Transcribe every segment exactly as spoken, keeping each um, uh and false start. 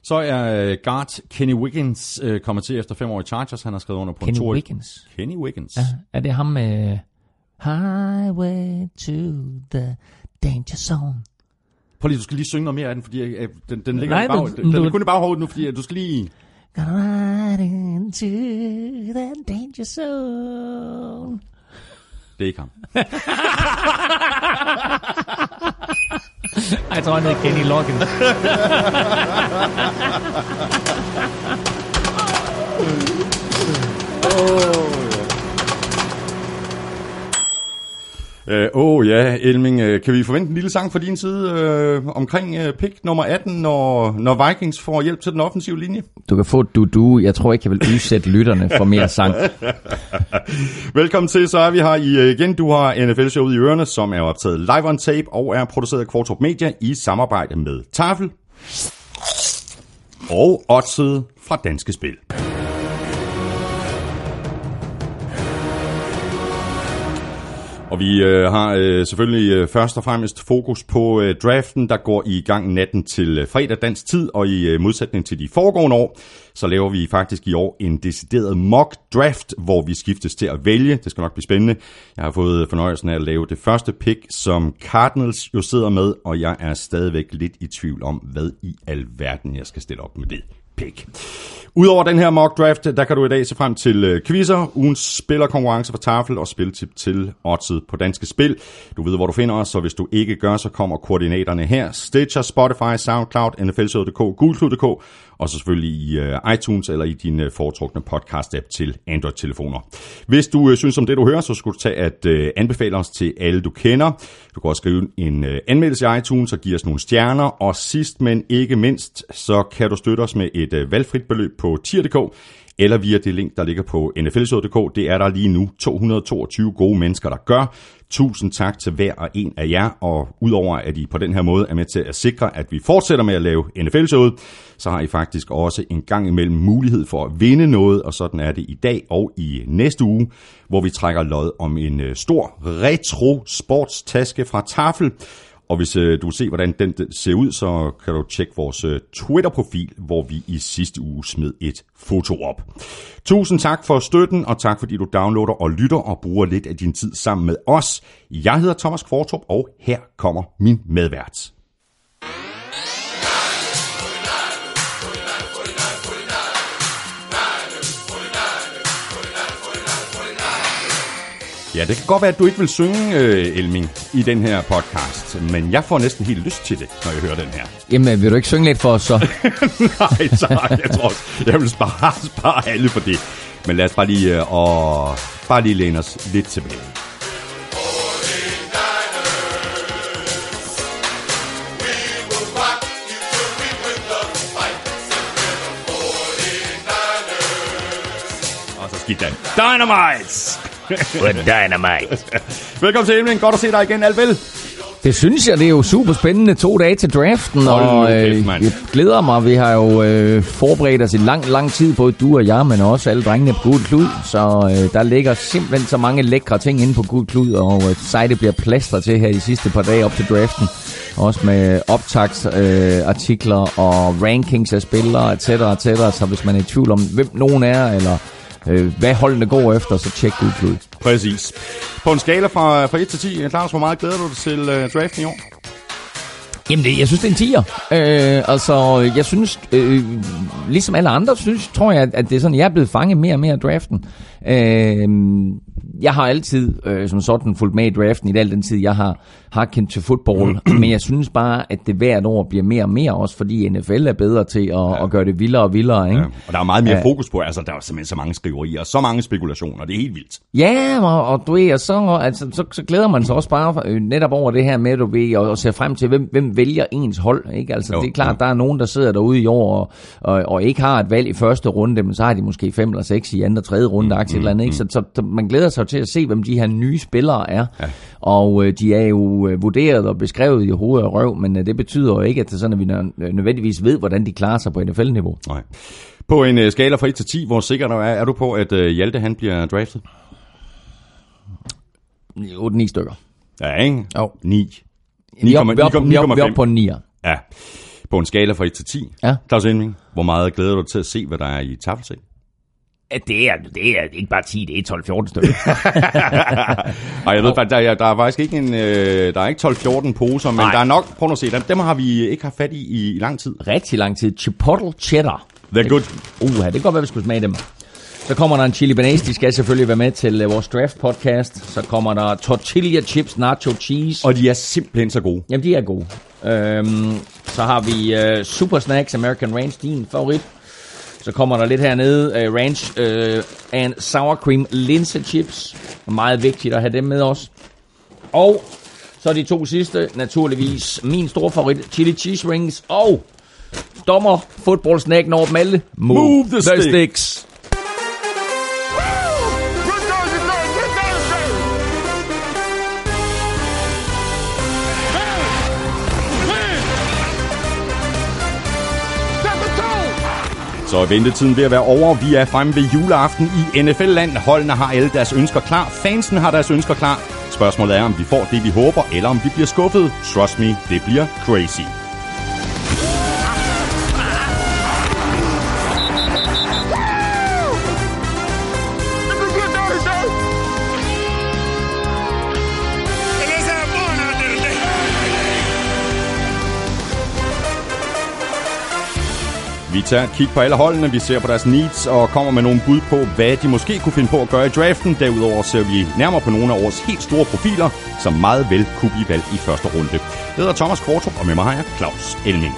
Så er uh, guard Kenny Wiggins uh, kommet til efter fem år i Chargers. Han har skrevet under på Kenny en tour. Wiggins? Kenny Wiggins. Ja, er det ham med uh, Highway to the Danger Zone? Prøv lige, du skal lige synge noget mere af den, fordi uh, den, den ligger Nej, i bag, du, den, den du, er kun i baghovedet nu, fordi uh, du skal lige... Gonna ride into the danger zone. Det er ikke ham. Jeg tror, han hedder Kenny Loggins. Åh uh, oh, ja, Elming, uh, kan vi forvente en lille sang fra din side uh, omkring uh, pick nummer atten, når, når Vikings får hjælp til den offensive linje? Du kan få du-du. Jeg tror ikke, jeg vil udsætte lytterne for mere sang. Velkommen til, så er vi her i, igen. Du har N F L-showet i ørerne, som er optaget live on tape og er produceret af Kvartrup Media i samarbejde med Tafel og Odset fra Danske Spil. Og vi øh, har øh, selvfølgelig øh, først og fremmest fokus på øh, draften, der går i gang natten til øh, fredag dansk tid, og i øh, modsætning til de foregående år, så laver vi faktisk i år en decideret mock draft, hvor vi skiftes til at vælge. Det skal nok blive spændende. Jeg har fået fornøjelsen af at lave det første pick, som Cardinals jo sidder med, og jeg er stadigvæk lidt i tvivl om, hvad i alverden jeg skal stille op med det pick. Udover den her mock draft, der kan du i dag se frem til quizzer, ugens spillerkonkurrence for Tafel og spiltip til Odset på Danske Spil. Du ved, hvor du finder os, så hvis du ikke gør, så kommer koordinaterne her. Stitcher, Spotify, SoundCloud, N F L showet punktum d k, Gulklud punktum d k og så selvfølgelig i uh, iTunes eller i din uh, foretrukne podcast-app til Android-telefoner. Hvis du uh, synes om det, du hører, så skulle du tage at uh, anbefale os til alle, du kender. Du kan også skrive en uh, anmeldelse i iTunes og give os nogle stjerner. Og sidst, men ikke mindst, så kan du støtte os med et uh, valgfrit beløb på tier punktum d k eller via det link, der ligger på N F L showet punktum d k. Det er der lige nu to hundrede og toogtyve gode mennesker, der gør. Tusind tak til hver og en af jer, og udover at I på den her måde er med til at sikre, at vi fortsætter med at lave N F L-showet, så har I faktisk også en gang imellem mulighed for at vinde noget, og sådan er det i dag og i næste uge, hvor vi trækker lod om en stor retro sportstaske fra Tafel. Og hvis øh, du vil se, hvordan den ser ud, så kan du tjekke vores øh, Twitter-profil, hvor vi i sidste uge smed et foto op. Tusind tak for støtten, og tak fordi du downloader og lytter og bruger lidt af din tid sammen med os. Jeg hedder Thomas Kvartrup, og her kommer min medvært. Ja, det kan godt være, at du ikke vil synge, øh, Elming, i den her podcast, men jeg får næsten helt lyst til det, når jeg hører den her. Jamen, vil du ikke synge lidt for os så? Nej, så jeg tror jeg vil spare, spare alle for det. Men lad os bare lige, øh, og, bare lige læne os lidt tilbage. Og så skidt den. Dynamite! Dynamite. Velkommen til Emling. Godt at se dig igen, alt vel. Det synes jeg, det er jo super spændende. To dage til draften, og øh, jeg glæder mig. Vi har jo øh, forberedt os i lang, lang tid, både du og jeg, men også alle drengene på Gul Klud. Så øh, der ligger simpelthen så mange lækre ting inde på Gul Klud, og øh, sej det bliver plastret til her de sidste par dage op til draften. Også med optagsartikler øh, og rankings af spillere, et cetera, et cetera. Så hvis man er i tvivl om, hvem nogen er, eller øh, hvad holdene går efter, så tjek Gul Klud. Præcis. På en skala fra, fra et til ti, Claus, hvor meget glæder du dig til uh, draften i år? Jamen, det, jeg synes, det er en tier. Øh, altså, jeg synes, øh, ligesom alle andre, synes, tror jeg, at det er sådan, jeg er blevet fanget mere og mere af draften. Øh, jeg har altid øh, som sådan fulgt med i draften i al den tid, jeg har, har kendt til fodbold. Men jeg synes bare, at det hvert år bliver mere og mere, også fordi N F L er bedre til at, ja. at gøre det vildere og vildere. Ikke? Ja. Og der er meget mere ja. fokus på, altså der er simpelthen så mange skriverier og så mange spekulationer, det er helt vildt. Ja, og, og du ved, og så, altså, så, så glæder man sig også bare øh, netop over det her med, du ved, og, og ser frem til, hvem, hvem vælger ens hold. Ikke? Altså, jo, det er klart, ja. der er nogen, der sidder derude i år og, og, og ikke har et valg i første runde, men så har de måske fem eller seks i anden og tredje runde, mm, mm, eller andet, ikke? Så, så, så man glæder sig til at se, hvem de her nye spillere er. Ja. Og øh, de er jo øh, vurderet og beskrevet i hoved og røv, men øh, det betyder jo ikke, at, det sådan, at vi nødvendigvis ved, hvordan de klarer sig på N F L-niveau. Nej. På en øh, skala fra et til ti, hvor sikker du er, er du på, at øh, Hjalte han bliver draftet? otte ni stykker. Ja, ikke? Jo. ni. Vi er oppe op på en nier. Ja. På en skala fra et til ti, ja. Claus Elming, hvor meget glæder du til at se, hvad der er i taffelsæk? Det er, det er ikke bare ti, det er tolv fjorten stykker. Ej, jeg ved faktisk, der er, der er faktisk ikke en, øh, der er ikke tolv fjorten poser, men Nej. der er nok, prøv at se, dem, dem har vi ikke haft fat i i, i lang tid. Rigtig lang tid. Chipotle cheddar. They're good. Uh, det kan godt være, vi skulle smage dem. Så kommer der en chili banase, de skal selvfølgelig være med til uh, vores draft podcast. Så kommer der tortilla chips, nacho cheese. Og de er simpelthen så gode. Jamen, de er gode. Øhm, så har vi uh, Super Snacks American Ranch, din favorit. Så kommer der lidt hernede, uh, ranch uh, and sour cream linse chips. Meget vigtigt at have dem med os. Og så de to sidste, naturligvis min store favorit, chili cheese rings. Og dommer, football snack, når Malte. Move, Move the, the sticks. sticks. Så er ventetiden ved at være over. Vi er fremme ved juleaften i N F L-land. Holdene har alle deres ønsker klar. Fansen har deres ønsker klar. Spørgsmålet er, om vi får det, vi håber, eller om vi bliver skuffet. Trust me, det bliver crazy. Vi tager et kig på alle holdene, vi ser på deres needs og kommer med nogle bud på, hvad de måske kunne finde på at gøre i draften. Derudover ser vi nærmere på nogle af vores helt store profiler, som meget vel kunne blive valgt i første runde. Jeg hedder Thomas Kvartrup, og med mig har jeg Claus Elming.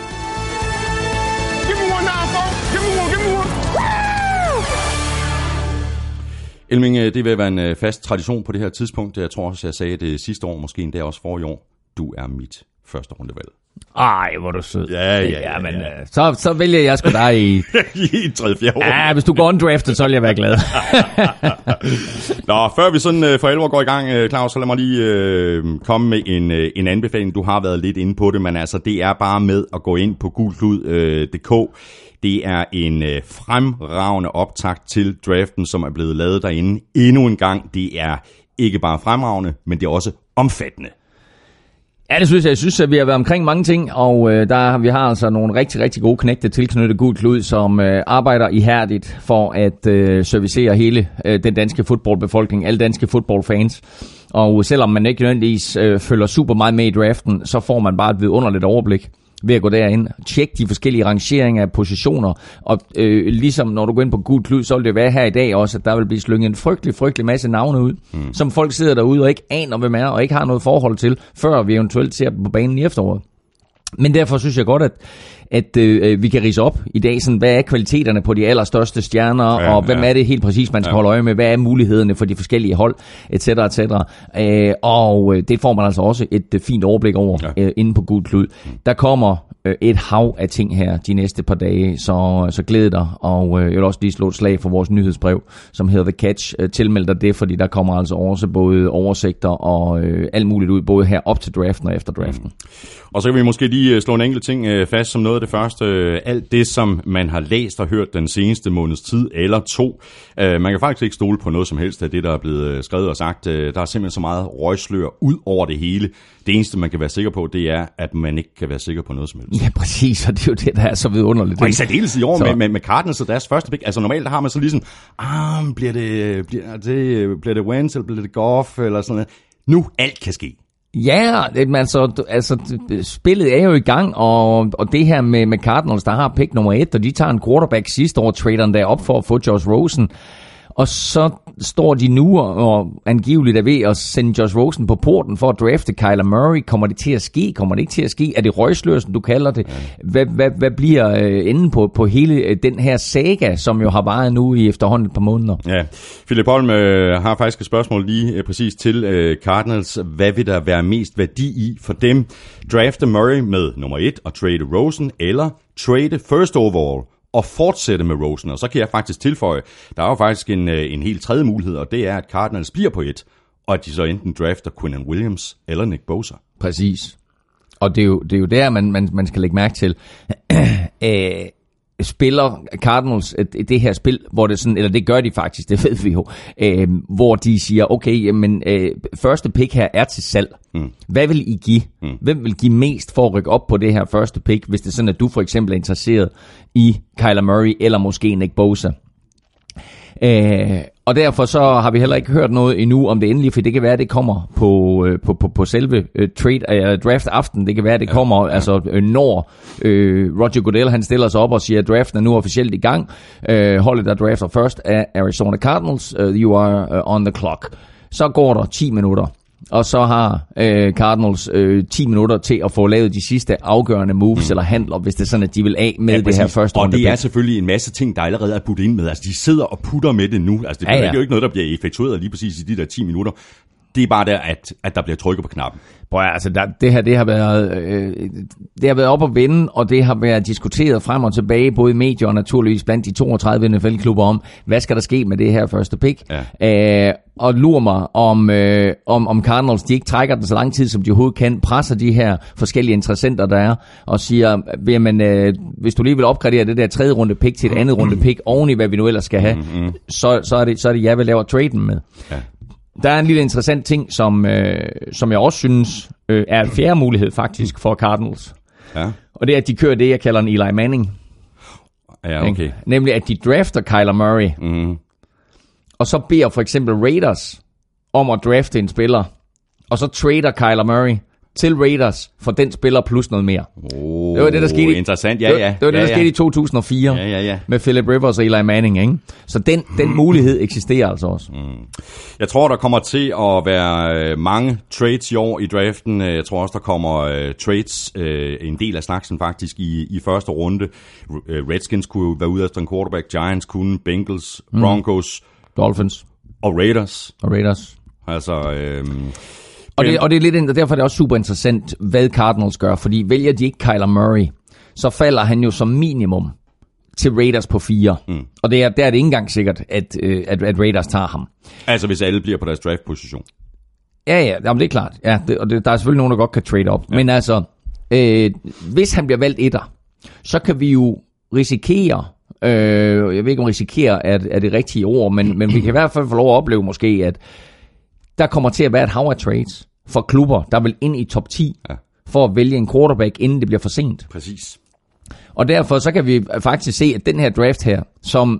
Elming, det vil være en fast tradition på det her tidspunkt. Jeg tror også, jeg sagde det sidste år, måske endda også for i år. Du er mit første rundevalg. Ej, hvor er du sød. Ja, ja, ja. ja, men, ja. Så, så vælger jeg sgu dig i... I tredje fjerde år. Ja, hvis du går undrafted, så vil jeg være glad. Nå, før vi sådan uh, for alvor går i gang, Claus, så lad mig lige uh, komme med en, uh, en anbefaling. Du har været lidt inde på det, men altså, det er bare med at gå ind på gulklud punktum d k. Det er en uh, fremragende optakt til draften, som er blevet lavet derinde. Endnu en gang, det er ikke bare fremragende, men det er også omfattende. Ja, det synes jeg. Jeg synes, at vi har været omkring mange ting, og øh, der vi har altså nogle rigtig, rigtig gode knægte tilknyttet Gul Klud, som øh, arbejder ihærdigt for at øh, servicere hele øh, den danske fodboldbefolkning, alle danske fodboldfans. Og selvom man ikke nødvendigvis øh, følger super meget med i draften, så får man bare et vidunderligt overblik ved at gå derind, tjekke de forskellige rangeringer af positioner, og øh, ligesom når du går ind på Gul Klud, så vil det være her i dag også, at der vil blive slynget en frygtelig, frygtelig masse navne ud, mm. som folk sidder derude og ikke aner, hvem er, og ikke har noget forhold til, før vi eventuelt ser dem på banen i efteråret. Men derfor synes jeg godt, at, at øh, vi kan rise op i dag, sådan, hvad er kvaliteterne på de allerstørste stjerner, ja, og hvem ja. er det helt præcis, man skal ja. holde øje med, hvad er mulighederne for de forskellige hold, et cetera et cetera. Øh, og det får man altså også et øh, fint overblik over ja. øh, inde på Gul Klud. Der kommer øh, et hav af ting her de næste par dage, så, så glæd dig, og øh, jeg vil også lige slå et slag for vores nyhedsbrev, som hedder The Catch. Øh, tilmeld dig det, fordi der kommer altså også både oversigter og øh, alt muligt ud, både her op til draften og efter draften. Mm. Og så kan vi måske lige slå en enkelt ting fast som noget af det første. Alt det, som man har læst og hørt den seneste måneds tid eller to. Man kan faktisk ikke stole på noget som helst af det, der er blevet skrevet og sagt. Der er simpelthen så meget røgslør ud over det hele. Det eneste, man kan være sikker på, det er, at man ikke kan være sikker på noget som helst. Ja, præcis. Og det er jo det, der er så vidunderligt. Og i særdeles i år med, med, med Cardinals og deres første pick. Altså normalt, der har man så ligesom, ah, bliver det, bliver det, bliver det Wentz, eller bliver det Goff, eller sådan noget. Nu alt kan ske. Ja, det, altså, altså spillet er jo i gang, og, og det her med, med Cardinals, der har pick nummer et, og de tager en quarterback sidste år, traderen der op for at få Josh Rosen. Og så står de nu og, og angiveligt er ved at sende Josh Rosen på porten for at drafte Kyler Murray. Kommer det til at ske? Kommer det ikke til at ske? Er det røgslør, som du kalder det? Hvad, hvad, hvad bliver øh, enden på, på hele øh, den her saga, som jo har varet nu i efterhånden et par måneder? Ja, Philip Holm øh, har faktisk et spørgsmål lige øh, præcis til øh, Cardinals. Hvad vil der være mest værdi i for dem? Drafte Murray med nummer et og trade Rosen, eller trade first overall og fortsætte med Rosen? Og så kan jeg faktisk tilføje, der er jo faktisk en, en helt tredje mulighed, og det er, at Cardinals bliver på et, og at de så enten drafter Quinnen Williams eller Nick Bosa. Præcis. Og det er jo, det er jo der, man, man, man skal lægge mærke til. Æh, spiller Cardinals det her spil, hvor det sådan, eller det gør de faktisk, det ved vi jo, øh, hvor de siger, okay, jamen, øh, første pick her er til salg. Mm. Hvad vil I give? Mm. Hvem vil give mest for at rykke op på det her første pick, hvis det er sådan, at du for eksempel er interesseret i Kyler Murray, eller måske Nick Bosa? Øh, og derfor så har vi heller ikke hørt noget endnu om det endelige, for det kan være, at det kommer på, øh, på, på, på selve øh, trade, øh, draft aften. Det kan være, at det kommer, ja, ja. altså øh, når øh, Roger Goodell han stiller sig op og siger, at draften er nu officielt i gang. Øh, holdet der drafter først af Arizona Cardinals. Uh, you are uh, on the clock. Så går der ti minutter. Og så har øh, Cardinals øh, ti minutter til at få lavet de sidste afgørende moves mm. eller handler, hvis det er sådan, at de vil af med ja, det her første runde. Og det er selvfølgelig en masse ting, der allerede er puttet ind med. Altså, de sidder og putter med det nu. Altså, det, ja, ja. det er jo ikke noget, der bliver effektueret lige præcis i de der ti minutter. Det er bare der, at, at der bliver trykket på knappen. Prøv altså, der, det her det har været øh, det har været op at vinde, og det har været diskuteret frem og tilbage, både i medier og naturligvis blandt de toogtredive N F L-klubber om, hvad skal der ske med det her første pick? Ja. Øh, og lurer mig, om, øh, om, om Cardinals, de ikke trækker den så lang tid, som de overhovedet kan, presser de her forskellige interessenter, der er, og siger, jamen, øh, hvis du lige vil opgradere det der tredje runde pick til et andet runde pick, oven i hvad vi nu ellers skal have, mm-hmm. så, så, er det, så er det jeg vil lave traden med. Ja. Der er en lille interessant ting, som, øh, som jeg også synes øh, er en fjerde mulighed faktisk for Cardinals. Ja. Og det er, at de kører det, jeg kalder en Eli Manning. Ja, okay. Nemlig, at de drafter Kyler Murray. Mm. Og så beder for eksempel Raiders om at drafte en spiller. Og så trader Kyler Murray til Raiders for den spiller plus noget mere. Oh, det var det, der skete. Interessant, ja, ja. Det var, det, var det ja, der ja. skete i to tusind og fire ja, ja, ja. med Philip Rivers og Eli Manning, ikke? Så den, den mulighed eksisterer altså også. Mm. Jeg tror, der kommer til at være mange trades i år i draften. Jeg tror også, der kommer uh, trades, uh, en del af snaksen faktisk, i, i første runde. Redskins kunne være ude efter en quarterback, Giants kunne, Bengals, Broncos, mm. Dolphins og Raiders. Og Raiders. Altså... Uh, Og det, og det er lidt, og derfor er det også super interessant, hvad Cardinals gør, fordi vælger de ikke Kyler Murray, så falder han jo som minimum til Raiders på fire. Mm. Og det er, der er det ikke engang sikkert, at, at, at Raiders tager ham. Altså hvis alle bliver på deres draftposition. Ja, ja, jamen, det er klart. Ja, det, og det, der er selvfølgelig nogen, der godt kan trade op. Ja. Men altså, øh, hvis han bliver valgt etter, så kan vi jo risikere, øh, jeg ved ikke om risikere er, er det rigtige ord, men, men vi kan i hvert fald få lov at opleve måske, at der kommer til at være et hav af trades for klubber, der vil ind i top ti, ja. For at vælge en quarterback, inden det bliver for sent. Præcis. Og derfor så kan vi faktisk se, at den her draft her, som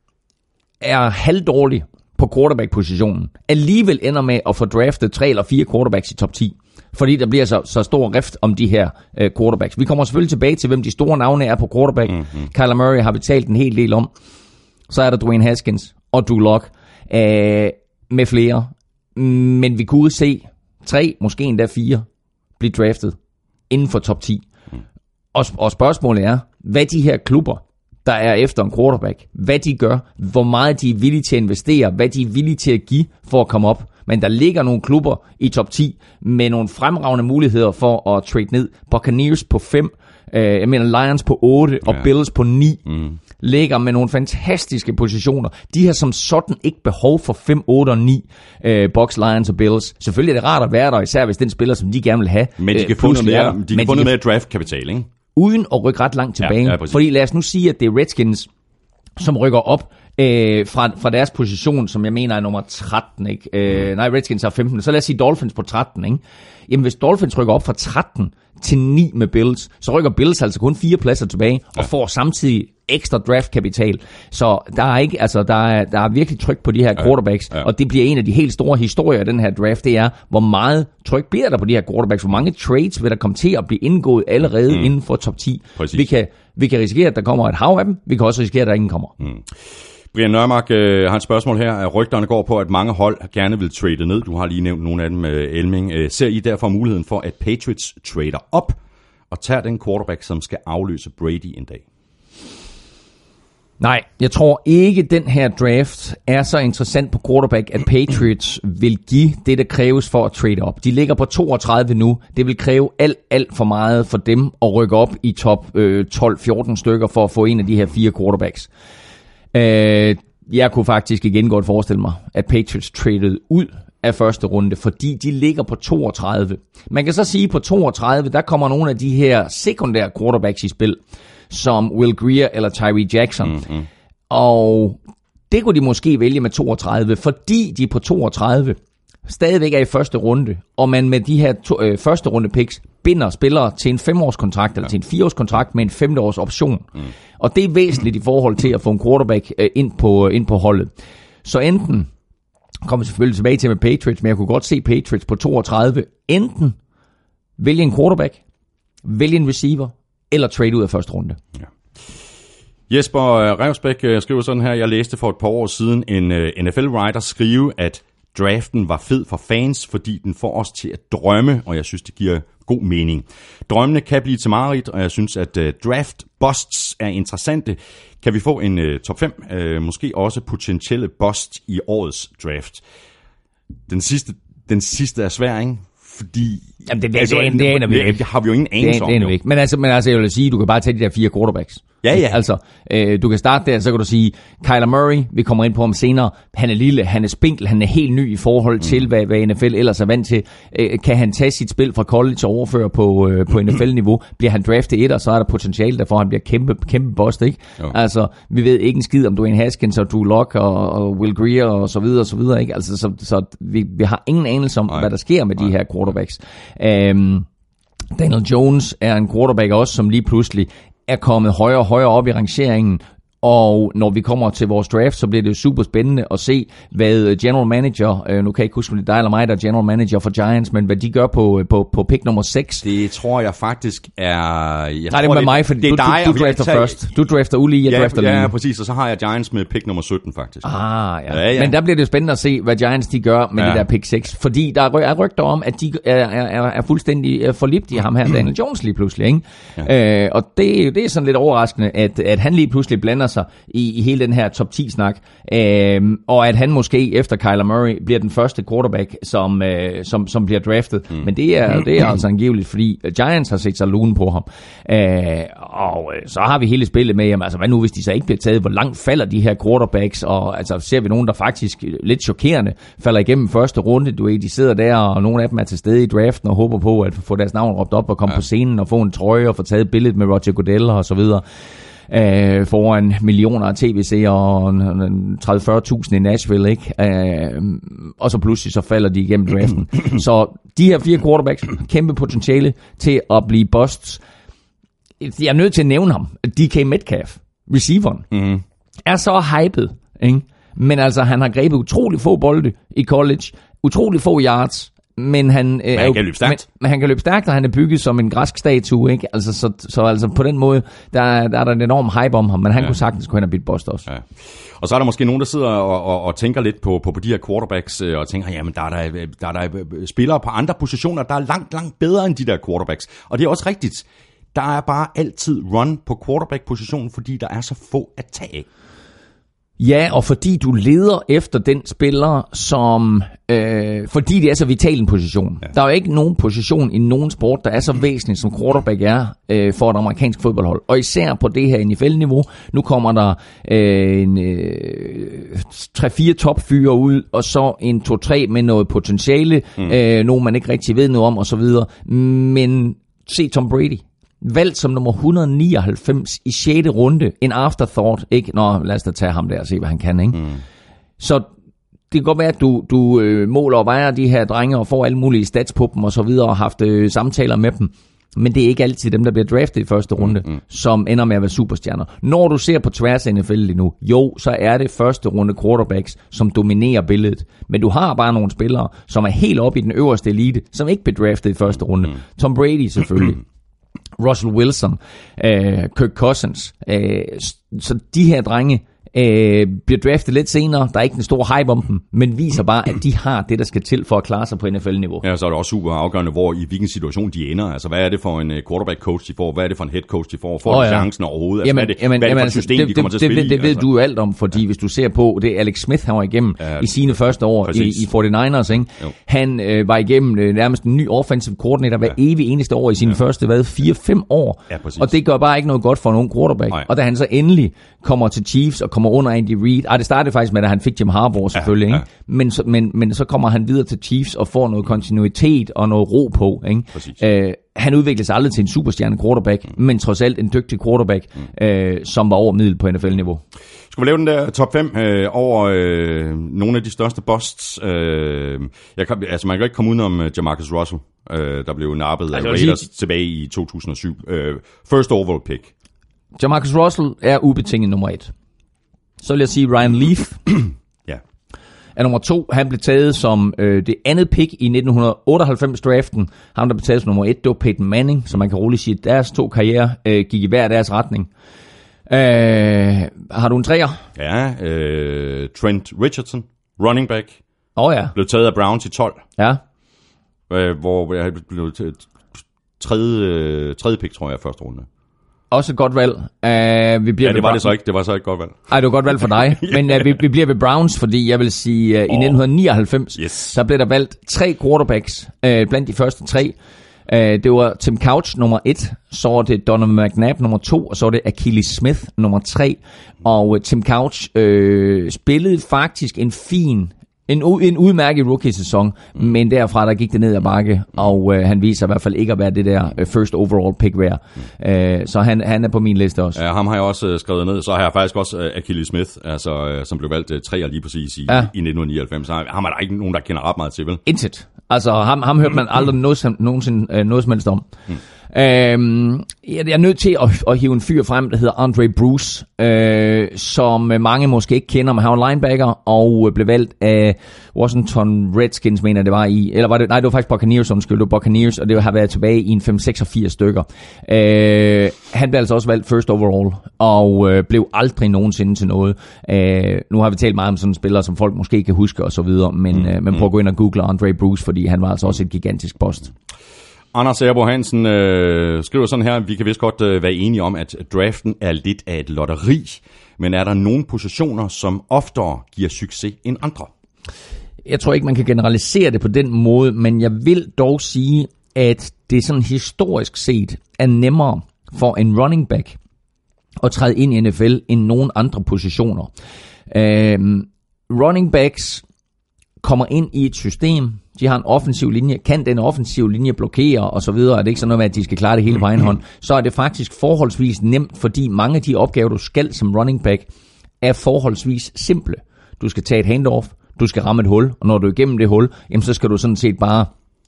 er halvdårlig på quarterback-positionen, alligevel ender med at få draftet tre eller fire quarterbacks i top ti. Fordi der bliver så, så stor rift om de her uh, quarterbacks. Vi kommer selvfølgelig tilbage til, hvem de store navne er på quarterback. Mm-hmm. Kyler Murray har vi talt en hel del om. Så er der Dwayne Haskins og Drew Lock uh, med flere. Men vi kunne se tre, måske endda fire, blive draftet inden for top ti. Mm. Og, og spørgsmålet er, hvad de her klubber, der er efter en quarterback, hvad de gør, hvor meget de er villige til at investere, hvad de er villige til at give for at komme op. Men der ligger nogle klubber i top ti med nogle fremragende muligheder for at trade ned. Buccaneers på fem, øh, jeg mener Lions på otte og ja. Bills på ni. Mm. Ligger med nogle fantastiske positioner. De har som sådan ikke behov for fem, otte og ni uh, Bucs, Lions og Bills. Selvfølgelig er det rart at være der, især hvis den spiller, som de gerne vil have. Men de kan uh, få noget mere, de kan få noget mere draftkapital, ikke? Uden at rykke ret langt tilbage. Ja, ja, fordi lad os nu sige, at det er Redskins, som rykker op øh, fra, fra deres position, som jeg mener er nummer tretten. Ikke? Øh, mm. Nej, Redskins har femten. Så lad os sige Dolphins på tretten. Ikke? Jamen hvis Dolphins rykker op fra tretten til ni med Bills, så rykker Bills altså kun fire pladser tilbage, ja. Og får samtidig ekstra draftkapital. Så der er ikke, altså der er, der er virkelig tryk på de her quarterbacks, ja, ja. Og det bliver en af de helt store historier af den her draft, det er, hvor meget tryk bliver der på de her quarterbacks, hvor mange trades vil der komme til at blive indgået allerede mm. inden for top ti. Vi kan, vi kan risikere, at der kommer et hav af dem, vi kan også risikere, at der ingen kommer. Mm. Brian Nørmark øh, har et spørgsmål her. Rygterne går på, at mange hold gerne vil trade ned. Du har lige nævnt nogle af dem, øh, Elming. Øh, ser I derfor muligheden for, at Patriots trader op og tager den quarterback, som skal afløse Brady en dag? Nej, jeg tror ikke, den her draft er så interessant på quarterback, at Patriots vil give det, der kræves for at trade op. De ligger på toogtredive nu. Det vil kræve alt, alt for meget for dem at rykke op i top øh, tolv fjorten stykker for at få en af de her fire quarterbacks. Øh, jeg kunne faktisk igen godt forestille mig, at Patriots traded ud af første runde, fordi de ligger på toogtredive. Man kan så sige, at på toogtredive, der kommer nogle af de her sekundære quarterbacks i spil, som Will Grier eller Tyree Jackson. Mm-hmm. Og det kunne de måske vælge med toogtredive, fordi de på toogtredive stadigvæk er i første runde, og man med de her to, øh, første runde picks binder spillere til en femårskontrakt eller ja. til en fireårskontrakt med en femteårs option. Mm. Og det er væsentligt i forhold til at få en quarterback øh, ind, på, ind på holdet. Så enten, kommer selvfølgelig tilbage til med Patriots, men jeg kunne godt se Patriots på toogtredive, enten vælge en quarterback, vælge en receiver, eller trade ud af første runde. Ja. Jesper Revsbæk skriver sådan her: jeg læste for et par år siden en N F L-writer skrive, at draften var fed for fans, fordi den får os til at drømme, og jeg synes, det giver god mening. Drømmene kan blive til mareridt, og jeg synes, at uh, draft busts er interessante. Kan vi få en uh, top fem, uh, måske også potentielle bust i årets draft? Den sidste, den sidste er svær, ikke? Fordi... Jamen, det, det, altså, det, det, det aner vi ikke. Det har vi jo ingen anelse om. Det aner vi ikke. Men altså, men altså, jeg vil sige, du kan bare tage de der fire quarterbacks. Ja, ja. Altså, øh, du kan starte der, så kan du sige, Kyler Murray, vi kommer ind på ham senere, han er lille, han er spinkel, han er helt ny i forhold til, mm. hvad, hvad N F L ellers er vant til. Øh, kan han tage sit spil fra college og overføre på, øh, på N F L-niveau? Bliver han draftet et, og så er der potentiale, derfor han bliver kæmpe, kæmpe boss, ikke? Jo. Altså, vi ved ikke en skid, om du er en Haskins, og Drew Lock, og, og Will Grier, og så videre, og så videre, ikke? Altså, så, så vi, vi har ingen anelse om, Nej. hvad der sker med Nej. de her quarterbacks. Øh, Daniel Jones er en quarterback også, som lige pludselig er kommet højere og højere op i rangeringen, og når vi kommer til vores draft, så bliver det jo super spændende at se, hvad general manager, øh, nu kan jeg ikke huske, om det er dig eller mig, der er general manager for Giants, men hvad de gør på, på, på pick nummer seks. Det tror jeg faktisk er... Jeg Nej, det er med det, mig, fordi det er du, dig, du, du drafter tager... først. Du drafter ulige, jeg ja, drafter ja, lige. Ja, præcis, og så har jeg Giants med pick nummer sytten faktisk. Ah, ja. Ja, ja. Men der bliver det jo spændende at se, hvad Giants de gør med ja. det der pick seks, fordi der er rygter om, at de er, er, er fuldstændig forlibt i ham her, Daniel Jones lige pludselig, ikke? Ja. Øh, og det, det er sådan lidt overraskende, at, at han lige pludselig blander sig i, i hele den her top ti-snak, øh, og at han måske efter Kyler Murray bliver den første quarterback, som, øh, som, som bliver draftet. Mm. Men det er, det er altså angiveligt, fordi Giants har set sig lune på ham. Øh, og øh, så har vi hele spillet med, jamen, altså, hvad nu hvis de så ikke bliver taget? Hvor langt falder de her quarterbacks? Og altså, ser vi nogen, der faktisk lidt chokerende falder igennem første runde? Du ved, de sidder der, og nogle af dem er til stede i draften og håber på at få deres navn råbt op og komme ja. på scenen og få en trøje og få taget et billede med Roger Goodell og så videre. Øh, foran millioner af tv-seere og tredive til fyrre tusind i Nashville, ikke? Øh, og så pludselig så falder de igennem draften. Så de her fire quarterbacks, kæmpe potentiale til at blive busts. Jeg er nødt til at nævne ham. D K Metcalf, receiveren, mm. er så hyped, ikke? Men altså, han har grebet utrolig få bolde i college, utrolig få yards, men han, men han kan løbe stærkt. Men, men han kan løbe stærkt, og han er bygget som en græsk statue, ikke? Altså, så, så altså på den måde, der, der er der en enorm hype om ham, men han ja. kunne sagtens gå hen og blive bost også. Ja. Og så er der måske nogen, der sidder og, og, og tænker lidt på, på, på de her quarterbacks, og tænker, jamen der er der, der er der spillere på andre positioner, der er langt, langt bedre end de der quarterbacks. Og det er også rigtigt. Der er bare altid run på quarterback-positionen, fordi der er så få at tage af. Ja, og fordi du leder efter den spiller, som... Øh, fordi det er så vital en position. Ja. Der er jo ikke nogen position i nogen sport, der er så væsentlig, som quarterback er øh, for et amerikansk fodboldhold. Og især på det her N F L-niveau. Nu kommer der øh, en øh, tre-fire topfyre ud, og så en to-tre med noget potentiale. Mm. Øh, nogen man ikke rigtig ved noget om, og så videre. Men se Tom Brady. Valgt som nummer et hundrede nioghalvfems i sjette runde. En afterthought, ikke? Nå, lad os da tage ham der og se, hvad han kan, ikke? Mm. Så det kan godt være, at du, du øh, måler og vejer de her drenge og får alle mulige stats på dem og så videre og haft øh, samtaler med dem. Men det er ikke altid dem, der bliver draftet i første runde, mm. som ender med at være superstjerner. Når du ser på tværs af N F L lige nu, jo, så er det første runde quarterbacks, som dominerer billedet. Men du har bare nogle spillere, som er helt oppe i den øverste elite, som ikke bliver draftet i første runde. Mm. Tom Brady selvfølgelig. Russell Wilson, øh, Kirk Cousins. Øh, så de her drenge øh, bliver draftet lidt senere. Der er ikke en stor hype om dem, men viser bare, at de har det, der skal til for at klare sig på N F L-niveau. Ja, så er det også super afgørende, hvor i hvilken situation de ender. Altså, hvad er det for en quarterback-coach, de får? Hvad er det for en head-coach, de får? Får oh, ja. de chancen overhovedet? Altså, jamen, hvad er det, jamen, hvad er det for et system, det, de kommer det, til at spille det, det, i? Det ved altså. du jo alt om, fordi ja. hvis du ser på, det er Alex Smith, han var igennem ja, i sine første år i, i forty-niners. Ikke? Han øh, var igennem øh, nærmest en ny offensive coordinator hver ja. evig eneste år i sine ja. første, hvad, fire fem år. Ja, og det gør bare ikke noget godt for nogen quarterback. Nej. Og da han så endelig kommer til Chiefs og kommer kommer under Andy Reid. Ah, det startede faktisk med, at han fik Jim Harbaugh selvfølgelig, ja, ja. Ikke? Men, så, men, men så kommer han videre til Chiefs og får noget kontinuitet og noget ro på. Ikke? Øh, han udviklede sig aldrig til en superstjerne quarterback, mm. men trods alt en dygtig quarterback, mm. øh, som var over middel på N F L-niveau. Skal vi lave den der top fem øh, over øh, nogle af de største busts? Øh, jeg kan, altså man kan ikke komme udenom uh, Jamarcus Russell, øh, der blev nappet af Raiders sige... tilbage i to tusind og syv. Øh, first overall pick. Jamarcus Russell er ubetinget nummer et. Så vil jeg sige Ryan Leaf. Ja. Er nummer to. Han blev taget som øh, det andet pick i nitten otteoghalvfems-draften. Han der blev taget som nummer et, det var Peyton Manning, så man kan roligt sige, at deres to karriere øh, gik i hver deres retning. Øh, har du en træer? Ja, øh, Trent Richardson, running back. Åh oh, ja. Blev taget af Browns i tolv. Ja. Øh, hvor jeg blev til tredje, tredje pick, tror jeg, første runde. Også et godt valg. Uh, vi bliver ja, det var det så ikke. Det var så et godt valg. Nej, det var et godt valg for dig. Men uh, vi, vi bliver ved Browns, fordi jeg vil sige, uh, oh. i nitten nioghalvfems, yes. så blev der valgt tre quarterbacks uh, blandt de første tre. Uh, det var Tim Couch nummer et, så var det Donovan McNabb nummer to, og så var det Achilles Smith nummer tre. Og uh, Tim Couch uh, spillede faktisk en fin... En, en udmærket rookie-sæson, mm. men derfra der gik det ned ad bakke, og øh, han viser i hvert fald ikke at være det der uh, first overall pick værd. Mm. Øh, så han, han er på min liste også. Ja, ham har jeg også uh, skrevet ned. Så har jeg faktisk også uh, Achilles Smith, altså, uh, som blev valgt uh, treer lige præcis i, ja. i nitten nioghalvfems. Så ham er der ikke nogen, der kender ret meget til, vel? Intet. Altså ham, ham hørte man aldrig noget, nogensinde uh, noget som helst om. Mm. Øhm, jeg er nødt til at, at hive en fyr frem, der hedder Andre Bruce, øh, som mange måske ikke kender, men han var linebacker og blev valgt af Washington Redskins, mener det var i, eller var det, nej, det var faktisk Buccaneers, undskyld, det var Buccaneers, og det har været tilbage i en fem seksogfirs stykker. Øh, han blev altså også valgt first overall, og øh, blev aldrig nogensinde til noget. Øh, nu har vi talt meget om sådan en spiller, som folk måske kan huske og så videre, men, mm. øh, men prøv at gå ind og google Andre Bruce, fordi han var altså også et gigantisk post. Anders Erbo Hansen øh, skriver sådan her, vi kan vist godt øh, være enige om, at draften er lidt af et lotteri, men er der nogle positioner, som oftere giver succes end andre? Jeg tror ikke, man kan generalisere det på den måde, men jeg vil dog sige, at det sådan historisk set er nemmere for en running back at træde ind i N F L end nogen andre positioner. Øh, running backs kommer ind i et system, de har en offensiv linje, kan den offensive linje blokere og så videre, er det ikke sådan noget med, at de skal klare det hele på egen hånd, så er det faktisk forholdsvis nemt, fordi mange af de opgaver, du skal som running back, er forholdsvis simple. Du skal tage et handoff, du skal ramme et hul, og når du er igennem det hul, jamen så skal du sådan set bare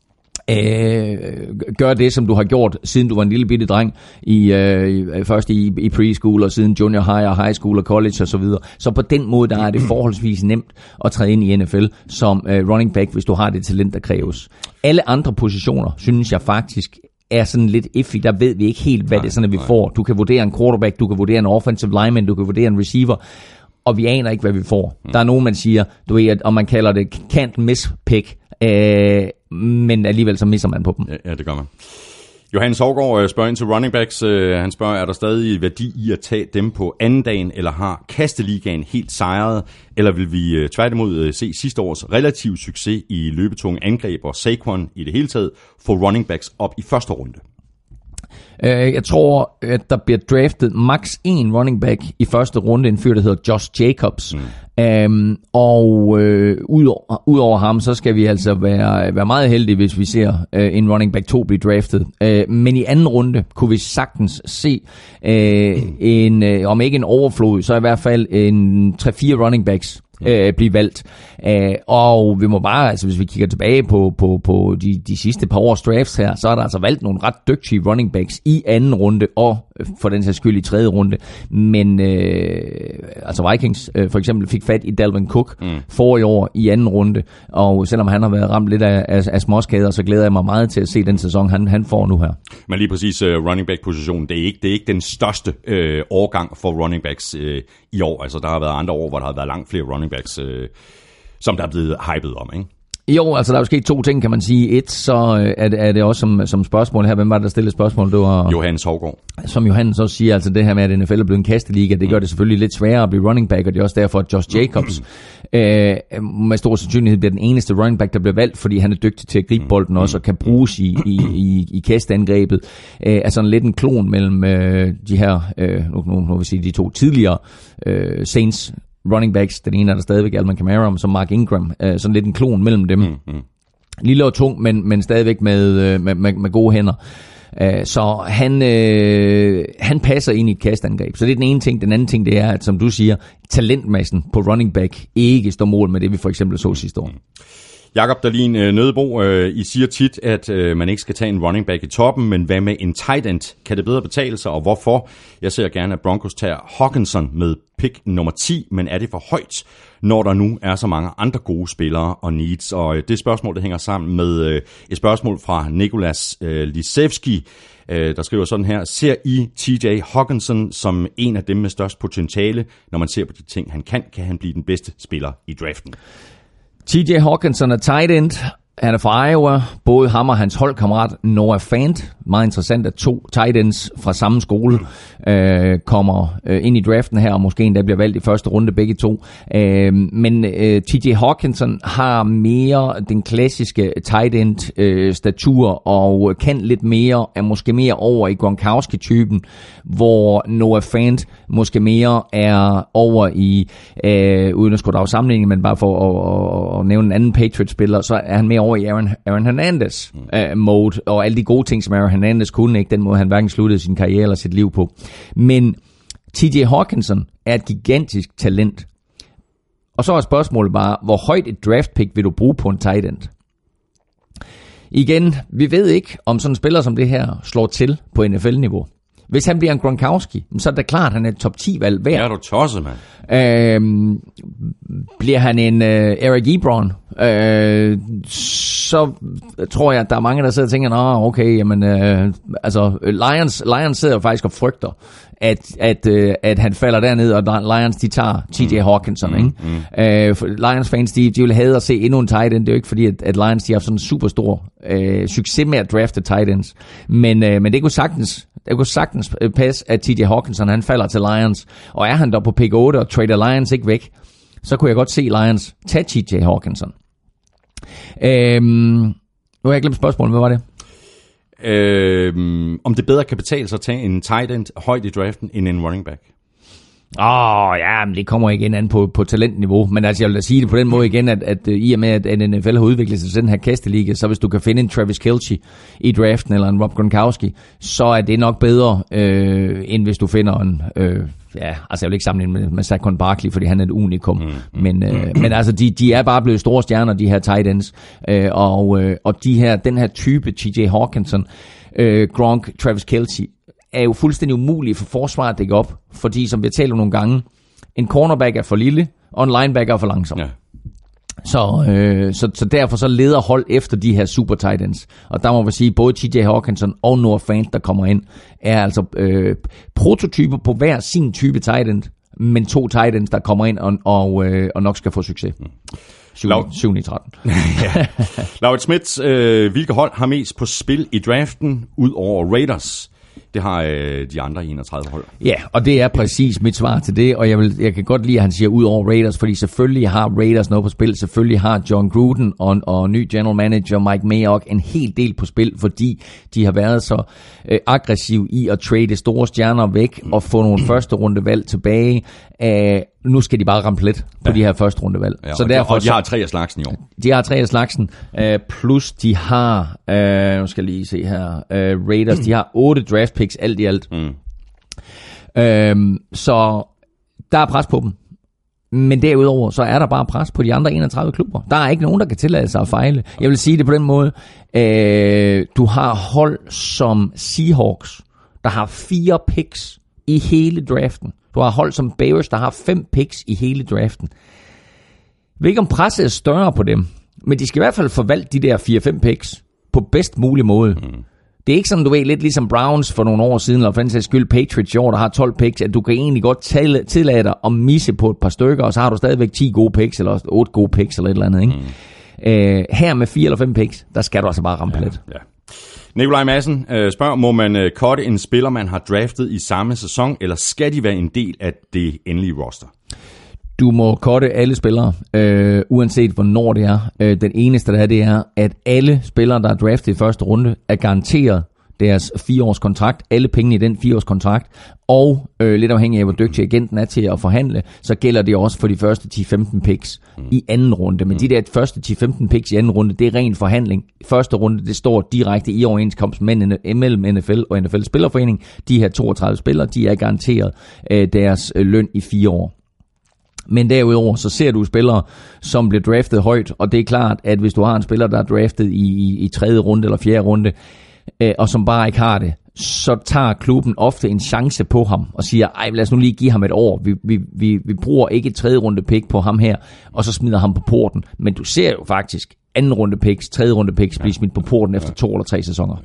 Øh, gør det, som du har gjort, siden du var en lille bitte dreng, i, øh, først i, i preschool, og siden junior high, og high school, og college, og så videre. Så på den måde, der er det forholdsvis nemt at træde ind i N F L som øh, running back, hvis du har det talent, der kræves. Alle andre positioner, synes jeg faktisk, er sådan lidt iffy. Der ved vi ikke helt, hvad nej, det er, sådan, at vi nej. får. Du kan vurdere en quarterback, du kan vurdere en offensive lineman, du kan vurdere en receiver, og vi aner ikke, hvad vi får. Mm. Der er nogen, man siger, du ved, og man kalder det can't miss pick, øh, men alligevel så misser man på dem. Ja, det gør man. Johannes Hårgaard spørger ind til running backs. Han spørger, er der stadig værdi i at tage dem på anden dagen, eller har kasteligaen helt sejret, eller vil vi tværtimod se sidste års relativ succes i løbetunge angreb og Saquon i det hele taget få running backs op i første runde? Jeg tror, at der bliver draftet max en running back i første runde, en fyr, der hedder Josh Jacobs. Mm. Um, og øh, udover, udover ham, så skal vi altså være, være meget heldige, hvis vi ser øh, en running back to blive draftet. Uh, men i anden runde kunne vi sagtens se øh, en, øh, om ikke en overflod, så i hvert fald en tre fire running backs øh, blive valgt. Øh, og vi må bare, altså hvis vi kigger tilbage på, på, på de, de sidste par års drafts her, så er der altså valgt nogle ret dygtige running backs i anden runde, og for den sags skyld i tredje runde. Men øh, altså Vikings øh, for eksempel fik fat i Dalvin Cook mm. forrige år i anden runde, og selvom han har været ramt lidt af, af, af småskader, så glæder jeg mig meget til at se den sæson, han, han får nu her. Men lige præcis uh, running back-positionen, det er ikke, det er ikke den største øh, årgang for running backs øh, i år. Altså der har været andre år, hvor der har været langt flere running backs, øh, som der er blevet hypet om, ikke? Jo, altså der er jo sket to ting, kan man sige. Et, så er det, er det også som, som spørgsmål her. Hvem var det, der stillede spørgsmål? Det var Johannes Hovgaard. Som Johannes også siger, altså det her med, at N F L er blevet en kasteliga, det gør det selvfølgelig lidt sværere at blive running back, og det er også derfor, at Josh Jacobs øh, med stor sandsynlighed bliver den eneste running back, der bliver valgt, fordi han er dygtig til at gribe bolden også, og kan bruges i, i, i, i kastangrebet. Øh, altså en lidt en klon mellem øh, de her, øh, nu, nu, nu vil jeg sige, de to tidligere øh, Saints running backs. Den ene er der stadigvæk Alvin Kamara, som Mark Ingram. Øh, sådan lidt en klon mellem dem. Mm, mm. Lille og tung, men, men stadigvæk med, med, med, med gode hænder. Øh, så han, øh, han passer ind i et kastangreb. Så det er den ene ting. Den anden ting, det er, at som du siger, talentmassen på running back ikke står mål med det, vi for eksempel så sidste år. Jakob Dahlin Nødebo, øh, I siger tit, at øh, man ikke skal tage en running back i toppen, men hvad med en tight end? Kan det bedre betale sig, og hvorfor? Jeg ser gerne, at Broncos tager Hawkinson med pick nummer ti, men er det for højt, når der nu er så mange andre gode spillere og needs? Og øh, det spørgsmål, det hænger sammen med øh, et spørgsmål fra Nikolas øh, Lisevski, øh, der skriver sådan her: ser I T J Hawkinson som en af dem med størst potentiale? Når man ser på de ting, han kan, kan han blive den bedste spiller i draften? T J Hawkinson er tight end. Han er fra Iowa. Både ham og hans holdkammerat Noah Fant, meget interessant, at to tight ends fra samme skole øh, kommer øh, ind i draften her, og måske endda bliver valgt i første runde begge to. Øh, men øh, T J Hawkinson har mere den klassiske tight end øh, statur, og kan lidt mere, er måske mere over i Gronkowski-typen, hvor Noah Fant måske mere er over i, øh, uden at skulle drage sammenligning, men bare for at, at, at nævne en anden Patriots-spiller, så er han mere over i Aaron, Aaron Hernandez uh, mode, og alle de gode ting, som Aaron Hernandez kunne, ikke den måde, han hverken sluttede sin karriere eller sit liv på. Men T J Hawkinson er et gigantisk talent. Og så er spørgsmålet bare, hvor højt et draft pick vil du bruge på en tight end? Igen, vi ved ikke, om sådan en spiller som det her slår til på N F L-niveau. Hvis han bliver en Gronkowski, så er det klart, at han er et top ti-valg værd. Ja, er du tosset, mand. Øhm, bliver han en uh, Eric Ebron, øh, så tror jeg, at der er mange, der sidder og tænker, nå, okay, jamen, øh, altså, Lions, Lions sidder faktisk og frygter, at, at, øh, at han falder derned, og Lions, de tager T J Hawkinson, mm, ikke? Mm. Øh, Lions fans, de, de vil have at se endnu en tight end. Det er jo ikke fordi, at, at Lions, de har sådan en super stor øh, succes med at drafte tight ends, men, øh, men det kunne sagtens det kunne sagtens passe, at T J Hawkinson, han falder til Lions, og er han der på pick otte, og trader Lions ikke væk, så kunne jeg godt se Lions tage T J Hawkinson. Øhm, nu har jeg glemt spørgsmålet, hvad var det? Øhm, om det bedre kan betale sig at tage en tight end højt i draften, end en running back? Åh, oh, ja, men det kommer igen an på, på talentniveau. Men altså, jeg vil da sige det på den måde igen, at, at, at i og med, at, at N F L har udviklet sig til den her kasteliga, så hvis du kan finde en Travis Kelce i draften, eller en Rob Gronkowski, så er det nok bedre, øh, end hvis du finder en... Øh, ja, altså jeg vil ikke sammenligne med, med Saquon Barkley, fordi han er et unikum. Mm. Men, øh, men altså, de, de er bare blevet store stjerner, de her tight ends. Øh, og øh, og de her, den her type, T J Hawkinson, øh, Gronk, Travis Kelce, er jo fuldstændig umuligt for forsvaret at dække op, fordi som vi har talt om nogle gange, en cornerback er for lille, og en linebacker er for langsom. Ja. Så, øh, så, så derfor så leder hold efter de her super tight ends. Og der må man sige, både T J Hawkinson og Noah Fant, der kommer ind, er altså øh, prototyper på hver sin type tight end, men to tight ends, der kommer ind og, og, øh, og nok skal få succes. syv ni tretten ja. Laurits Smith, øh, hvilke hold har mest på spil i draften, ud over Raiders? Det har øh, de andre enogtredive hold. Ja, og det er præcis mit svar til det, og jeg, vil, jeg kan godt lide, at han siger ud over Raiders, fordi selvfølgelig har Raiders noget på spil, selvfølgelig har John Gruden og, og ny general manager Mike Mayock en hel del på spil, fordi de har været så øh, aggressiv i at trade store stjerner væk og få nogle første rundevalg tilbage. Æh, nu skal de bare ramme plet på ja. de her første rundevalg. Ja, så og, derfor, og de har tre af slagsen i år. De har tre af slagsen, øh, plus de har, øh, nu skal jeg lige se her, øh, Raiders, de har otte draft picks alt i alt. Mm. Øh, så der er pres på dem. Men derudover, så er der bare pres på de andre enogtredive klubber. Der er ikke nogen, der kan tillade sig at fejle. Jeg vil sige det på den måde. Øh, du har hold som Seahawks, der har fire picks i hele draften. Du har hold som Bears, der har fem picks i hele draften. Jeg ved ikke, om presset er større på dem, men de skal i hvert fald forvalte de der fire fem picks på bedst mulig måde. Mm. Det er ikke sådan, du ved, lidt ligesom Browns for nogle år siden, eller for den sags skyld Patriots i år, der har tolv picks, at du kan egentlig godt tillade dig at misse på et par stykker, og så har du stadigvæk ti gode picks, eller otte gode picks, eller et eller andet, ikke? Øh, her med fire eller fem picks, der skal du altså bare ramme ja, plet. Ja. Nikolaj Madsen øh, spørger, må man øh, cutte en spiller, man har draftet i samme sæson, eller skal de være en del af det endelige roster? Du må cutte alle spillere, øh, uanset hvornår det er. Øh, den eneste, der er, det er, at alle spillere, der er draftet i første runde, er garanteret deres fireårs kontrakt, alle pengene i den fireårs kontrakt, og øh, lidt afhængig af, hvor dygtig agenten er til at forhandle, så gælder det også for de første ti til femten picks mm. i anden runde. Men mm. de der første ti til femten picks i anden runde, det er ren forhandling. Første runde, det står direkte i overenskomst mellem N F L og N F L Spillerforening. De her toogtredive spillere, de er garanteret øh, deres øh, løn i fire år. Men derudover, så ser du spillere, som bliver draftet højt, og det er klart, at hvis du har en spiller, der er draftet i, i, i tredje runde eller fjerde runde, øh, og som bare ikke har det, så tager klubben ofte en chance på ham og siger, ej, lad os nu lige give ham et år. Vi, vi, vi, vi bruger ikke et tredje runde pick på ham her, og så smider ham på porten. Men du ser jo faktisk anden runde picks, tredje runde picks blive smidt på porten efter to eller tre sæsoner.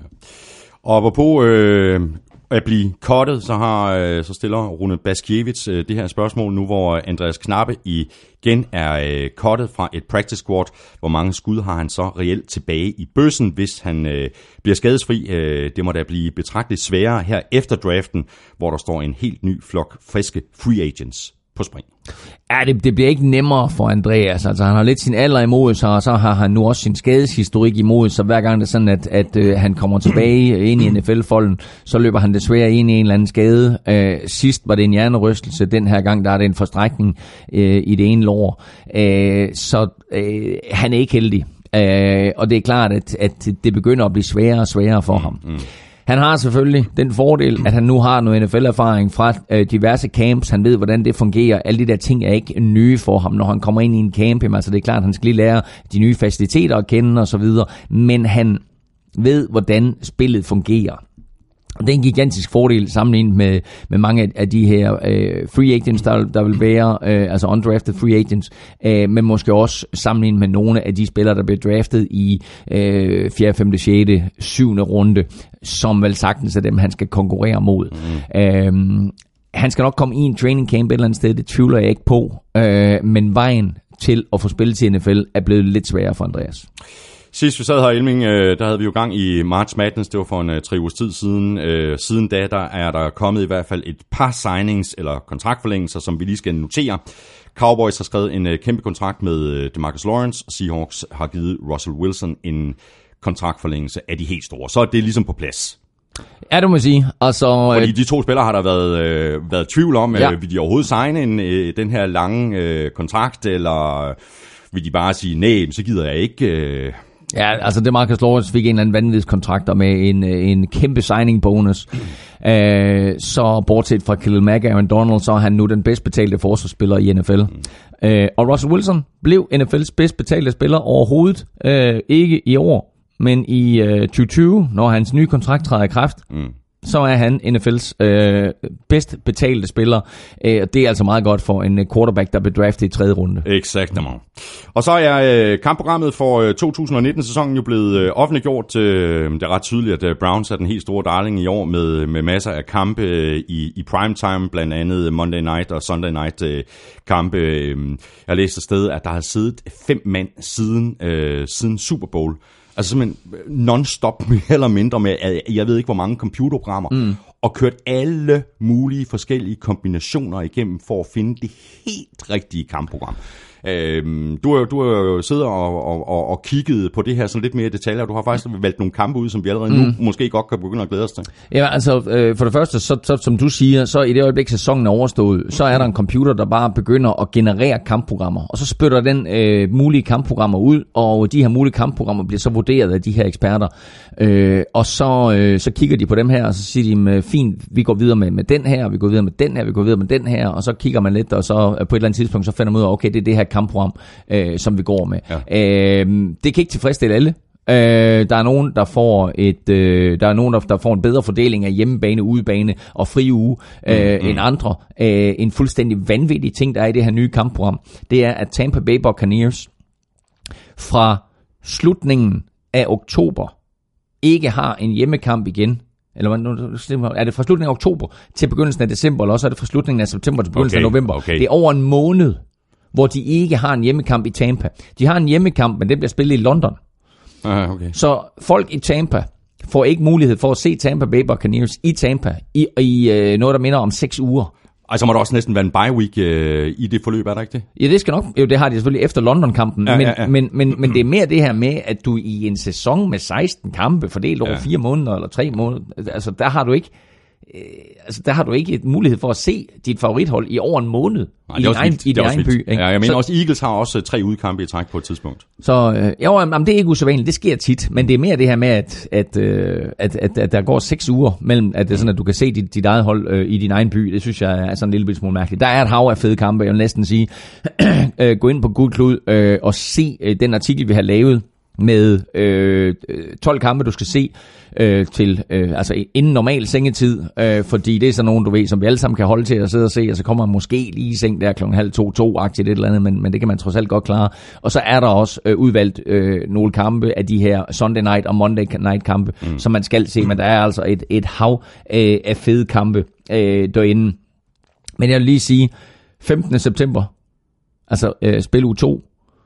Og på øh, at blive cuttet, så, har, øh, så stiller Rune Baskiewicz øh, det her spørgsmål nu, hvor Andreas Knappe igen er øh, cuttet fra et practice squad. Hvor mange skud har han så reelt tilbage i bøssen, hvis han øh, bliver skadesfri? Øh, det må da blive betragteligt sværere her efter draften, hvor der står en helt ny flok friske free agents på spring. Ja, det, det bliver ikke nemmere for Andreas. Altså, han har lidt sin alder imod sig, og så har han nu også sin skadeshistorik imod sig. Hver gang det er sådan, at, at øh, han kommer tilbage ind i N F L-folden, så løber han desværre ind i en eller anden skade. Øh, sidst var det en hjernerystelse. Den her gang, der er det en forstrækning øh, i det ene lår. Øh, så øh, han er ikke heldig. Øh, og det er klart, at, at det begynder at blive sværere og sværere for ham. Mm. Han har selvfølgelig den fordel, at han nu har noget N F L-erfaring fra øh, diverse camps. Han ved, hvordan det fungerer. Alle de der ting er ikke nye for ham, når han kommer ind i en camp. Jamen, altså, det er klart, at han skal lige lære de nye faciliteter at kende og så videre. Men han ved, hvordan spillet fungerer. Og det er en gigantisk fordel sammenlignet med, med mange af de her øh, free agents, der, der vil være, øh, altså undrafted free agents, øh, men måske også sammenlignet med nogle af de spillere, der bliver draftet i øh, fjerde, femte, sjette, syvende runde, som vel sagtens er dem, han skal konkurrere mod. Mm. Øh, han skal nok komme i en training camp et eller andet sted, det tvivler jeg ikke på, øh, men vejen til at få spillet til N F L er blevet lidt sværere for Andreas. Sidst vi sad her, Elming, der havde vi jo gang i March Madness, det var for en uh, tre ugers tid siden. Uh, siden da, der er der kommet i hvert fald et par signings eller kontraktforlængelser, som vi lige skal notere. Cowboys har skrevet en uh, kæmpe kontrakt med uh, DeMarcus Lawrence, og Seahawks har givet Russell Wilson en kontraktforlængelse af de helt store. Så er det ligesom på plads. Ja, du må sige. Altså, fordi de to spillere har der været, øh, været tvivl om, ja. øh, vil de overhovedet signe en, øh, den her lange øh, kontrakt, eller vil de bare sige, nej, så gider jeg ikke... Øh Ja, altså DeMarcus Lawrence fik en eller anden vanvittig kontrakt med en, en kæmpe signing bonus. Mm. Uh, så bortset fra Khalil Mack og Aaron Donald, så er han nu den bedst betalte forsvarsspiller i N F L. Mm. Uh, og Russell Wilson blev N F L's bedst betalte spiller overhovedet. Uh, ikke i år, men i uh, tyve tyve, når hans nye kontrakt træder i kraft. Mm. Så er han N F L's øh, bedst betalte spiller, øh, og det er altså meget godt for en quarterback, der blev draftet i tredje runde. Exakt. Og så er øh, kampprogrammet for øh, to tusind nitten-sæsonen jo blevet øh, offentliggjort. Øh, det er ret tydeligt, at øh, Browns er den helt store darling i år med, med masser af kampe øh, i, i primetime, blandt andet Monday Night og Sunday Night øh, kampe. Øh, jeg læste et sted, at der har siddet fem mand siden, øh, siden Super Bowl. Altså simpelthen non-stop, mere eller mindre med, jeg ved ikke hvor mange computerprogrammer, mm. og kørt alle mulige forskellige kombinationer igennem for at finde det helt rigtige kampprogram. Øhm, du har du jo siddet og, og, og, og kigget på det her sådan lidt mere i detaljer. Du har faktisk valgt nogle kampe ud, som vi allerede mm. nu måske godt kan begynde at glæde os til. Ja, altså øh, for det første, så, så, som du siger, så i det øjeblik sæsonen er overstået, så er der en computer, der bare begynder at generere kampprogrammer, og så spytter den øh, mulige kampprogrammer ud, og de her mulige kampprogrammer bliver så vurderet af de her eksperter, øh, og så, øh, så kigger de på dem her, og så siger de, fint, vi går videre med, med den her, vi går videre med den her, vi går videre med den her, og så kigger man lidt, og så på et eller andet tidspunkt, så finder man ud af, okay, det er det her kampprogram, øh, som vi går med. Ja. Øh, det kan ikke tilfredsstille alle. Øh, der er nogen, der får et, øh, der er nogen, der, der får en bedre fordeling af hjemmebane, udebane og fri uge øh, mm, mm. end andre. Øh, en fuldstændig vanvittig ting, der er i det her nye kampprogram, det er, at Tampa Bay Buccaneers fra slutningen af oktober ikke har en hjemmekamp igen. Eller er det fra slutningen af oktober til begyndelsen af december, eller også er det fra slutningen af september til begyndelsen okay, af november. Okay. Det er over en måned, hvor de ikke har en hjemmekamp i Tampa. De har en hjemmekamp, men den bliver spillet i London. Aha, okay. Så folk i Tampa får ikke mulighed for at se Tampa Bay Buccaneers i Tampa i, i øh, noget, der minder om seks uger. Altså må der også næsten være en bye week øh, i det forløb, er der ikke det? Ja, det skal nok. Jo, det har de selvfølgelig efter London-kampen. Ja, men, ja, ja. Men, men, men det er mere det her med, at du i en sæson med seksten kampe fordelt over ja. fire måneder eller tre måneder, altså der har du ikke øh, altså der har du ikke mulighed for at se dit favorithold i over en måned. Nej, i din egen, i din egen by. Ikke? Ja, jeg mener så, også, Eagles har også tre udkampe i træk på et tidspunkt. Så øh, jo, jamen, det er ikke usædvanligt, det sker tit, men det er mere det her med, at, at, øh, at, at, at der går seks uger mellem, at det er sådan, at du kan se dit, dit eget hold øh, i din egen by. Det synes jeg er sådan en lille smule mærkeligt. Der er et hav af fede kampe, jeg vil næsten sige. Gå ind på Gul Klud øh, og se øh, den artikel, vi har lavet med øh, tolv kampe, du skal se øh, til øh, altså inden normal sengetid, øh, fordi det er sådan nogen, du ved, som vi alle sammen kan holde til at sidde og se, og så kommer man måske lige i seng der klokken halv to, to-agtigt et eller andet, men, men det kan man trods alt godt klare. Og så er der også øh, udvalgt øh, nogle kampe af de her Sunday night og Monday night kampe, mm. som man skal se, men der er altså et, et hav øh, af fede kampe øh, derinde. Men jeg vil lige sige, femtende september, altså øh, spil uge to,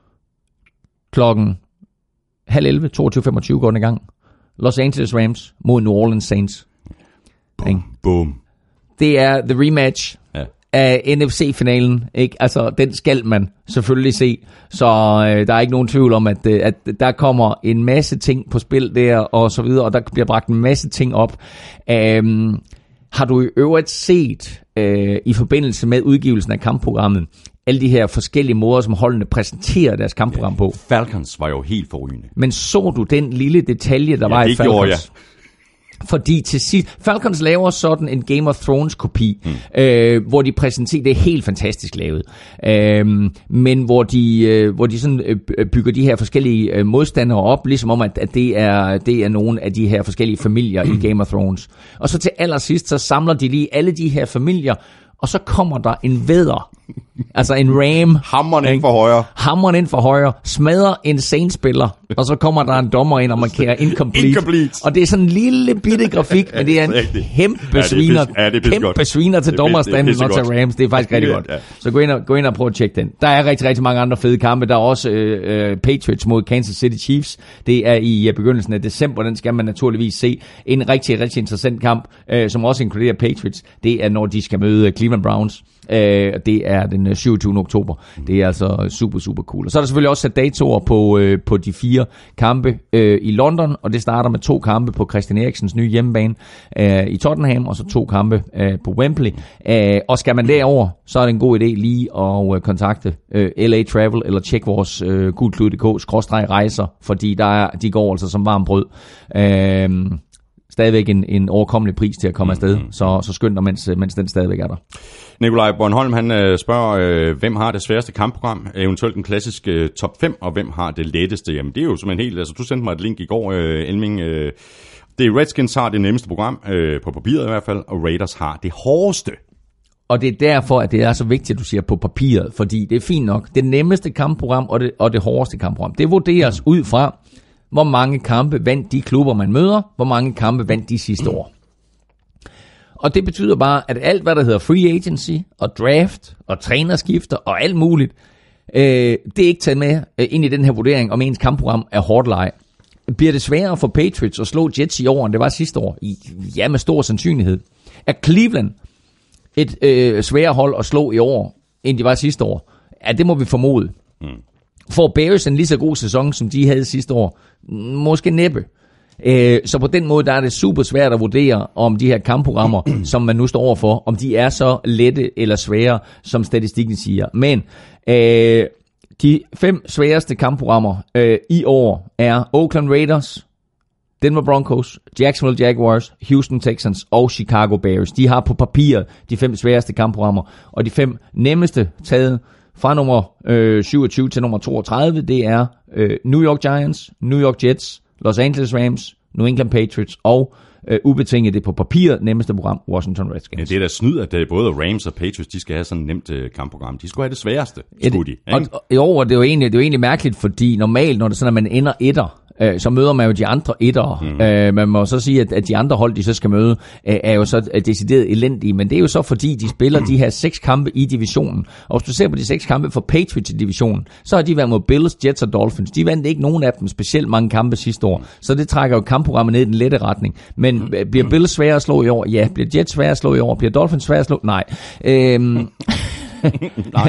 klokken halv elleve, toogtyve femogtyve går den i gang. Los Angeles Rams mod New Orleans Saints. Boom. Boom. Det er the rematch ja. af N F C-finalen. Ikke? Altså, den skal man selvfølgelig se. Så øh, der er ikke nogen tvivl om, at, øh, at der kommer en masse ting på spil der, og så videre, og der bliver bragt en masse ting op. Um, har du i øvrigt set, øh, i forbindelse med udgivelsen af kampprogrammet, alle de her forskellige måder, som holdene præsenterer deres kampprogram på? Falcons var jo helt forrygende. Men så du den lille detalje, der ja, var i Falcons? Gjorde jeg. Fordi til sidst, Falcons laver sådan en Game of Thrones kopi, mm. øh, hvor de præsenterer, det er helt fantastisk lavet, øh, men hvor de, øh, hvor de sådan øh, bygger de her forskellige øh, modstandere op, ligesom om, at, at det, er, det er nogle af de her forskellige familier mm. i Game of Thrones. Og så til allersidst, så samler de lige alle de her familier, og så kommer der en vædder, altså en ram. Hammeren ind for højre. Hammeren ind for højre, smadrer en Saints-spiller, og så kommer der en dommer ind og markerer incomplete. incomplete. Og det er sådan en lille bitte grafik, men det er en kæmpe sviner, ja, kæmpe sviner til dommerstanden og til Rams. Det er faktisk rigtig godt. Ja. Så gå ind, og, gå ind og prøv at tjekke den. Der er rigtig, rigtig mange andre fede kampe. Der er også øh, Patriots mod Kansas City Chiefs. Det er i begyndelsen af december. Den skal man naturligvis se. En rigtig, rigtig interessant kamp, øh, som også inkluderer Patriots. Det er, når de skal møde Cleveland Browns. Øh, det er den syvogtyvende oktober. Det er altså super, super cool. Og så er der selvfølgelig også sat datoer på, øh, på de fire kampe øh, i London, og det starter med to kampe på Christian Eriksens nye hjemmebane øh, i Tottenham, og så to kampe øh, på Wembley. Øh, og skal man derover, så er det en god idé lige at øh, kontakte øh, L A Travel, eller tjek vores øh, gulklud punktum d k skråstreg rejser, fordi der er, de går altså som varm brød. Øh, stadigvæk en, en overkommelig pris til at komme afsted, så, så skynd dig, mens, mens den stadigvæk er der. Nikolaj Bornholm, han øh, spørger, øh, hvem har det sværeste kampprogram, eventuelt den klassiske øh, top fem, og hvem har det letteste? Jamen, det er jo simpelthen helt, altså du sendte mig et link i går, øh, Elming, øh, det er Redskins har det nemmeste program, øh, på papiret i hvert fald, og Raiders har det hårdeste. Og det er derfor, at det er så vigtigt, at du siger på papiret, fordi det er fint nok, det nemmeste kampprogram og det, og det hårdeste kampprogram, det vurderes ud fra, hvor mange kampe vandt de klubber, man møder, hvor mange kampe vandt de sidste år. Og det betyder bare, at alt, hvad der hedder free agency, og draft, og trænerskifter, og alt muligt, øh, det er ikke taget med øh, ind i den her vurdering, om ens kampprogram er hårdt eller ej. Bliver det sværere for Patriots at slå Jets i år, end det var sidste år? Ja, med stor sandsynlighed. Er Cleveland et øh, sværere hold at slå i år, end de var sidste år? Ja, det må vi formode. Mm. Får Bears en lige så god sæson, som de havde sidste år? Måske næppe. Så på den måde, der er det super svært at vurdere, om de her kampprogrammer, som man nu står overfor, om de er så lette eller svære, som statistikken siger. Men øh, de fem sværeste kampprogrammer øh, i år er Oakland Raiders, Denver Broncos, Jacksonville Jaguars, Houston Texans og Chicago Bears. De har på papiret de fem sværeste kampprogrammer, og de fem nemmeste taget fra nummer øh, syvogtyve til nummer toogtredive, det er øh, New York Giants, New York Jets, Los Angeles Rams, New England Patriots og øh, ubetinget det på papiret nemmeste program, Washington Redskins. Ja, det er da snyd, at både Rams og Patriots, de skal have sådan et nemt øh, kampprogram. De skulle have det sværeste, skulle de. Og, og, jo, og det er jo egentlig, det er jo egentlig mærkeligt, fordi normalt, når det sådan, at man ender etter øh, så møder man jo de andre etter. Mm. Øh, man må så sige, at, at de andre hold, de så skal møde, øh, er jo så decideret elendige, men det er jo så fordi, de spiller de her seks kampe i divisionen. Og hvis du ser på de seks kampe for Patriots i divisionen, så har de været mod Bills, Jets og Dolphins. De vandt ikke nogen af dem specielt mange kampe sidste år, så det trækker jo kampprogrammet ned i den lette retning. Men bliver Bills svære at slå i år? Ja. Bliver Jets svære at slå i år? Bliver Dolphins svære at slå? Nej. Øhm, Nej.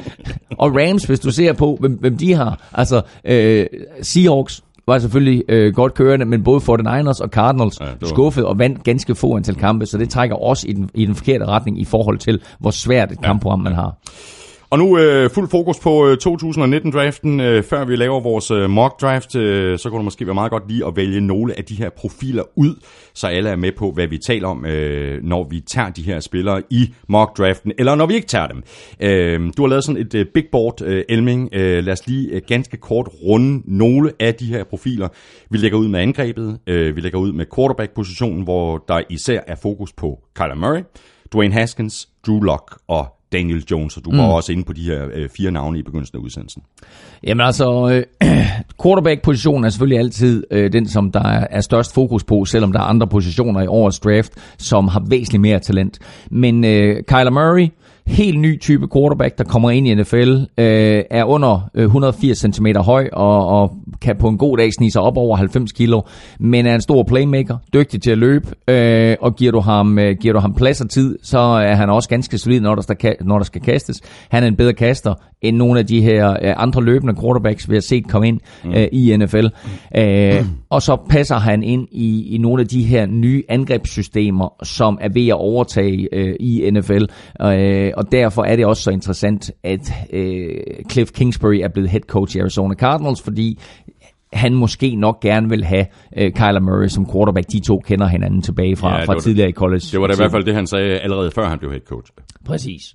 Og Rams, hvis du ser på, hvem, hvem de har, altså øh, Seahawks var selvfølgelig øh, godt kørende, men både forty-niners og Cardinals ja, var... skuffede og vandt ganske få antal kampe, så det trækker også i den, i den forkerte retning i forhold til, hvor svært et ja. kampprogram man har. Og nu øh, fuld fokus på øh, to tusind nitten-draften. Øh, før vi laver vores øh, mock-draft, øh, så kunne det måske være meget godt lige at vælge nogle af de her profiler ud, så alle er med på, hvad vi taler om, øh, når vi tager de her spillere i mock-draften, eller når vi ikke tager dem. Øh, du har lavet sådan et øh, big board, øh, Elming. Øh, lad os lige øh, ganske kort runde nogle af de her profiler. Vi lægger ud med angrebet, øh, vi lægger ud med quarterback-positionen, hvor der især er fokus på Kyler Murray, Dwayne Haskins, Drew Lock og Daniel Jones, og du var mm. også inde på de her øh, fire navne i begyndelsen af udsendelsen. Jamen altså, øh, quarterback-positionen er selvfølgelig altid øh, den, som der er, er størst fokus på, selvom der er andre positioner i årets draft, som har væsentligt mere talent. Men øh, Kyler Murray, helt ny type quarterback, der kommer ind i N F L, øh, er under et hundrede og firs centimeter høj og, og kan på en god dag snige sig op over halvfems kilo, men er en stor playmaker, dygtig til at løbe, øh, og giver du, ham, øh, giver du ham plads og tid, så er han også ganske solid, når der, skal, når der skal kastes. Han er en bedre kaster end nogle af de her øh, andre løbende quarterbacks, vi har set komme ind øh, i N F L. Øh, og så passer han ind i, i nogle af de her nye angrebssystemer, som er ved at overtage øh, i N F L. Øh, og derfor er det også så interessant, at øh, Cliff Kingsbury er blevet head coach i Arizona Cardinals, fordi han måske nok gerne vil have øh, Kyler Murray som quarterback. De to kender hinanden tilbage fra, ja, fra tidligere i college. Det var da i hvert fald det, han sagde allerede før han blev head coach. Præcis.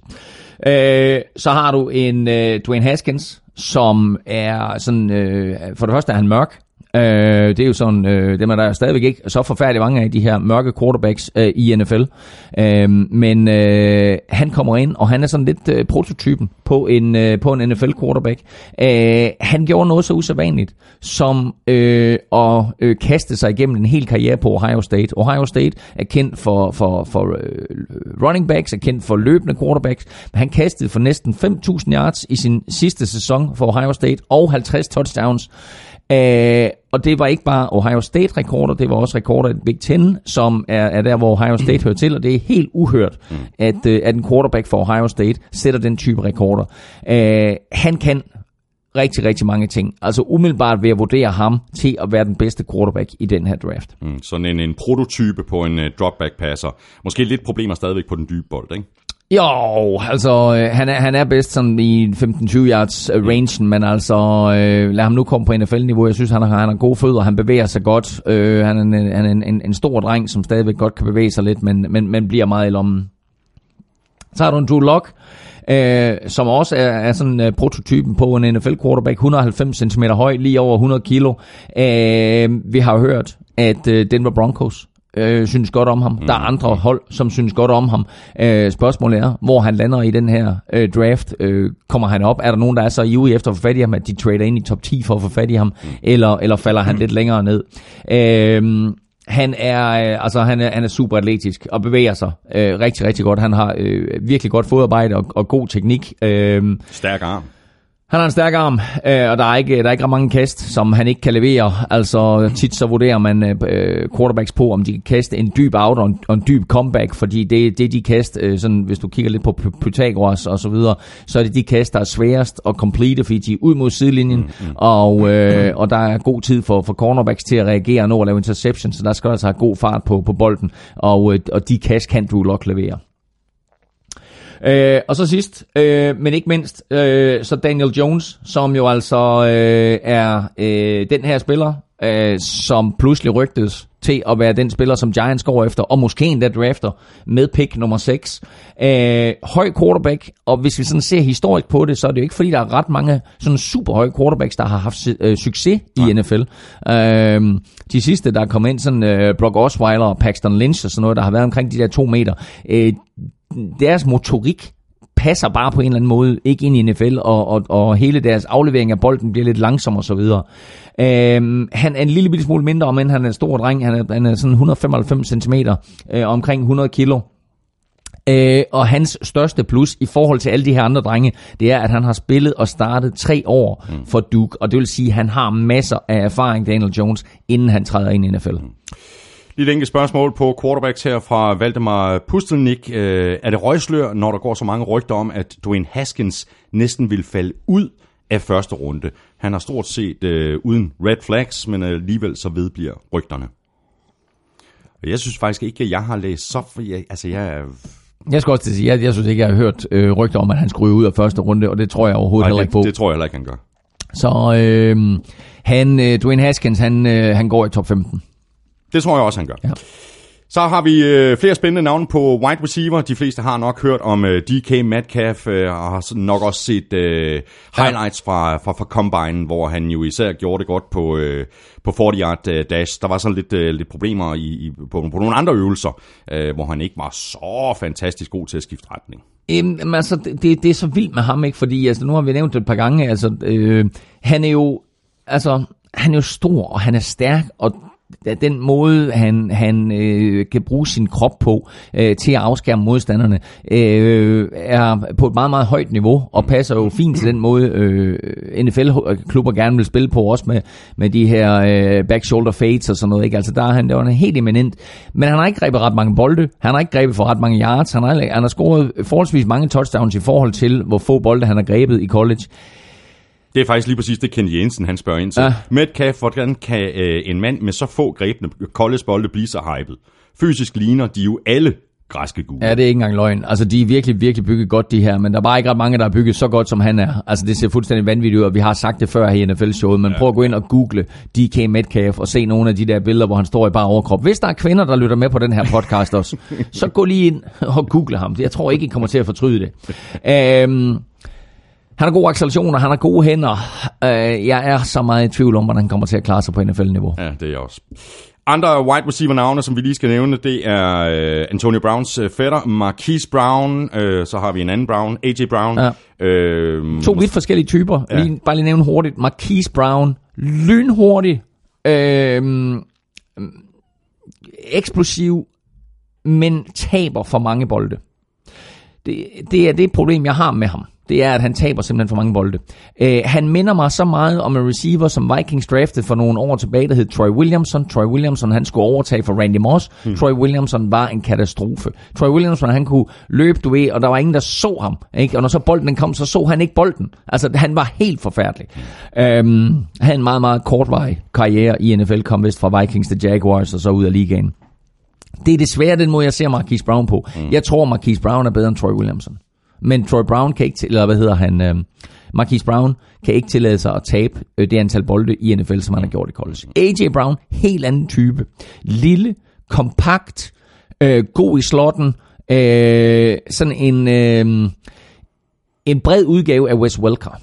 Øh, så har du en øh, Dwayne Haskins, som er sådan, øh, for det første er han mørk. Uh, det er jo sådan, uh, dem er der stadigvæk ikke så forfærdeligt mange af de her mørke quarterbacks uh, i N F L. Uh, men uh, han kommer ind, og han er sådan lidt uh, prototypen på en, uh, på en N F L quarterback. Uh, han gjorde noget så usædvanligt som uh, at uh, kaste sig igennem en hel karriere på Ohio State. Ohio State er kendt for, for, for uh, running backs, er kendt for løbende quarterbacks, men han kastede for næsten fem tusind yards i sin sidste sæson for Ohio State og halvtreds touchdowns. Uh, og det var ikke bare Ohio State-rekorder, det var også rekorder i Big Ten, som er, er der, hvor Ohio State hører til, og det er helt uhørt, mm. at, uh, at en quarterback for Ohio State sætter den type rekorder. Uh, han kan rigtig, rigtig mange ting. Altså umiddelbart ved at vurdere ham til at være den bedste quarterback i den her draft. Mm, sådan en, en prototype på en uh, dropback-passer. Måske lidt problemer stadigvæk på den dybe bold, ikke? Jo, altså øh, han, er, han er bedst sådan i femten tyve yards øh, rangen, men altså øh, lad ham nu komme på N F L-niveau. Jeg synes, han har, han har gode fødder, han bevæger sig godt. Øh, han er, en, han er en, en, en stor dreng, som stadigvæk godt kan bevæge sig lidt, men, men, men bliver meget i lommen. Så har du en Drew Lock, øh, som også er, er sådan uh, prototypen på en N F L-quarterback, et hundrede og halvfems centimeter høj, lige over hundrede kilo. Øh, vi har jo hørt, at øh, Denver Broncos Øh, synes godt om ham. Mm. Der er andre hold, som synes godt om ham. Øh, spørgsmålet er, hvor han lander i den her øh, draft. Øh, kommer han op? Er der nogen, der er så ivrig efter at få fat i ham, at de trader ind i top ti for at få fat i ham? Mm. Eller, eller falder han mm. lidt længere ned? Øh, han er, øh, altså, han er, han er super atletisk og bevæger sig øh, rigtig, rigtig godt. Han har øh, virkelig godt fodarbejde og, og god teknik. Øh, Stærk arm. Han har en stærk arm, øh, og der er ikke der er ikke ret mange kast, som han ikke kan levere. Altså tit så vurderer man øh, quarterbacks på, om de kan kaste en dyb out og en, og en dyb comeback, fordi det, det de kast, øh, sådan, hvis du kigger lidt på Pythagoras og så videre, så er det de kast, der er sværest at complete, fordi de er ud mod sidelinjen, mm, mm. Og, øh, og der er god tid for, for cornerbacks til at reagere og nå at lave interception, så der skal altså have god fart på, på bolden, og, øh, og de kast kan Drew Lock levere. Øh, og så sidst, øh, men ikke mindst, øh, så Daniel Jones, som jo altså øh, er øh, den her spiller, øh, som pludselig rygtes til at være den spiller, som Giants går efter, og måske endda drafter med pick nummer seks. Øh, høj quarterback, og hvis vi sådan ser historisk på det, så er det jo ikke fordi, der er ret mange sådan super høje quarterbacks, der har haft øh, succes i ja. N F L. Øh, de sidste, der er kommet ind, sådan øh, Brock Osweiler og Paxton Lynch og sådan noget, der har været omkring de der to meter, øh, deres motorik passer bare på en eller anden måde ikke ind i N F L, og, og, og hele deres aflevering af bolden bliver lidt langsom og så videre. Øhm, han er en lille bitte smule mindre, men han er en stor dreng. Han er, han er sådan et hundrede og femoghalvfems centimeter, øh, omkring hundrede kilo. Øh, og hans største plus i forhold til alle de her andre drenge, det er, at han har spillet og startet tre år mm. for Duke, og det vil sige, at han har masser af erfaring, Daniel Jones, inden han træder ind i N F L. Mm. Lige et enkelt spørgsmål på quarterbacks her fra Valdemar Pustelnik. Øh, er det røgslør, når der går så mange rygter om, at Dwayne Haskins næsten vil falde ud af første runde? Han har stort set øh, uden red flags, men alligevel så vedbliver rygterne. Jeg synes faktisk ikke, at jeg har læst så... Jeg, altså, jeg... Jeg skal også sige, jeg, jeg synes ikke, jeg har hørt øh, rygter om, at han skulle ud af første runde, og det tror jeg overhovedet Nej, heller ikke på. Det tror jeg heller ikke, han gør. Så øh, han, øh, Dwayne Haskins, han, øh, han går i top femten. Det tror jeg også, han gør. Ja. Så har vi øh, flere spændende navne på wide receiver. De fleste har nok hørt om øh, D K Metcalf, øh, og har nok også set øh, highlights fra, fra, fra Combine, hvor han jo især gjorde det godt på, øh, på fyrre yard øh, dash. Der var sådan lidt, øh, lidt problemer i, i, på, på nogle andre øvelser, øh, hvor han ikke var så fantastisk god til at skifte retning. Jamen, altså, det, det er så vildt med ham, ikke? Fordi altså, nu har vi nævnt det et par gange. Altså, øh, han er jo altså, han er jo stor, og han er stærk, og den måde, han, han øh, kan bruge sin krop på øh, til at afskærme modstanderne, øh, er på et meget, meget højt niveau, og passer jo fint til den måde, øh, N F L-klubber gerne vil spille på, også med, med de her øh, back shoulder fades og sådan noget. Ikke? Altså, der er han, der er helt eminent. Men han har ikke grebet ret mange bolde, han har ikke grebet for ret mange yards, han har, han har scoret forholdsvis mange touchdowns i forhold til, hvor få bolde han har grebet i college. Det er faktisk lige præcis det, Kenny Jensen han spørger ind til. Ja. Metcalf, hvordan kan øh, en mand med så få grebne college-bolde blive så hyped? Fysisk ligner de jo alle græske guder. Ja, det er ikke engang løgn. Altså, de er virkelig, virkelig bygget godt, de her, men der er bare ikke ret mange, der er bygget så godt, som han er. Altså, det ser fuldstændig vanvittigt ud, og vi har sagt det før her i N F L-showet, men ja. Prøv at gå ind og google D K Metcalf og se nogle af de der billeder, hvor han står i bare overkrop. Hvis der er kvinder, der lytter med på den her podcast også, så gå lige ind og google ham. Jeg tror ikke, I kommer til at fortryde det. Øhm... Han har gode accelerationer, han har gode hænder. Uh, jeg er så meget i tvivl om, hvordan han kommer til at klare sig på N F L-niveau. Ja, det er jeg også. Andre wide receiver-navne, som vi lige skal nævne, det er uh, Antonio Browns uh, fætter, Marquise Brown. Uh, så har vi en anden Brown, A J Brown. Ja. Uh, to vidt forskellige typer. Ja. Lige, bare lige nævne hurtigt. Marquise Brown, lynhurtig, uh, eksplosiv, men taber for mange bolde. Det, det er det problem, jeg har med ham. Det er, at han taber simpelthen for mange bolde. Uh, han minder mig så meget om en receiver, som Vikings draftede for nogle år tilbage, der hed Troy Williamson. Troy Williamson, han skulle overtage for Randy Moss. Hmm. Troy Williamson var en katastrofe. Troy Williamson, han kunne løbe, du ved, og der var ingen, der så ham. Ikke? Og når så bolden kom, så så han ikke bolden. Altså, han var helt forfærdelig. Hmm. Um, han havde en meget, meget kortvarig karriere i N F L, kom vist fra Vikings til Jaguars, og så ud af ligaen. Det er desværre den måde, jeg ser Marquise Brown på. Hmm. Jeg tror, Marquise Brown er bedre end Troy Williamson. Men Troy Brown kan ikke, eller hvad hedder han, øh, Marquise Brown kan ikke tillade sig at tabe øh, det antal bolde i N F L, som han har gjort i college. A J Brown, helt anden type. Lille, kompakt, øh, god i slotten, øh, sådan en, øh, en bred udgave af Wes Welker.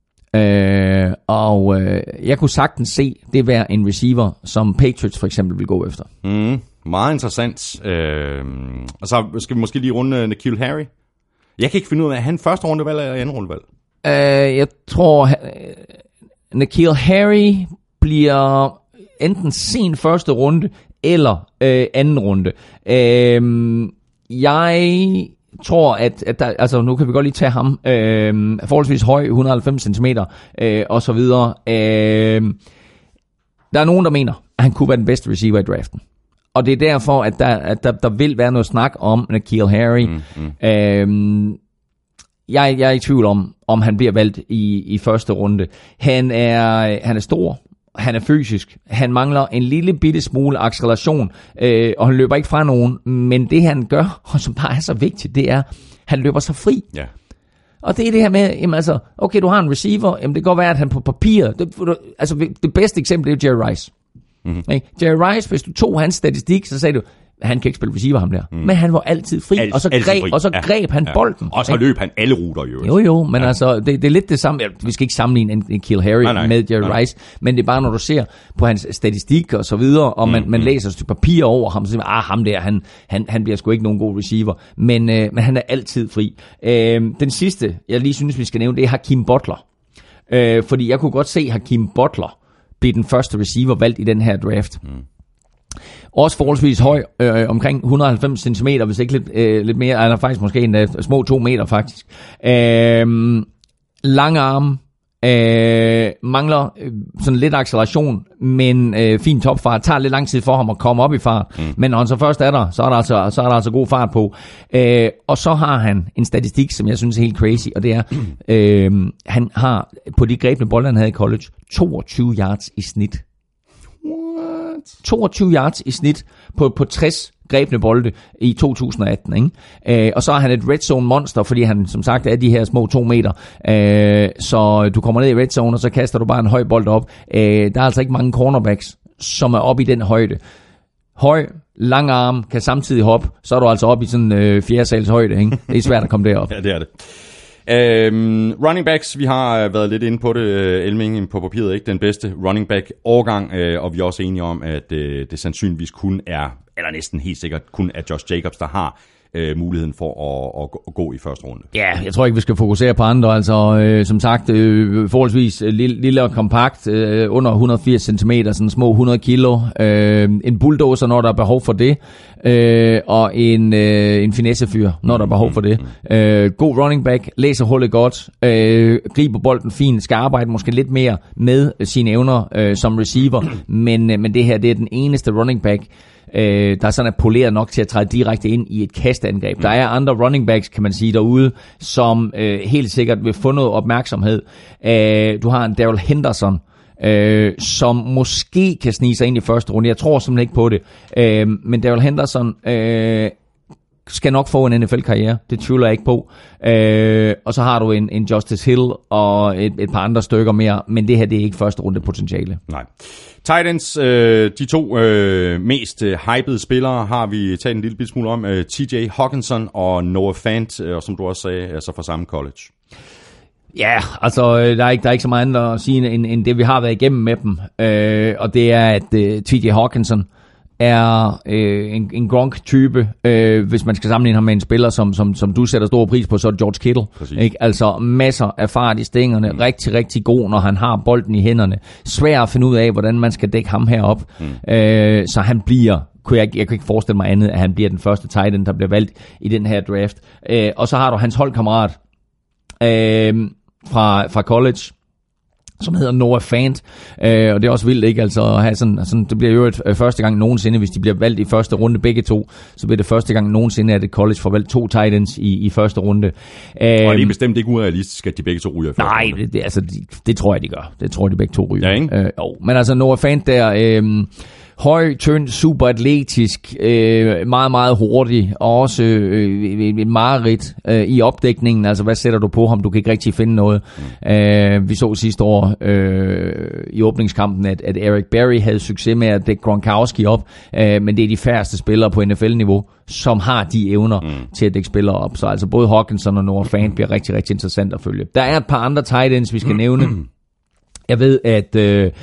Øh, og øh, jeg kunne sagtens se det være en receiver, som Patriots for eksempel vil gå efter. Mm, meget interessant. Øh, og så skal vi måske lige runde N'Keal Harry. Jeg kan ikke finde ud af, er han første rundevalg eller anden rundevalg? Uh, jeg tror, uh, N'Keal Harry bliver enten sen første runde eller uh, anden runde. Uh, jeg tror, at, at der, altså nu kan vi godt lige tage ham. Uh, forholdsvis høj, et hundrede og halvfems centimeter uh, og så videre. Uh, der er nogen, der mener, at han kunne være den bedste receiver i draften. Og det er derfor, at der, at der, der vil være noget snak om N'Keal Harry. Mm, mm. Øhm, jeg, jeg er i tvivl om, om han bliver valgt i, i første runde. Han er, han er stor, han er fysisk, han mangler en lille bitte smule acceleration, øh, og han løber ikke fra nogen. Men det han gør, og som bare er så vigtigt, det er, han løber så fri. Ja. Og det er det her med, jamen altså, okay, du har en receiver, jamen det kan godt være, at han på papir, det, altså det bedste eksempel er jo Jerry Rice. Mm-hmm. Jerry Rice, hvis du tog hans statistik, så sagde du, han kan ikke spille receiver, ham der. Mm. Men han var altid fri, Alt, og så greb, fri. Og så greb ja, han ja. bolden. Og så løb han alle ruter, jo. Jo, jo, men ja. altså, det, det er lidt det samme. Vi skal ikke sammenligne en, en Kill Harry nej, nej, med Jerry nej. Rice, men det er bare, når du ser på hans statistik og så videre, og man, mm, man læser et stykke papir over ham, så siger man, ah, ham der, han, han, han bliver sgu ikke nogen god receiver. Men, øh, men han er altid fri. Øh, den sidste, jeg lige synes, vi skal nævne, det er Hakeem Butler. Øh, fordi jeg kunne godt se Hakeem Butler blive den første receiver valgt i den her draft. Mm. Også forholdsvis høj, øh, omkring et hundrede og halvfems centimeter, hvis ikke lidt, øh, lidt mere, eller faktisk måske en uh, små to meter faktisk. Øh, lang arm, øh, mangler øh, sådan lidt acceleration, men øh, fin topfart, tager lidt lang tid for ham at komme op i fart, mm. men når han så først er der, så er der altså, så er der altså god fart på. Øh, og så har han en statistik, som jeg synes er helt crazy, og det er, øh, han har på de grebne bolde, han havde i college, toogtyve yards i snit. toogtyve yards i snit på, på tres grebne bolde i to tusind og atten, ikke? Øh, og så er han et red zone monster, fordi han som sagt er de her små to meter. Øh, så du kommer ned i red zone, og så kaster du bare en høj bold op. Øh, der er altså ikke mange cornerbacks, som er oppe i den højde. Høj, lang arm, kan samtidig hoppe, så er du altså oppe i sådan øh, fjerde sals højde, ikke? Det er svært at komme derop. Ja, det er det. Øhm, running backs, vi har været lidt inde på det, Elming på papiret, ikke den bedste running back årgang, øh, og vi er også enige om, at øh, det sandsynligvis kun er, eller næsten helt sikkert kun er Josh Jacobs, der har øh, muligheden for at, at, at gå i første runde. Ja, jeg tror ikke, vi skal fokusere på andre. Altså, øh, som sagt, øh, forholdsvis lille, lille og kompakt, øh, under et hundrede og firs centimeter, sådan små hundrede kilo. Øh, en bulldozer, når der er behov for det. Øh, og en, øh, en finessefyr, når der er behov for det. Øh, god running back, læser hullet godt, øh, griber bolden fint, skal arbejde måske lidt mere med sine evner øh, som receiver, men, øh, men det her, det er den eneste running back, øh, der sådan er poleret nok til at træde direkte ind i et kastangreb. Der er andre running backs, kan man sige, derude, som øh, helt sikkert vil få noget opmærksomhed. Øh, du har en Darrell Henderson, Øh, som måske kan snige sig ind i første runde. Jeg tror simpelthen ikke på det. Øh, men Darrell Henderson øh, skal nok få en N F L-karriere. Det tvivler jeg ikke på. Øh, og så har du en, en Justice Hill og et, et par andre stykker mere. Men det her, det er ikke første runde potentiale. Nej. Titans, øh, de to øh, mest øh, hypede spillere har vi talt en lille bit smule om. Øh, T J Hockenson og Noah Fant, øh, og som du også sagde, altså fra samme college. Ja, altså der er ikke der er ikke så meget andet at sige end, end det vi har været igennem med dem, øh, og det er at øh, T J Hockenson er øh, en, en Gronk-type, øh, hvis man skal sammenligne ham med en spiller som som som du sætter stor pris på, så er det George Kittle. Ikke? Altså masser af fart i stængerne, mm. rigtig rigtig god, når han har bolden i hænderne. Svær at finde ud af, hvordan man skal dække ham herop, mm. øh, så han bliver. Kunne jeg, jeg kan ikke forestille mig andet, at han bliver den første tight end, der bliver valgt i den her draft. Øh, og så har du hans holdkammerat. Øh, Fra, fra college, som hedder Noah Fant, øh, og det er også vildt, ikke? Altså at have sådan, sådan, det bliver jo et, øh, første gang nogensinde, hvis de bliver valgt i første runde begge to, så bliver det første gang nogensinde, at et college får valgt to tight ends i, i første runde. Øh, og det er bestemt ikke urealistisk, at de begge to ryger i første nej, runde. det, det, altså, det, det tror jeg, de gør. Det tror jeg, de begge to ryger. Ja, ikke? Øh, jo. Men altså Noah Fant der, øh, høj, tynd, super atletisk, øh, meget, meget hurtig, og også øh, et mareridt øh, i opdækningen. Altså, hvad sætter du på ham? Du kan ikke rigtig finde noget. Mm. Øh, vi så sidste år øh, i åbningskampen, at, at Eric Berry havde succes med at dække Gronkowski op, øh, men det er de færreste spillere på N F L-niveau, som har de evner mm. til at dække spillere op. Så altså både Hockenson og Noah Fant bliver rigtig, rigtig interessant at følge. Der er et par andre tight ends, vi skal nævne. Jeg ved, at Øh,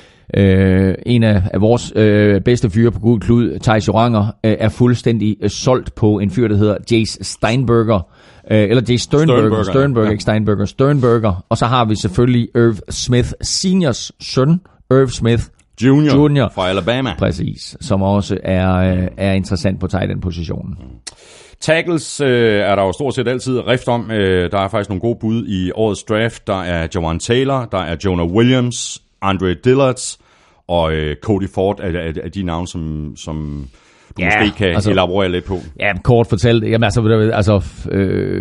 Uh, en af, af vores uh, bedste fyre på Gul Klud, Thijs Joranger, uh, er fuldstændig uh, solgt på en fyr, der hedder Jace Steinberger, uh, eller Jace Sternberger, Sternberger, Sternberger ja. ikke Steinberger, Sternberger, og så har vi selvfølgelig Irv Smith seniors søn, Irv Smith Junior, Junior fra Alabama. Præcis, som også er, uh, er interessant på tight end positionen. Mm. Tackles øh, er der jo stort set altid rift om. Øh, der er faktisk nogle gode bud i årets draft. Der er Jawan Taylor, der er Jonah Williams, Andre Dillard og øh, Cody Ford er, er, er de navne, som, som du ja, måske kan altså, elaborere lidt på. Ja, kort fortalt. Jamen, altså, altså øh,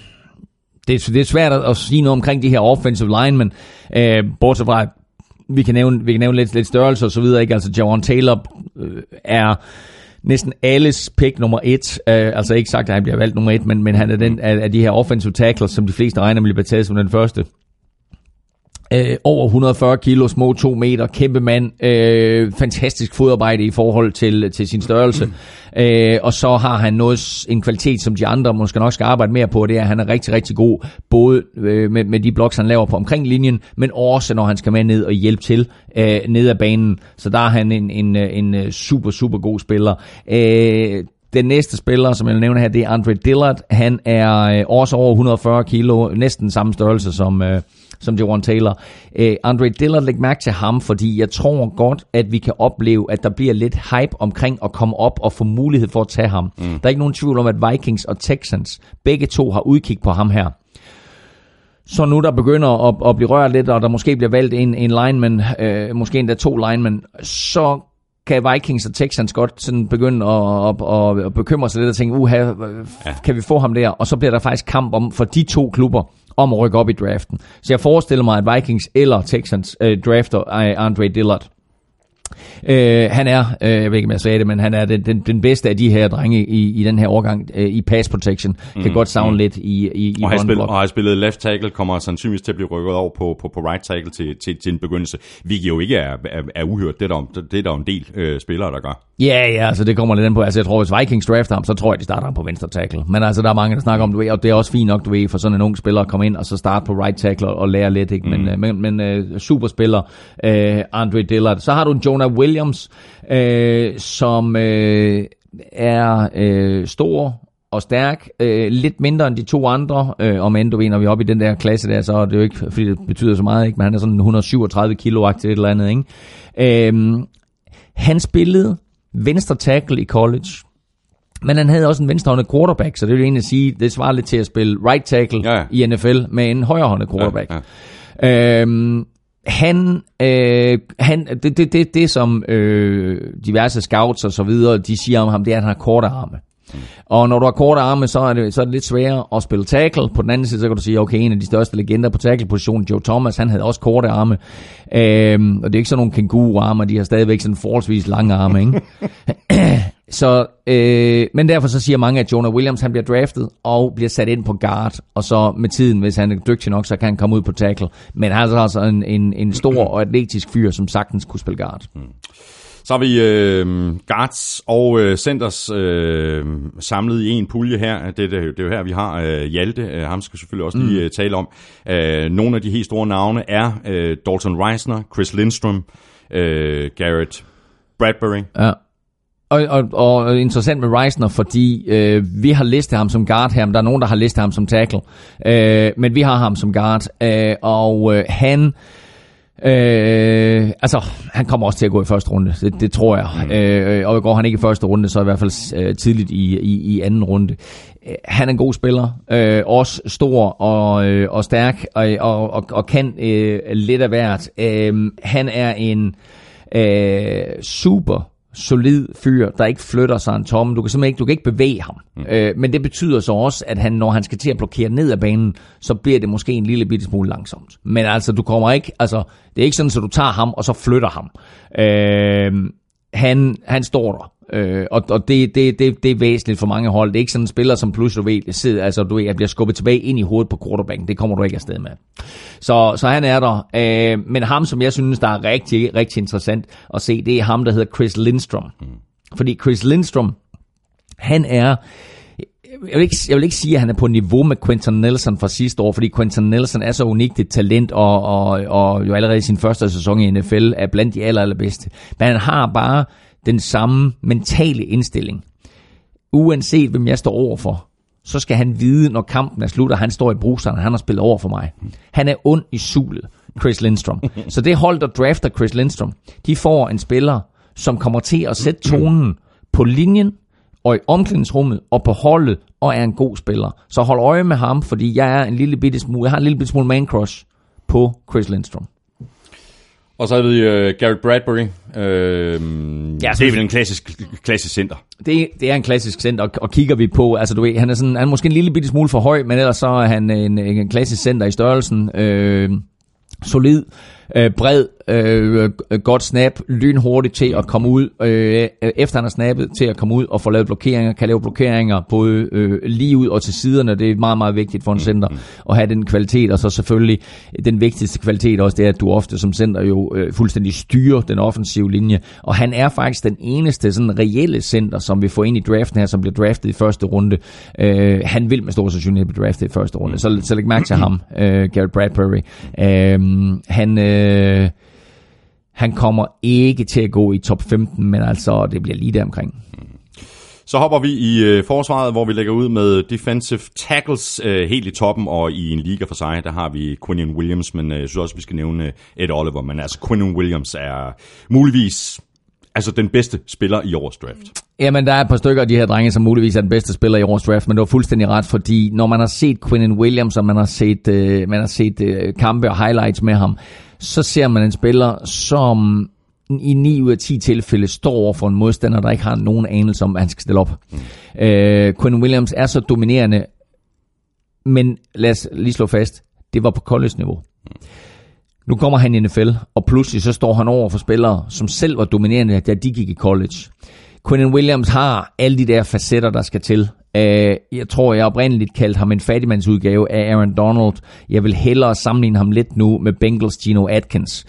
det, er, det er svært at sige noget omkring de her offensive linemen, øh, bortset fra, vi kan nævne, vi kan nævne lidt, lidt størrelse og så videre. Ikke? Altså, Jawan Taylor øh, er næsten alles pick nummer et. Øh, altså ikke sagt, at han bliver valgt nummer et, men, men han er den af, af de her offensive tackles, som de fleste regner med bliver taget som den første. Øh, over et hundrede og fyrre kilo, små to meter, kæmpe mand, øh, fantastisk fodarbejde i forhold til, til sin størrelse. Mm. Øh, og så har han noget, en kvalitet, som de andre måske nok skal arbejde mere på, det er, at han er rigtig, rigtig god, både øh, med, med de blocks, han laver på omkring linjen, men også når han skal med ned og hjælpe til øh, ned ad banen. Så der er han en, en, en super, super god spiller. Øh, Den næste spiller, som jeg vil nævne her, det er Andre Dillard. Han er øh, også over et hundrede og fyrre kilo, næsten samme størrelse som, øh, som Jawan Taylor. Øh, Andre Dillard, læg mærke til ham, fordi jeg tror godt, at vi kan opleve, at der bliver lidt hype omkring at komme op og få mulighed for at tage ham. Mm. Der er ikke nogen tvivl om, at Vikings og Texans, begge to har udkig på ham her. Så nu der begynder at, at blive rørt lidt, og der måske bliver valgt en, en lineman, øh, måske endda to linemen, så kan Vikings og Texans godt sådan begynde at, at, at, at bekymre sig lidt og tænke, uha, kan vi få ham der? Og så bliver der faktisk kamp om for de to klubber om at rykke op i draften. Så jeg forestiller mig, at Vikings eller Texans øh, drafter Andre Dillard. Øh, han er, øh, jeg ved ikke, om jeg sagde det, men han er den, den, den bedste af de her drenge i, i den her årgang øh, i pass protection. Kan mm, godt savne mm. lidt i, i, i og har spillet, og har spillet left tackle, kommer sandsynligvis til at blive rykket over på, på, på right tackle til, til, til en begyndelse. Hvilket jo ikke er, er, er uhørt. Det er der, det er der en del øh, spillere, der gør. Ja, ja, altså det kommer lidt ind på. Altså jeg tror, hvis Vikings drafter ham, så tror jeg, de starter ham på venstre tackle. Men altså der er mange, der snakker om, du ved, og det er også fint nok, du ved, for sådan en ung spiller at komme ind og så starte på right tackle og lære lidt, ikke? Men, mm. men, men uh, superspiller, uh, Andre Dillard. Så har du Jonah Williams, øh, som øh, er øh, stor og stærk, øh, lidt mindre end de to andre, øh, om end du ved, når vi er oppe i den der klasse der, så er det jo ikke, fordi det betyder så meget, ikke? Men han er sådan et hundrede og syvogtredive kilo-agtigt et eller andet, ikke? Øh, han spillede venstre tackle i college, men han havde også en venstrehåndet quarterback, så det vil egentlig sige, det svarer lidt til at spille right tackle ja, ja. i N F L med en højrehåndet quarterback. Ja, ja. Øh, Han, øh, han det, det, det, det som øh, diverse scouts og så videre, de siger om ham, det er, at han har korte arme. Mm. Og når du har korte arme, så er, det, så er det lidt sværere at spille tackle. På den anden side, så kan du sige, okay, en af de største legender på tackle-positionen, Joe Thomas, han havde også korte arme. Øhm, og det er ikke sådan nogle kænguru-arme, de har stadigvæk sådan forholdsvis lange arme, ikke? Så, øh, men derfor så siger mange, at Jonah Williams han bliver draftet og bliver sat ind på guard, og så med tiden, hvis han er dygtig nok, så kan han komme ud på tackle. Men han er altså en, en, en stor og atletisk fyr, som sagtens kunne spille guard. Mm. Så har vi øh, guards og øh, centers øh, samlet i en pulje her. Det, det, det er jo her, vi har øh, Hjalte. Øh, ham skal selvfølgelig også lige mm. tale om. Øh, nogle af de helt store navne er øh, Dalton Reisner, Chris Lindstrom, øh, Garrett Bradbury. Ja. Og, og, og interessant med Reisner, fordi øh, vi har listet ham som guard her, men der er nogen, der har listet ham som tackle. Øh, men vi har ham som guard, øh, og øh, han... Øh, altså, han kommer også til at gå i første runde, det, det tror jeg. Mm. Øh, og går han ikke i første runde, så i hvert fald øh, tidligt i, i, i anden runde. Øh, han er en god spiller, øh, også stor og, øh, og stærk, og, og, og, og kan øh, lidt af hvert. Øh, han er en øh, super solid fyr, der ikke flytter sig en tomme. Du kan simpelthen ikke, du kan ikke bevæge ham. Mm. Øh, men det betyder så også, at han, når han skal til at blokere ned ad banen, så bliver det måske en lille bitte smule langsomt. Men altså, du kommer ikke, altså, det er ikke sådan, at du tager ham, og så flytter ham. Øh, han, han står der. Øh, og og det, det, det, det er væsentligt for mange hold. Det er ikke sådan en spiller, som pludselig du ved, sidder, altså, du ved, jeg bliver skubbet tilbage ind i hovedet på quarterbacken. Det kommer du ikke afsted med. Så, så han er der. Øh, men ham, som jeg synes, der er rigtig, rigtig interessant at se, det er ham, der hedder Chris Lindstrom. Mm. Fordi Chris Lindstrom, han er... Jeg vil, ikke, jeg vil ikke sige, at han er på niveau med Quentin Nelson fra sidste år, fordi Quentin Nelson er så unikt et talent, og, og, og jo allerede i sin første sæson i N F L er blandt de aller, allerbedste. Men han har bare den samme mentale indstilling. Uanset hvem jeg står overfor, så skal han vide, når kampen er slut, og han står i bruseren, han har spillet over for mig. Han er ond i sulet, Chris Lindstrom. Så det hold, der drafter Chris Lindstrom, de får en spiller, som kommer til at sætte tonen på linjen, og i omklædningsrummet, og på holdet, og er en god spiller. Så hold øje med ham, fordi jeg er en lille bitte smule, jeg har en lille bitte smule man crush på Chris Lindstrom. Og så har vi uh, Garrett Bradbury. Uh, ja, det er vel en klassisk, klassisk center. Det, det er en klassisk center, og, og kigger vi på, altså du ved, han er, sådan, han er måske en lille bitte smule for høj, men ellers så er han en, en klassisk center i størrelsen. Uh, solid. øh, bred, øh, godt snap, lynhurtigt til at komme ud, øh, efter han har snappet, til at komme ud og få lavet blokeringer, kan lave blokeringer både øh, lige ud og til siderne. Det er meget, meget vigtigt for en center at have den kvalitet, og så selvfølgelig den vigtigste kvalitet også, det er, at du ofte som center jo øh, fuldstændig styrer den offensive linje, og han er faktisk den eneste sådan reelle center, som vi får ind i draften her, som bliver draftet i første runde. Øh, han vil med stor sandsynlighed blive draftet i første runde, så, så læg mærke til ham, øh, Garrett Bradbury. Øh, han, øh, han kommer ikke til at gå i top femten, men altså, det bliver lige der omkring. Så hopper vi i øh, forsvaret, hvor vi lægger ud med defensive tackles øh, helt i toppen, og i en liga for sig, der har vi Quinnen Williams, men øh, jeg synes også, vi skal nævne Ed Oliver, men altså Quinnen Williams er muligvis altså den bedste spiller i årets draft. Jamen, der er et par stykker af de her drenge, som muligvis er den bedste spiller i årets draft, men det var fuldstændig ret, fordi når man har set Quinnen Williams, og man har set, øh, man har set øh, kampe og highlights med ham, så ser man en spiller, som i ni ud af ti tilfælde står over for en modstander, der ikke har nogen anelse om, hvad han skal stille op. Mm. Øh, Quinnen Williams er så dominerende, men lad os lige slå fast, det var på college-niveau. Mm. Nu kommer han i N F L, og pludselig så står han over for spillere, som selv var dominerende, da de gik i college. Quinnen Williams har alle de der facetter, der skal til. Jeg tror, jeg oprindeligt kaldte ham en fattigmandsudgave af Aaron Donald. Jeg vil hellere sammenligne ham lidt nu med Bengals Geno Atkins.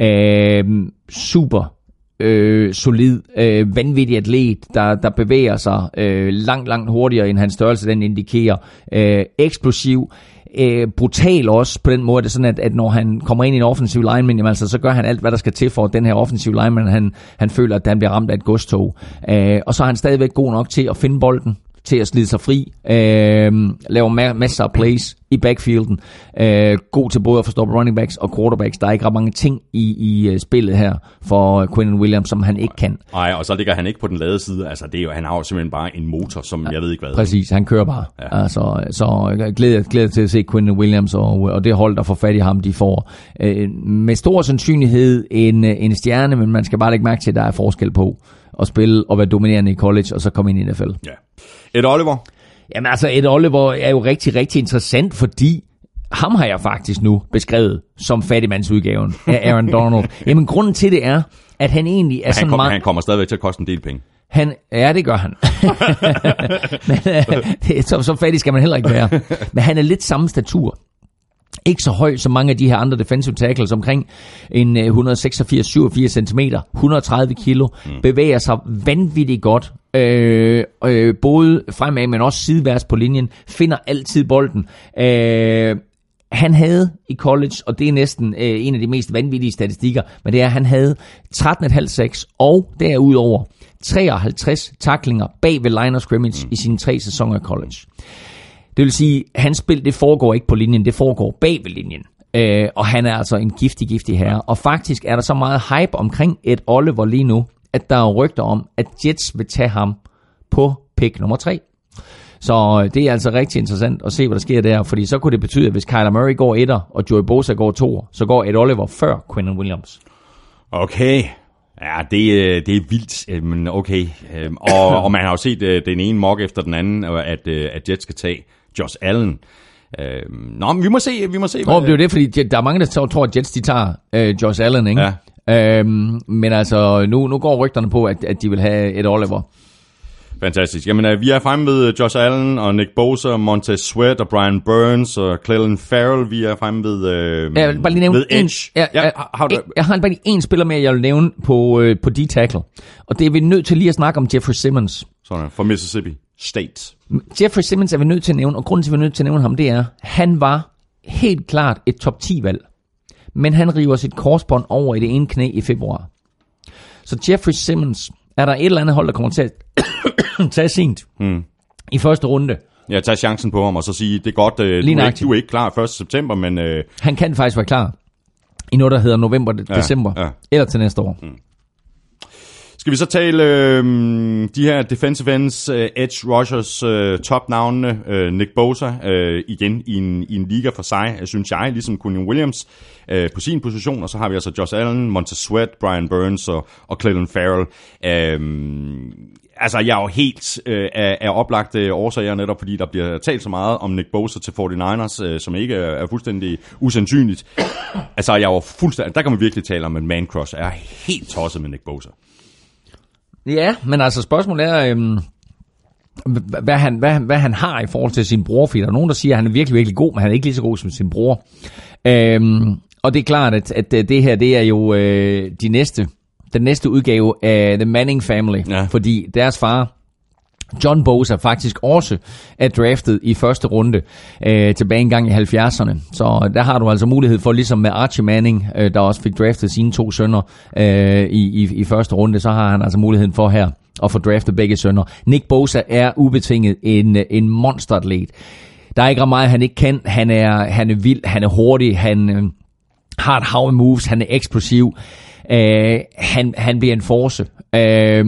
Super øh, solid, øh, vanvittig atlet, der, der bevæger sig øh, langt, langt hurtigere, end hans størrelse den indikerer. Øh, eksplosiv. Øh, brutal også på den måde, det er sådan, at, at når han kommer ind i en offensiv lineman, jamen, altså, så gør han alt, hvad der skal til for, at den her offensiv lineman, han, han føler, at han bliver ramt af et godstog. Øh, og så er han stadigvæk god nok til at finde bolden, til at slide sig fri, øh, laver ma- masser af plays i backfielden, øh, god til både at forstå running backs og quarterbacks. Der er ikke ret mange ting i, i uh, spillet her for uh, Quinnen Williams, som han ikke kan. Nej, og så ligger han ikke på den lade side. Altså, det er jo, han har jo simpelthen bare en motor, som ja, jeg ved ikke hvad. Præcis, han kører bare. Ja. Altså, så jeg glæder, glæder til at se Quinnen Williams, og, og det hold, der får fat i ham, de får øh, med stor sandsynlighed en, en stjerne, men man skal bare lægge mærke til, at der er forskel på at spille og være dominerende i college, og så komme ind i N F L. Ja. Ed Oliver? Jamen altså, Ed Oliver er jo rigtig, rigtig interessant, fordi ham har jeg faktisk nu beskrevet som fattigmandsudgaven af Aaron Donald. Jamen grunden til det er, at han egentlig er han sådan kom, meget... Han kommer stadigvæk til at koste en del penge. Han, ja, det gør han. Men det, så, så fattig skal man heller ikke være. Men han er lidt samme statur. Ikke så høj som mange af de her andre defensive tackles, omkring en et hundrede seksogfirs til syvogfirs centimeter, et hundrede og tredive kilo, mm. bevæger sig vanvittigt godt, øh, øh, både fremad, men også sideværs på linjen, finder altid bolden. Øh, han havde i college, og det er næsten øh, en af de mest vanvittige statistikker, men det er, at han havde tretten komma fem seks og derudover treoghalvtreds tacklinger bag ved line of scrimmage mm. i sine tre sæsoner i college. Det vil sige, at hans spil, det foregår ikke på linjen, det foregår bag ved linjen. Øh, og han er altså en giftig, giftig herre. Og faktisk er der så meget hype omkring Ed Oliver lige nu, at der er rygter om, at Jets vil tage ham på pick nummer tre. Så det er altså rigtig interessant at se, hvad der sker der, fordi så kunne det betyde, at hvis Kyler Murray går etter, og Joey Bosa går toer, så går Ed Oliver før Quinnen Williams. Okay. Ja, det, det er vildt, men okay. Og, og man har jo set den ene mock efter den anden, at, at Jets skal tage Josh Allen. Nå, men vi må se, vi må se. Hvad... Nå, det er jo det, fordi der er mange, der tror, at Jets de tager uh, Josh Allen, ikke? Ja. Øhm, men altså, nu, nu går rygterne på, at, at de vil have Ed Oliver. Fantastisk. Jamen, vi er fremme ved Josh Allen og Nick Bosa, Montez Sweat og Brian Burns og Clelin Ferrell. Vi er fremme ved, øh, jeg bare lige nævne ved Edge. En, ja, ja, har du... Jeg har bare lige en spiller mere, jeg vil nævne på, øh, på D-tackle. Og det er vi nødt til lige at snakke om Jeffrey Simmons. Sådan, fra Mississippi State. Jeffrey Simmons er vi nødt til at nævne, og grunden til, at vi er nødt til at nævne ham, det er, han var helt klart et top ti-valg. Men han river sit korsbånd over i det ene knæ i februar. Så Jeffrey Simmons, er der et eller andet hold, der kommer til at tage sent hmm. i første runde. Ja, tage chancen på ham og så sige, det er godt, du er, ikke, du er ikke klar første september, men... Øh... Han kan faktisk være klar i noget, der hedder november, ja, december, ja. Eller til næste år. Hmm. Skal vi så tale øh, de her defensive ends, øh, edge rushers, øh, top-navnene, øh, Nick Bosa, øh, igen i en, i en liga for sig, synes jeg, ligesom Quinnen Williams øh, på sin position, og så har vi altså Josh Allen, Montez Sweat, Brian Burns og, og Clelin Ferrell. Øh, altså, jeg er jo helt øh, af, af oplagte årsager, netop fordi der bliver talt så meget om Nick Bosa til forty-niners, øh, som ikke er, er fuldstændig usandsynligt. Altså, jeg var fuldstændig, der kan man virkelig tale om en man crush. Jeg er helt tosset med Nick Bosa. Ja, men altså spørgsmålet er, øhm, hvad, han, hvad, hvad han har i forhold til sin bror, fordi der er nogen, der siger, at han er virkelig, virkelig god, men han er ikke lige så god som sin bror. Øhm, og det er klart, at, at det her, det er jo øh, de næste, den næste udgave af The Manning Family, ja. Fordi deres far, John Bosa, faktisk også er draftet i første runde øh, tilbage engang i halvfjerdserne. Så der har du altså mulighed for, ligesom med Archie Manning, øh, der også fik draftet sine to sønner øh, i, i, i første runde, så har han altså muligheden for her at få draftet begge sønner. Nick Bosa er ubetinget en, en monsteratlet. Der er ikke ret meget, han ikke kan. Han er, han er vild, han er hurtig, han øh, har et hav af moves, han er eksplosiv. Øh, han, han bliver en force. Øh,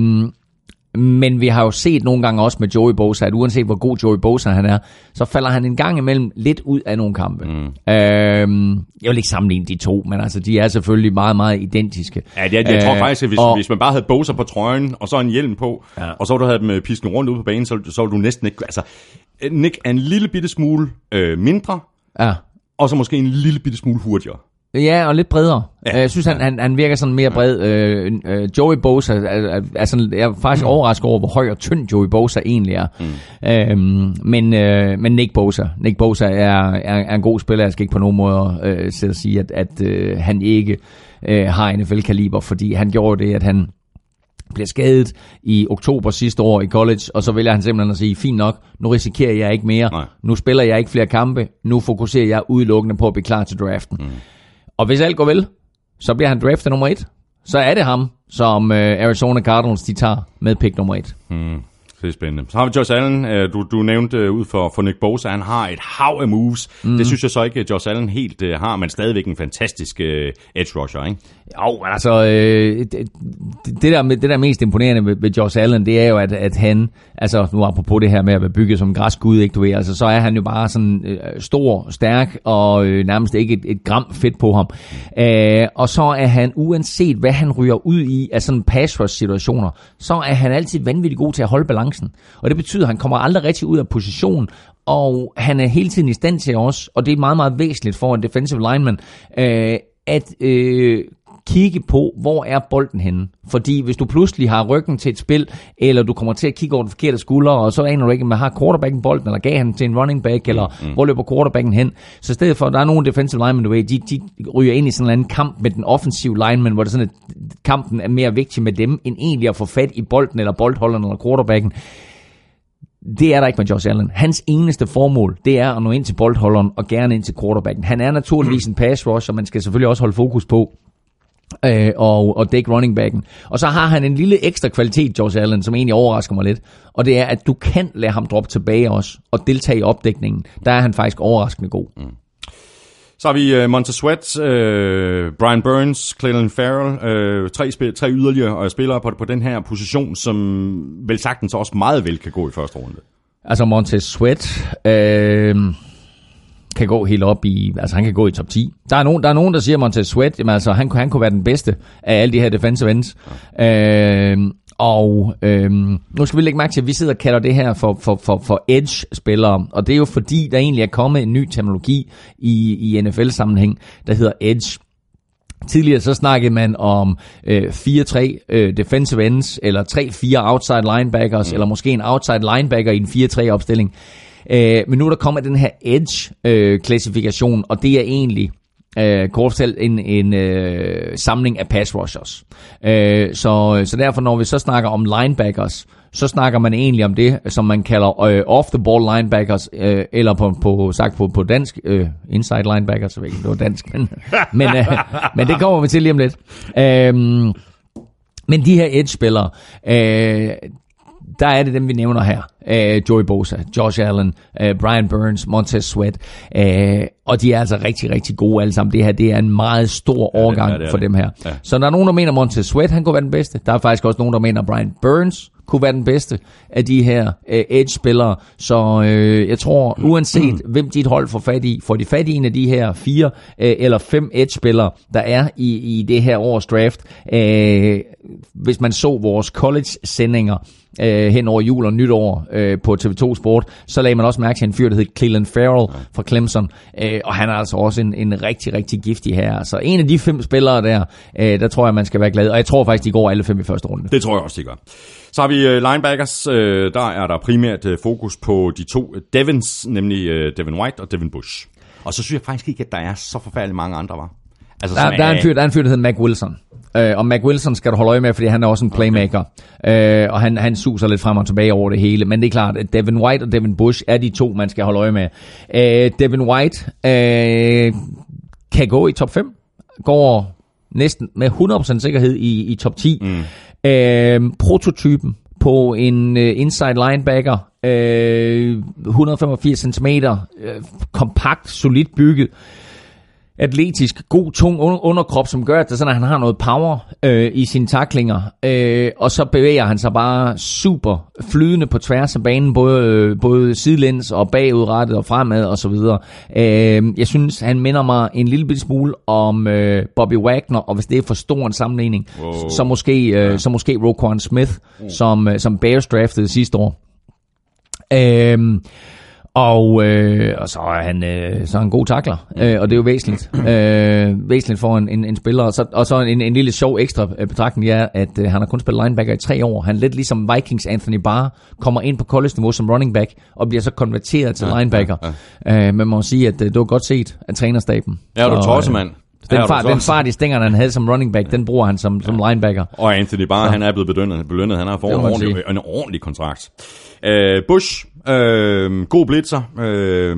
Men vi har jo set nogle gange også med Joey Bosa, at uanset hvor god Joey Bosa han er, så falder han en gang imellem lidt ud af nogle kampe. Mm. Øhm, jeg vil ikke sammenligne de to, men altså, de er selvfølgelig meget, meget identiske. Ja, det er, jeg tror faktisk, at hvis, og, hvis man bare havde Bosa på trøjen, og så en hjelm på, ja. Og så du havde dem pisken rundt ude på banen, så, så ville du næsten ikke... Altså, Nick er en lille bitte smule øh, mindre, ja. Og så måske en lille bitte smule hurtigere. Ja, og lidt bredere. Ja, jeg synes, ja. han, han, han virker sådan mere bred. Øh, øh, Joey Bosa, er, er sådan, jeg er faktisk mm. overrasket over, hvor høj og tynd Joey Bosa egentlig er. Mm. Øhm, men, øh, men Nick Bosa, Nick Bosa er, er, er en god spiller. Jeg skal ikke på nogen måde øh, sætte at sige, at, at øh, han ikke øh, har N F L-kaliber, fordi han gjorde det, at han blev skadet i oktober sidste år i college, og så vælger han simpelthen at sige, fint nok, nu risikerer jeg ikke mere. Nej. Nu spiller jeg ikke flere kampe. Nu fokuserer jeg udelukkende på at blive klar til draften. Mm. Og hvis alt går vel, så bliver han draftet nummer et. Så er det ham, som uh, Arizona Cardinals de tager med pick nummer et. Hmm. Det er spændende. Så har vi Josh Allen. Du, du nævnte ud for, for Nick Bosa, han har et hav af moves. Mm. Det synes jeg så ikke, Josh Allen helt uh, har, men stadigvæk en fantastisk uh, edge rusher, ikke? Jo, altså, øh, det, det, der, det der mest imponerende ved, ved Josh Allen, det er jo, at, at han, altså nu apropos det her med at være bygget som en græsgud, ikke du ved, altså så er han jo bare sådan øh, stor, stærk og øh, nærmest ikke et, et gram fedt på ham. Øh, og så er han, uanset hvad han ryger ud i af sådan pass rush situationer, så er han altid vanvittigt god til at holde balancen. Og det betyder, at han kommer aldrig rigtig ud af position, og han er hele tiden i stand til os, og det er meget, meget væsentligt for en defensive lineman, øh, at øh, kigge på, hvor er bolden henne. Fordi hvis du pludselig har ryggen til et spil, eller du kommer til at kigge over den forkerte skulder, og så aner du ikke, om man har quarterbacken bolden, eller gav han til en running back, eller mm. hvor løber quarterbacken hen. Så i stedet for, at der er nogle defensive linemen, du ved, de, de ryger ind i sådan en anden kamp med den offensive lineman, hvor det sådan, at kampen er mere vigtig med dem, end egentlig at få fat i bolden, eller boldholderen, eller quarterbacken. Det er der ikke med Josh Allen. Hans eneste formål, det er at nå ind til boldholderen, og gerne ind til quarterbacken. Han er naturligvis en pass rush, og man skal selvfølgelig også holde fokus på, Øh, og, og dække running backen. Og så har han en lille ekstra kvalitet, Josh Allen, som egentlig overrasker mig lidt. Og det er, at du kan lade ham droppe tilbage også, og deltage i opdækningen. Der er han faktisk overraskende god. Mm. Så har vi uh, Montez Sweat, uh, Brian Burns, Clelin Ferrell, uh, tre, spil- tre yderligere spillere på, på den her position, som vel sagtens også meget vel kan gå i første runde. Altså Montez Sweat... Øh kan gå helt op i, altså han kan gå i top ti. Der er nogen, der er nogen, der siger Montez Sweat, jamen altså han, han kunne være den bedste af alle de her defensive ends. Ja. Øh, og øh, nu skal vi lægge mærke til, at vi sidder og kalder det her for, for, for, for edge-spillere, og det er jo fordi, der egentlig er kommet en ny terminologi i, i N F L-sammenhæng, der hedder edge. Tidligere så snakkede man om øh, fire tre øh, defensive ends, eller tre fire outside linebackers, mm. eller måske en outside linebacker i en fire tre opstilling. Øh, men nu er der kommet den her edge-klassifikation, øh, og det er egentlig øh, kort fortalt en, en øh, samling af pass rushers. Øh, så, så derfor, når vi så snakker om linebackers, så snakker man egentlig om det, som man kalder øh, off-the-ball linebackers, øh, eller på, på, sagt på, på dansk, øh, inside linebackers, så ved jeg ikke, det var dansk, men, men, øh, men det kommer vi til lige om lidt. Øh, men de her edge-spillere, øh, der er det dem, vi nævner her. Uh, Joey Bosa, Josh Allen, uh, Brian Burns, Montez Sweat. Uh, og de er altså rigtig, rigtig gode alle sammen. Det her, det er en meget stor overgang ja, det, ja, det for det. dem her. Ja. Så der er nogen, der mener Montez Sweat, han kunne være den bedste. Der er faktisk også nogen, der mener Brian Burns kunne være den bedste af de her øh, edge-spillere. Så øh, jeg tror, uanset mm. hvem dit hold får fat i, får de fat i en af de her fire øh, eller fem edge-spillere, der er i, i det her års draft. Øh, hvis man så vores college-sendinger øh, hen over jul og nytår øh, på T V to Sport, så lagde man også mærke til en fyr, der hed Clelin Ferrell fra Clemson, øh, og han er altså også en, en rigtig, rigtig giftig her. Så en af de fem spillere der, øh, der tror jeg, man skal være glad, og jeg tror faktisk, de går alle fem i første runde. Det tror jeg også, de gør. Så har vi linebackers, øh, der er der primært øh, fokus på de to Devins, nemlig øh, Devin White og Devin Bush. Og så synes jeg faktisk ikke, at der er så forfærdeligt mange andre, var. Altså, der, der, er en fyr, der er en fyr, der hedder Mac Wilson. Uh, og Mac Wilson skal du holde øje med, fordi han er også en playmaker. Okay. Uh, og han, han suser lidt frem og tilbage over det hele. Men det er klart, at Devin White og Devin Bush er de to, man skal holde øje med. Uh, Devin White uh, kan gå i top fem. Går næsten med hundrede procent sikkerhed i, i top ti. Mm. Uh, prototypen på en uh, inside linebacker. Uh, et hundrede og femogfirs centimeter. Uh, kompakt, solidt bygget. Atletisk, god, tung underkrop, som gør, at, det sådan, at han har noget power øh, i sine tacklinger. Øh, og så bevæger han sig bare super flydende på tværs af banen, både, både sidelæns og bagudrettet og fremad og så videre. Øh, jeg synes, han minder mig en lille smule om øh, Bobby Wagner, og hvis det er for stor en sammenligning, wow. så, måske, øh, ja. så måske Roquan Smith, mm. som, som Bears draftede sidste år. Øh, Og, øh, og så er han øh, så er han god tackler, øh, og det er jo væsentligt, øh, væsentligt for en, en, en spiller. Og så, og så en, en lille sjov ekstra betragtning er, at øh, han har kun spillet linebacker i tre år. Han lidt ligesom Vikings Anthony Barr kommer ind på college-niveau som running back, og bliver så konverteret til ja, linebacker. Ja, ja. Øh, men man må sige, at øh, det var godt set af trænerstaben. Ja, du tosser, mand. Den, far, den fart i stængerne, han havde som running back, den bruger han som, ja. som linebacker. Og Anthony Barr, han er blevet belønnet. belønnet. Han har fået en ordentlig, en ordentlig kontrakt. Uh, Bush, uh, god blitzer. Uh,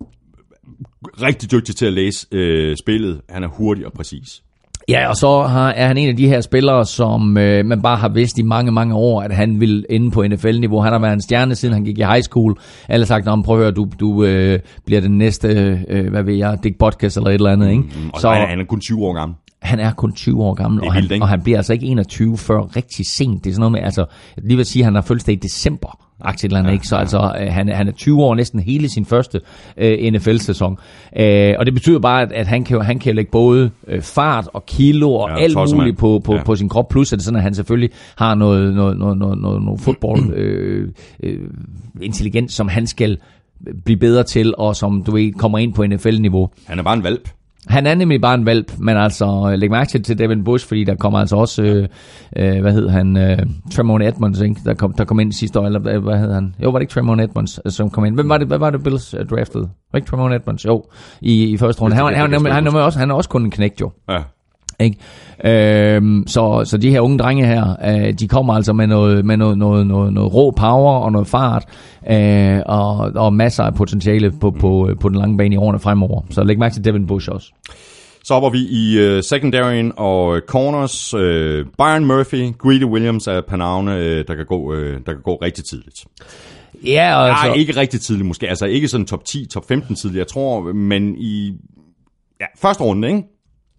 rigtig dygtig til at læse uh, spillet. Han er hurtig og præcis. Ja, og så har, er han en af de her spillere, som øh, man bare har vidst i mange, mange år, at han vil ende på N F L-niveau. Han har været en stjerne, siden han gik i high school. Alle har sagt, nå, prøv at høre, du, du øh, bliver den næste, øh, hvad ved jeg, Dick Butkus eller et eller andet. Ikke? Mm, og så han er, han er kun tyve år gammel. Han er kun tyve år gammel, og, vildt, han, og han bliver altså ikke enogtyve før rigtig sent. Det er sådan noget med, altså, lige vil sige, at han har fødselsdag i december. Eller andet, ikke? Så altså, han, han er tyve år, næsten hele sin første øh, N F L-sæson. Øh, og det betyder bare, at, at han kan han kan lægge både øh, fart og kilo og ja, alt muligt på, på, ja. på sin krop. Plus at det sådan, at han selvfølgelig har noget, noget, noget, noget, noget, noget fodbold øh, øh, intelligens, som han skal blive bedre til, og som du ved, kommer ind på N F L-niveau. Han er bare en valp. Han er nemlig bare en valp, men altså, læg mærke til, til Devin Bush, fordi der kommer altså også, øh, øh, hvad hed han, øh, Tremont Edmonds, ikke? Der kom, der kom ind sidste år, eller hvad hed han? Jo, var det ikke Tremont Edmonds, som kom ind? Hvem var det, hvad var det Bills uh, draftede? Var ikke Tremont Edmonds? Jo, i, i første runde. Han, han, han, han, han, er også, han er også kun en knægt, jo. Ja. Ikke? Øhm, så, så de her unge drenge her, øh, de kommer altså med noget, med noget, noget, noget, noget rå power og noget fart, øh, og, og masser af potentiale på, på, på den lange bane i årene fremover. Så læg mærke til Devin Bush også. Så hopper vi i uh, secondaryen og corners. Uh, Byron Murphy, Greedy Williams er par navne, uh, der, kan gå, uh, der kan gå rigtig tidligt. Ja, altså... Nej, ikke rigtig tidligt måske. Altså ikke sådan top ti, top femten tidligt, jeg tror, men i ja, første runde, ikke?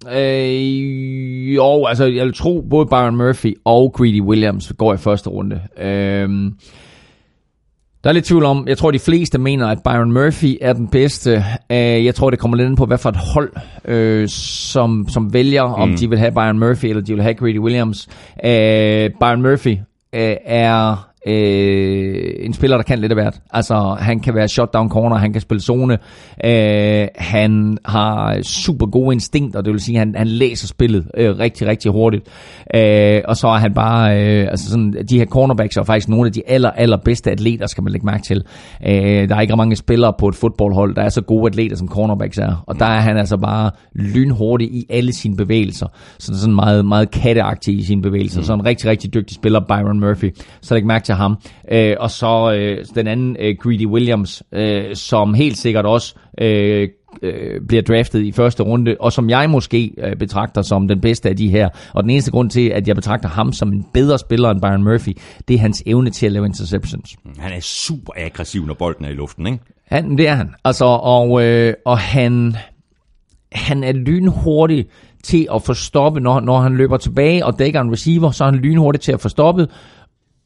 Øh, jo, altså jeg vil tro, både Byron Murphy og Greedy Williams går i første runde. Øh, der er lidt tvivl om, jeg tror de fleste mener, at Byron Murphy er den bedste. Øh, jeg tror det kommer lidt ind på, hvad for et hold, øh, som, som vælger, mm. om de vil have Byron Murphy, eller de vil have Greedy Williams. Øh, Byron Murphy øh, er... Øh, en spiller, der kan lidt af hvert. Altså, han kan være shutdown corner, han kan spille zone, øh, han har super gode instinkter, det vil sige, at han, han læser spillet øh, rigtig, rigtig hurtigt. Øh, og så er han bare, øh, altså sådan, de her cornerbacks er faktisk nogle af de aller, aller bedste atleter, skal man lægge mærke til. Øh, der er ikke mange spillere på et fodboldhold, der er så gode atleter, som cornerbacks er. Og der er han altså bare lynhurtig i alle sine bevægelser. Så sådan meget, meget katteagtig i sine bevægelser. Mm. Så en rigtig, rigtig dygtig spiller, Byron Murphy. Så læg mærke til ham. Øh, og så øh, den anden, øh, Greedy Williams, øh, som helt sikkert også øh, øh, bliver draftet i første runde, og som jeg måske øh, betragter som den bedste af de her. Og den eneste grund til, at jeg betragter ham som en bedre spiller end Byron Murphy, det er hans evne til at lave interceptions. Han er super aggressiv, når bolden er i luften, ikke? Han, det er han. Altså, og, øh, og han, han er lynhurtig til at få stoppet, når, når han løber tilbage og dækker en receiver, så er han lynhurtig til at få stoppet.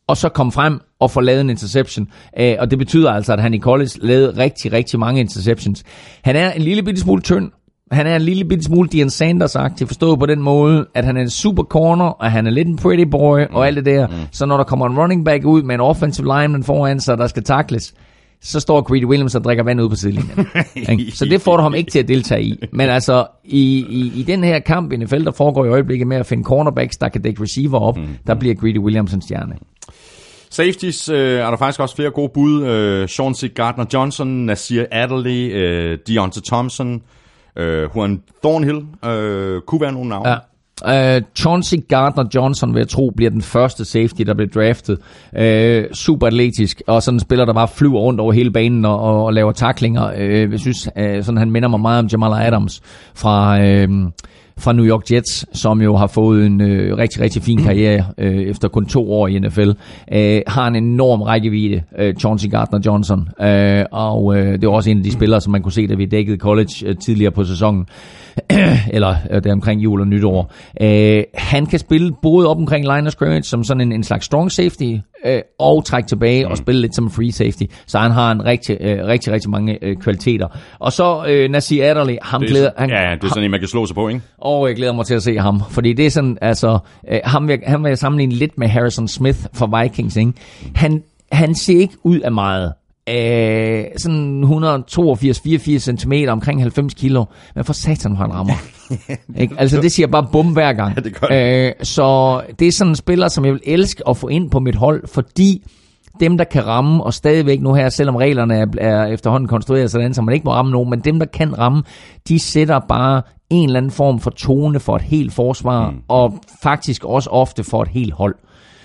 og så komme frem og få lavet en interception. Øh, og det betyder altså, at han i college lavede rigtig, rigtig mange interceptions. Han er en lille bitte smule tynd. Han er en lille bitte smule Deion Sanders-agtig, forstået på den måde, at han er en super corner, og han er lidt en pretty boy, mm. og alt det der. Mm. Så når der kommer en running back ud med en offensive lineman foran sig, der skal tackles, så står Greedy Williams og drikker vand ud på sidelinjen. Så det får du ham ikke til at deltage i. Men altså, i, i, i den her kamp i N F L, der foregår i øjeblikket med at finde cornerbacks, der kan dække receiver op, mm. der bliver Greedy Williams en stjerne. Safeties øh, er der faktisk også flere gode bud. Øh, Chauncey Gardner-Johnson, Nasir Adderley, øh, Deontay Thompson, øh, Juan Thornhill, øh, kunne være nogle navne. Ja. Uh, Chauncey Gardner-Johnson, vil jeg tro, bliver den første safety, der bliver draftet. Uh, super atletisk, og sådan en spiller, der bare flyver rundt over hele banen og, og, og laver tacklinger. Uh, jeg synes, uh, sådan, han minder mig meget om Jamal Adams fra... Uh, fra New York Jets, som jo har fået en øh, rigtig, rigtig fin karriere øh, efter kun to år i N F L. Øh, har en enorm rækkevidde, øh, Chauncey Gardner-Johnson, øh, og øh, det er også en af de spillere, som man kunne se, da vi dækkede college øh, tidligere på sæsonen, eller øh, der omkring jul og nytår. Øh, han kan spille både op omkring line of scrimmage, som sådan en, en slags strong safety, øh, og trække tilbage og spille lidt som free safety. Så han har en rigtig, øh, rigtig, rigtig mange øh, kvaliteter. Og så øh, Nasir Adderley, ham det er, glæder... Han, ja, det er sådan en, man kan slå sig på, ikke? Og jeg glæder mig til at se ham, fordi det er sådan, altså, øh, ham, vil, han vil jeg sammenligne lidt med Harrison Smith fra Vikings, ikke? Han, han ser ikke ud af meget. Øh, sådan et hundrede og toogfirs til fireogfirs centimeter, omkring halvfems kilo, men for satan, hvor han rammer. Ikke? Altså, det siger bare bum hver gang. Ja, det øh, så det er sådan en spiller, som jeg vil elske at få ind på mit hold, fordi dem, der kan ramme, og stadigvæk nu her, selvom reglerne er, er efterhånden konstrueret sådan, så man ikke må ramme nogen, men dem, der kan ramme, de sætter bare en eller anden form for tone for et helt forsvar, mm. og faktisk også ofte for et helt hold.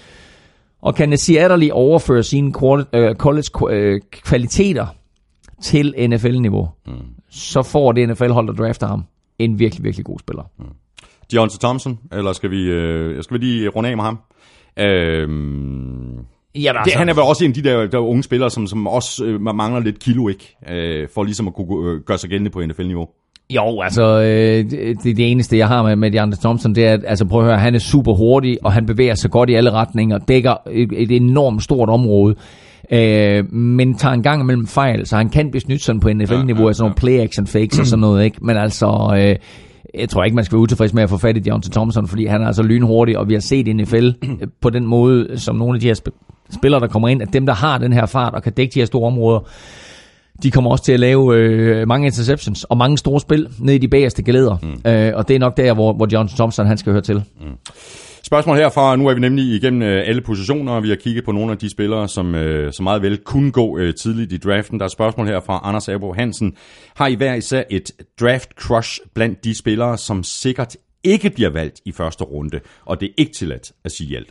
Og kan Nasir Adderley overføre sine college-kvaliteter til N F L-niveau, mm. så får det N F L-hold, der drafter ham, en virkelig, virkelig god spiller. Mm. Deontay Thompson, eller skal vi, øh, skal vi lige runde af med ham? Øhm, ja, det, han er vel også en af de der, der unge spillere, som, som også øh, mangler lidt kilo, ikke? Øh, for ligesom at kunne øh, gøre sig gældende på N F L-niveau. Jo, altså, øh, det, det eneste, jeg har med, med Deontay Thompson, det er, at, altså, prøv at høre, han er super hurtig, og han bevæger sig godt i alle retninger, dækker et, et enormt stort område, øh, men tager en gang imellem fejl, så han kan blive snydt sådan på N F L-niveau, ja, ja, altså nogle play-action fakes og sådan noget, ikke? Men altså, øh, jeg tror ikke, man skal være utilfreds med at få fat i Deontay Thompson, fordi han er altså lynhurtig, og vi har set i N F L på den måde, som nogle af de her sp- spillere, der kommer ind, at dem, der har den her fart og kan dække de her store områder, de kommer også til at lave øh, mange interceptions og mange store spil ned i de bagerste geleder. Mm. Øh, og det er nok der, hvor, hvor Deontay Thompson han skal høre til. Mm. Spørgsmål herfra. Nu er vi nemlig igennem øh, alle positioner, og vi har kigget på nogle af de spillere, som, øh, som meget vel kunne gå øh, tidligt i draften. Der er spørgsmål her fra Anders Abo Hansen. Har I hver især et draft crush blandt de spillere, som sikkert ikke bliver valgt i første runde? Og det er ikke tilladt at sige Hjalte.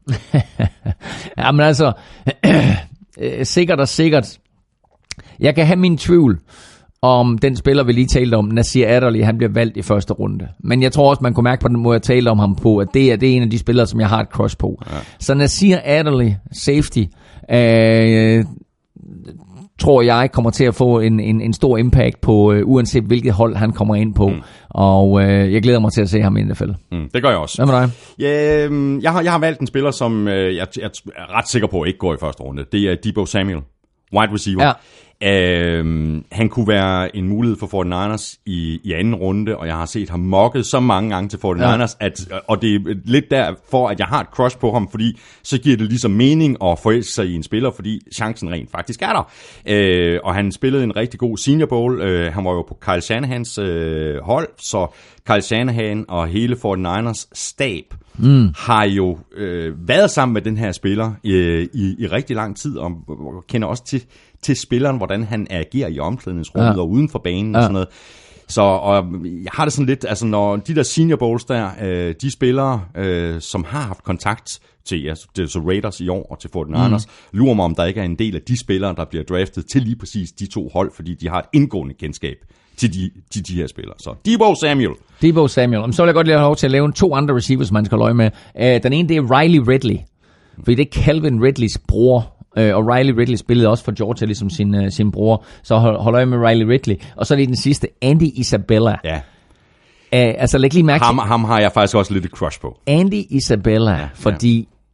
Jamen altså, sikkert og sikkert. Jeg kan have min tvivl om den spiller, vi lige talte om, Nasir Adderley, han bliver valgt i første runde. Men jeg tror også, man kunne mærke på den måde, jeg talte om ham på, at det er, det er en af de spillere, som jeg har et crush på. Ja. Så Nasir Adderley, safety, øh, tror jeg kommer til at få en, en, en stor impact på, øh, uanset hvilket hold han kommer ind på. Mm. Og øh, jeg glæder mig til at se ham i N F L. Mm, det gør jeg også. Hvad med dig? Ja, jeg, har, jeg har valgt en spiller, som øh, jeg, jeg er ret sikker på ikke går i første runde. Det er Deebo Samuel, wide receiver. Ja. Uh, han kunne være en mulighed for forty-niners i, i anden runde, og jeg har set ham mocket så mange gange til forty-niners, ja. at, og det er lidt derfor, at jeg har et crush på ham, fordi så giver det ligesom mening at forelske sig i en spiller, fordi chancen rent faktisk er der. Uh, og han spillede en rigtig god Senior Bowl. Uh, han var jo på Kyle Shanahans uh, hold, så Kyle Shanahan og hele forty-niners stab mm. har jo uh, været sammen med den her spiller uh, i, i rigtig lang tid, og, og kender også til til spilleren, hvordan han agerer i omklædningsrummet ja. og uden for banen ja. og sådan noget. Så og jeg har det sådan lidt, altså når de der Senior Bowls der, øh, de spillere, øh, som har haft kontakt til, altså, det så Raiders i år og til forty-niners, mm. lurer mig, om der ikke er en del af de spillere, der bliver draftet til lige præcis de to hold, fordi de har et indgående kendskab til de, de, de her spillere. Så Deebo Samuel. Deebo Samuel. Så vil jeg godt lige have lov til at lave to andre receivers, man skal løje med. Uh, den ene, det er Riley Ridley. Fordi det er Calvin Ridleys bror. Og Riley Ridley spillede også for Georgia, ligesom sin, uh, sin bror. Så hold, hold øje med Riley Ridley. Og så er det den sidste, Andy Isabella. Ja. Uh, altså læg lige mærke ham, ham har jeg faktisk også lidt et crush på. Andy Isabella, ja, fordi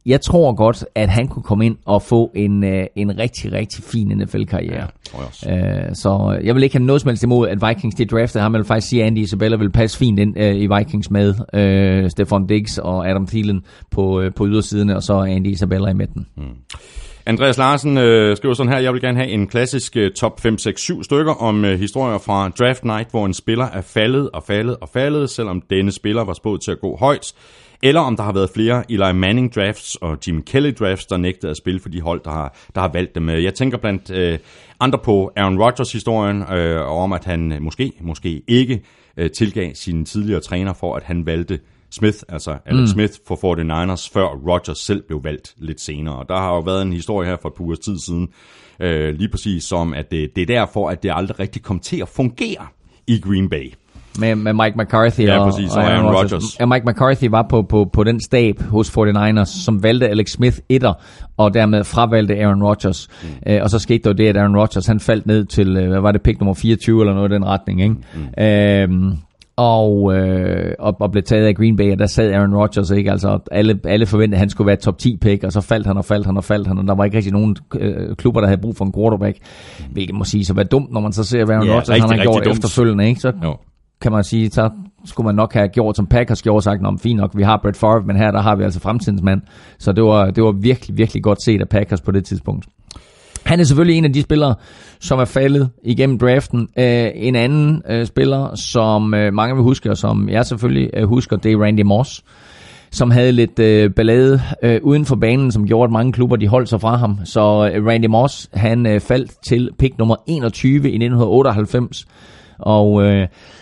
jeg tror godt, at han kunne komme ind og få en, en rigtig, rigtig fin N F L-karriere. Ja, så jeg vil ikke have noget som helst imod, at Vikings de draftede ham. Jeg vil faktisk sige, at Andy Isabella vil passe fint ind i Vikings med uh, Stephon Diggs og Adam Thielen på, uh, på ydersiderne, og så Andy Isabella i midten. Hmm. Andreas Larsen øh, skriver sådan her: jeg vil gerne have en klassisk øh, top fem, seks, syv stykker om øh, historier fra Draft Night, hvor en spiller er faldet og faldet og faldet, selvom denne spiller var spået til at gå højt. Eller om der har været flere Eli Manning drafts og Jim Kelly drafts, der nægtede at spille for de hold, der har, der har valgt dem. Jeg tænker blandt øh, andre på Aaron Rodgers-historien, øh, og om at han måske, måske ikke øh, tilgav sine tidligere træner for, at han valgte Smith, altså Alex mm. Smith for forty-niners, før Rodgers selv blev valgt lidt senere. Der har jo været en historie her for et par ugers tid siden, øh, lige præcis som, at det, det er derfor, at det aldrig rigtig kom til at fungere i Green Bay. Med, med Mike McCarthy ja, og, præcis, og, og Aaron Rodgers. Rodgers. Ja, Mike McCarthy var på, på, på den stab hos forty-niners, som valgte Alex Smith etter, og dermed fravalgte Aaron Rodgers. Mm. Æ, og så skete der jo det, at Aaron Rodgers, han faldt ned til, hvad var det, pick nummer fireogtyve eller noget i den retning, ikke? Mm. Æm, og, øh, og, og blev taget af Green Bay, og der sad Aaron Rodgers, ikke? Altså, alle, alle forventede, at han skulle være top ti pick, og så faldt han og faldt han og faldt han, og der var ikke rigtig nogen øh, klubber, der havde brug for en quarterback, hvilket må sige så være dumt, når man så ser, hvad Aaron yeah, Rodgers rigtig, han har gjort dumt. Efterfølgende, ikke? Så jo. Kan man sige, så skulle man nok have gjort, som Packers gjorde, sagt, nå, fint nok, vi har Brett Favre, men her der har vi altså fremtidens mand. Så det var, det var virkelig, virkelig godt set af Packers på det tidspunkt. Han er selvfølgelig en af de spillere, som er faldet igennem draften. Uh, en anden uh, spiller, som uh, mange vil huske, og som jeg selvfølgelig uh, husker, det er Randy Moss, som havde lidt uh, ballade uh, uden for banen, som gjorde, at mange klubber de holdt sig fra ham. Så uh, Randy Moss, han uh, faldt til pick nummer enogtyve i nitten otteoghalvfems, og uh,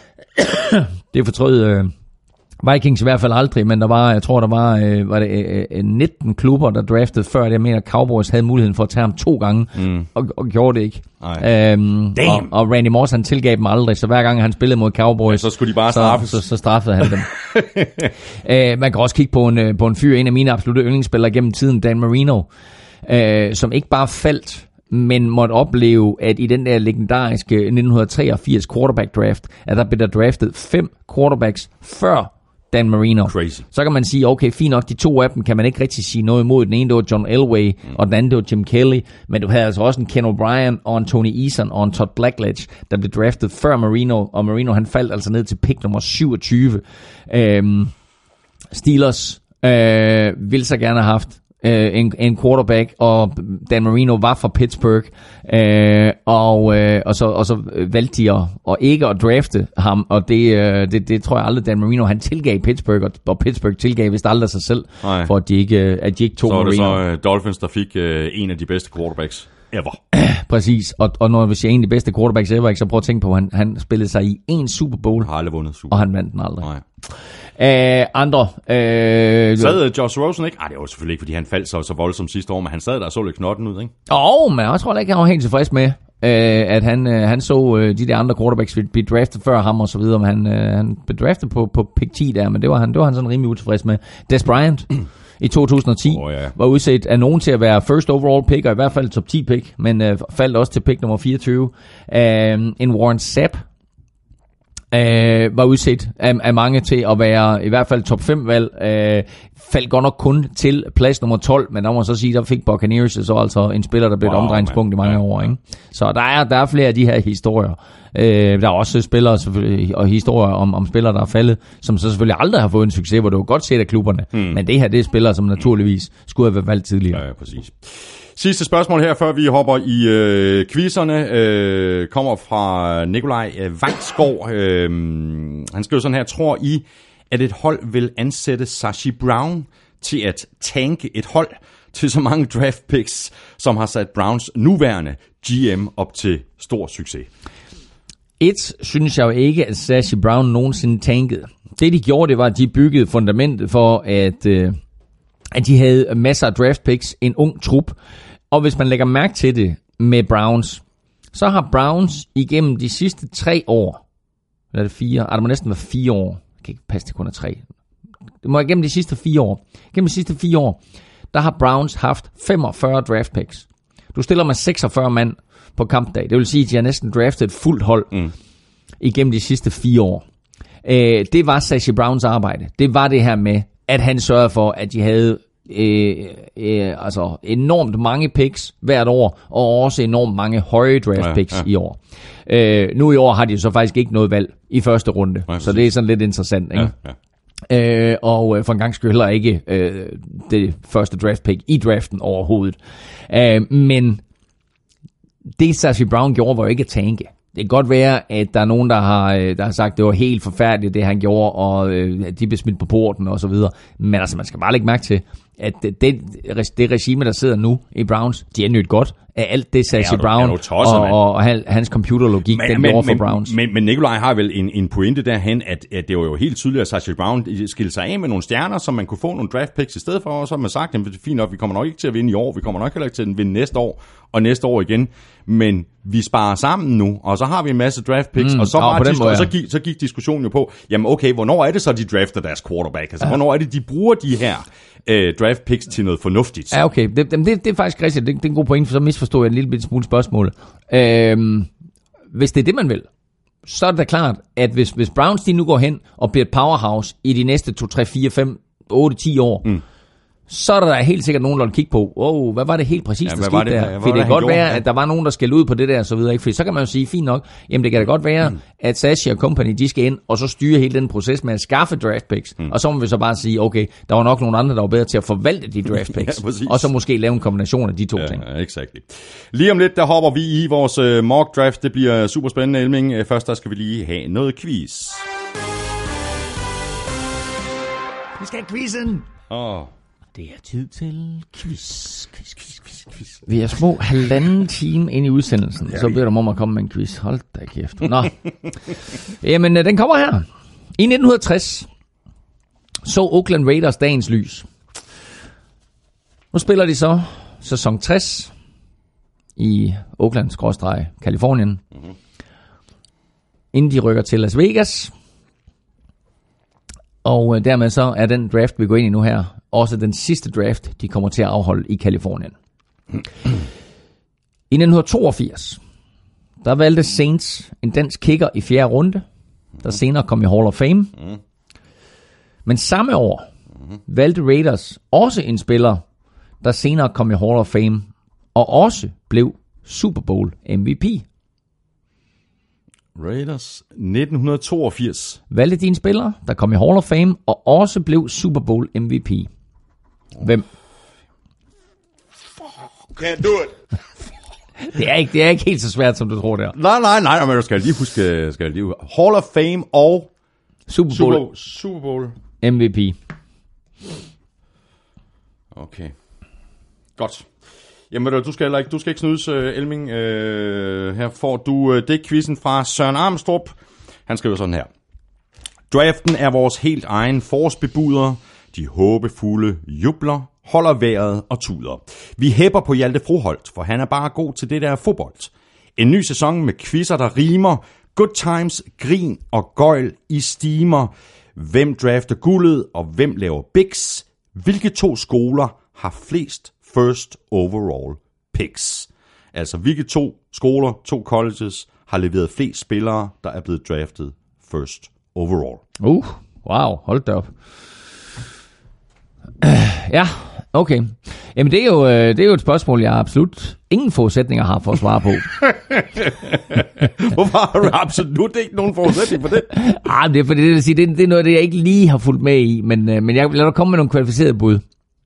det fortrød uh, Vikings i hvert fald aldrig, men der var, jeg tror der var, øh, var det, øh, nitten klubber, der draftede før. Jeg mener, Cowboys havde muligheden for at tage ham to gange, mm. og, og gjorde det ikke. Øhm, og, og Randy Moss, han tilgav dem aldrig, så hver gang han spillede mod Cowboys, ja, så skulle de bare straffes. Så, så, så straffede han dem. øh, man kan også kigge på en, på en fyr, en af mine absolutte yndlingsspillere gennem tiden, Dan Marino, øh, som ikke bare faldt, men måtte opleve, at i den der legendariske nitten treogfirs quarterback draft, at der blev der draftet fem quarterbacks før Dan Marino. Crazy. Så kan man sige, okay, fint nok, de to af dem kan man ikke rigtig sige noget imod. Den ene, det var John Elway, mm. og den anden, det var Jim Kelly. Men du havde altså også en Ken O'Brien, og en Tony Eason, og en Todd Blackledge, der blev draftet før Marino, og Marino, han faldt altså ned til pick nummer syvogtyve. Øhm, Steelers øh, ville så gerne have haft En, en quarterback, og Dan Marino var fra Pittsburgh, øh, og, øh, og, så, og så valgte de at, og ikke at drafte ham, og det, øh, det, det tror jeg aldrig, Dan Marino han tilgav Pittsburgh, og, og Pittsburgh tilgav vist aldrig sig selv, nej, for at de ikke, at de ikke tog Marino. Så er det så uh, Dolphins, der fik uh, en af de bedste quarterbacks ever. Præcis, og, og når vi siger en af de bedste quarterbacks ever, ikke, så prøv at tænke på, at han, han spillede sig i en Super Bowl, har aldrig vundet Super Bowl, og han vandt den aldrig. Nej. Uh, andre uh, sad Josh Rosen ikke? Ah, det var selvfølgelig ikke, fordi han faldt så, så voldsomt sidste år, men han sad der og så lidt knotten ud, ikke? Åh, oh, men jeg tror ikke, han var helt tilfreds med, uh, at han, uh, han så uh, de der andre quarterbacks blive draftet før ham og så videre, men han, uh, han blev draftet på, på pick ti der, men det var han, det var han sådan rimelig utilfreds med. Des Bryant i to tusind og ti oh, ja. var udset af nogen til at være first overall pick, og i hvert fald top ti pick, men uh, faldt også til pick nummer fireogtyve. Uh, en Warren Sapp Øh, var udset af, af mange til at være i hvert fald top fem valg, øh, faldt godt nok kun til plads nummer tolv, men der må man så sige, der fik Buccaneers så altså en spiller, der blev wow, et omdrejningspunkt i mange ja, år, ikke? Så der er, der er flere af de her historier. Øh, der er også spillere selvfølgelig, og historier om, om spillere, der er faldet, som så selvfølgelig aldrig har fået en succes, hvor det var godt set af klubberne, hmm. men det her, det er spillere, som naturligvis skulle have været valgt tidligere. Ja, ja, præcis. Sidste spørgsmål her, før vi hopper i øh, quizzerne, øh, kommer fra Nikolaj øh, Vangsgaard. Øh, han skriver sådan her: tror I, at et hold vil ansætte Sashi Brown til at tanke et hold til så mange draft picks, som har sat Browns nuværende G M op til stor succes? Et, synes jeg jo ikke, at Sashi Brown nogensinde tankede. Det de gjorde, det var, at de byggede fundamentet for, at, øh, at de havde masser af draft picks, en ung trup. Og hvis man lægger mærke til det med Browns, så har Browns igennem de sidste tre år, eller er det fire? Ah, det må næsten være fire år. Jeg kan ikke passe, det kun er tre. Det må igennem de sidste fire år. Gennem de sidste fire år, der har Browns haft femogfyrre draft picks. Du stiller med seksogfyrre mand på kampdag. Det vil sige, at de har næsten draftet et fuldt hold mm. igennem de sidste fire år. Øh, det var Sashi Browns arbejde. Det var det her med, at han sørgede for, at de havde øh, øh, altså enormt mange picks hvert år, og også enormt mange høje draft picks ja, ja. i år. Øh, nu i år har de så faktisk ikke noget valg i første runde, ja, så det er sådan lidt interessant, ikke? Ja, ja. Øh, og for en gang skyld heller ikke øh, det første draft pick i draften overhovedet. Øh, men det Sashi Brown gjorde, var jo ikke at tanke. Det kan godt være, at der er nogen, der har, der har sagt, at det var helt forfærdeligt, det han gjorde, og øh, de blev smidt på porten og så videre. Men altså, man skal bare lægge mærke til, at det, det regime, der sidder nu i Browns, de er nødt godt af alt det, Sashi ja, Brown og, og, og hans computerlogik, men, den men, gjorde for men, Browns. Men, men Nikolaj har vel en, en pointe derhen, at, at det var jo helt tydeligt, at Sashi Brown skilte sig af med nogle stjerner, som man kunne få nogle draft picks i stedet for, og så har man sagt, at det er fint nok, vi kommer nok ikke til at vinde i år, vi kommer nok heller ikke til at vinde næste år, og næste år igen, men vi sparer sammen nu, og så har vi en masse draft picks, mm, og, så, var ja, disk- måde, ja. og så, gik, så gik diskussionen jo på, jamen okay, hvornår er det så, de drafter deres quarterback? Altså, ja. hvornår er det, de bruger de her øh, draft picks til noget fornuftigt? Ja, okay, det, det, det er faktisk rigtigt, det, det er en god point, for så misforstår jeg en lille smule spørgsmål. Øhm, hvis det er det, man vil, så er det da klart, at hvis, hvis Browns de nu går hen og bliver et powerhouse i de næste to, tre, fire, fem, otte, ti år, mm. så er der helt sikkert nogen, der vil kigge på, wow, hvad var det helt præcis, ja, der skete der? Fordi det kan godt være, ja. at der var nogen, der skældte ud på det der, og så videre. Ikke? Fordi så kan man jo sige, fint nok, jamen det kan da godt være, mm. at Sashi og company, de skal ind, og så styre hele den proces med at skaffe draft picks. Mm. Og så må vi så bare sige, okay, der var nok nogle andre, der var bedre til at forvalte de draft picks. ja, og så måske lave en kombination af de to ja, ting. Ja, exactly. Lige om lidt, der hopper vi i vores uh, mock draft. Det bliver super spændende, Elming. Først der skal vi lige have noget quiz. Vi skal have quizzen! Åh... Oh. Det er tid til quiz. quiz, quiz, quiz, quiz. Vi er små halvanden time ind i udsendelsen, ja, så beder du om at komme med en quiz. Hold da kæft. Nå. Jamen, den kommer her. I nitten tres så Oakland Raiders dagens lys. Nu spiller de så sæson tres i Oakland-Californien. Mm-hmm. Inden de rykker til Las Vegas. Og dermed så er den draft, vi går ind i nu her, også den sidste draft, de kommer til at afholde i Kalifornien. I nitten toogfirs, der valgte Saints en dansk kicker i fjerde runde, der senere kom i Hall of Fame. Men samme år valgte Raiders også en spiller, der senere kom i Hall of Fame, og også blev Super Bowl M V P. Raiders nitten toogfirs. Valgte de en spiller, der kom i Hall of Fame, og også blev Super Bowl M V P. Hvem? Can't do it. det, er ikke, det er ikke helt så svært, som du tror der. Nej, nej, nej, men du skal lige huske, skal lige huske. Hall of Fame og Super Bowl, Super, Super Bowl M V P. Okay. Godt. Jamen, du skal ikke, du skal ikke snydes, Elming. Øh, her får du øh, det quizzen fra Søren Armstrong. Han skriver sådan her. Draften er vores helt egen forårsbebuder. De håbefulde jubler, holder vejret og tuder. Vi hæpper på Hjalte Froholt, for han er bare god til det der fodbold. En ny sæson med quizzer, der rimer. Good times, grin og gøjl i stimer. Hvem drafter guldet, og hvem laver bigs? Hvilke to skoler har flest first overall picks? Altså, hvilke to skoler, to colleges, har leveret flest spillere, der er blevet draftet first overall? Uh, wow, hold da op. Uh, ja, okay. Jamen, det er, jo, det er jo et spørgsmål, jeg absolut ingen forudsætninger har for at svare på. Hvorfor har du absolut ikke nogen forudsætninger for det? Ah, det er fordi, det, det, det er noget, det jeg ikke lige har fulgt med i, men, men jeg lader dig komme med nogle kvalificerede bud.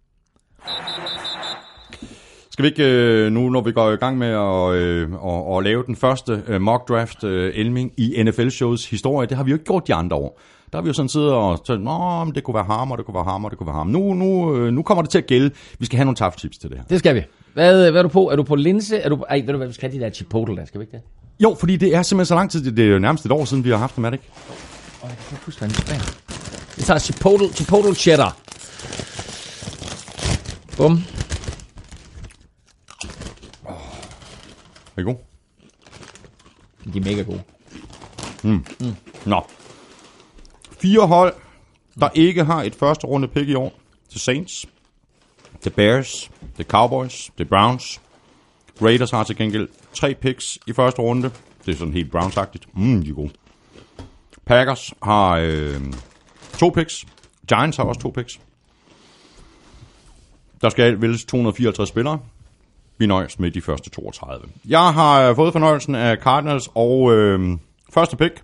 Skal vi ikke, nu når vi går i gang med at, øh, at, at lave den første øh, mock draft, øh, Elming, i N F L-shows historie, det har vi jo ikke gjort de andre år. Der har vi jo sådan siddet og tænkt, nå, det kunne være ham, og det kunne være ham, og det kunne være ham. Nu, nu, øh, nu kommer det til at gælde. Vi skal have nogle tough tips til det her. Det skal vi. Hvad, hvad er du på? Er du på linse? Er du, ej, ved du hvad, vi skal have de der chipotle der, skal vi ikke det? Jo, fordi det er simpelthen så lang tid, det er jo nærmest et år siden, vi har haft dem, er det ikke? Åh, jeg kan ikke huske, hvad den smager. Vi tager chipotle, chipotle cheddar. Bum. Er I god? De er mega gode. Mm. Mm. Nå. Fire hold, der ikke har et første runde pick i år. The Saints, The Bears, The Cowboys, The Browns. Raiders har til gengæld tre picks i første runde. Det er sådan helt Browns-agtigt. Mm, de er gode. Packers har øh, to picks. Giants har også to picks. Der skal vælges to hundrede og fireoghalvtreds spillere. Vi nøjes med de første toogtredive. Jeg har fået fornøjelsen af Cardinals og øh, første pick.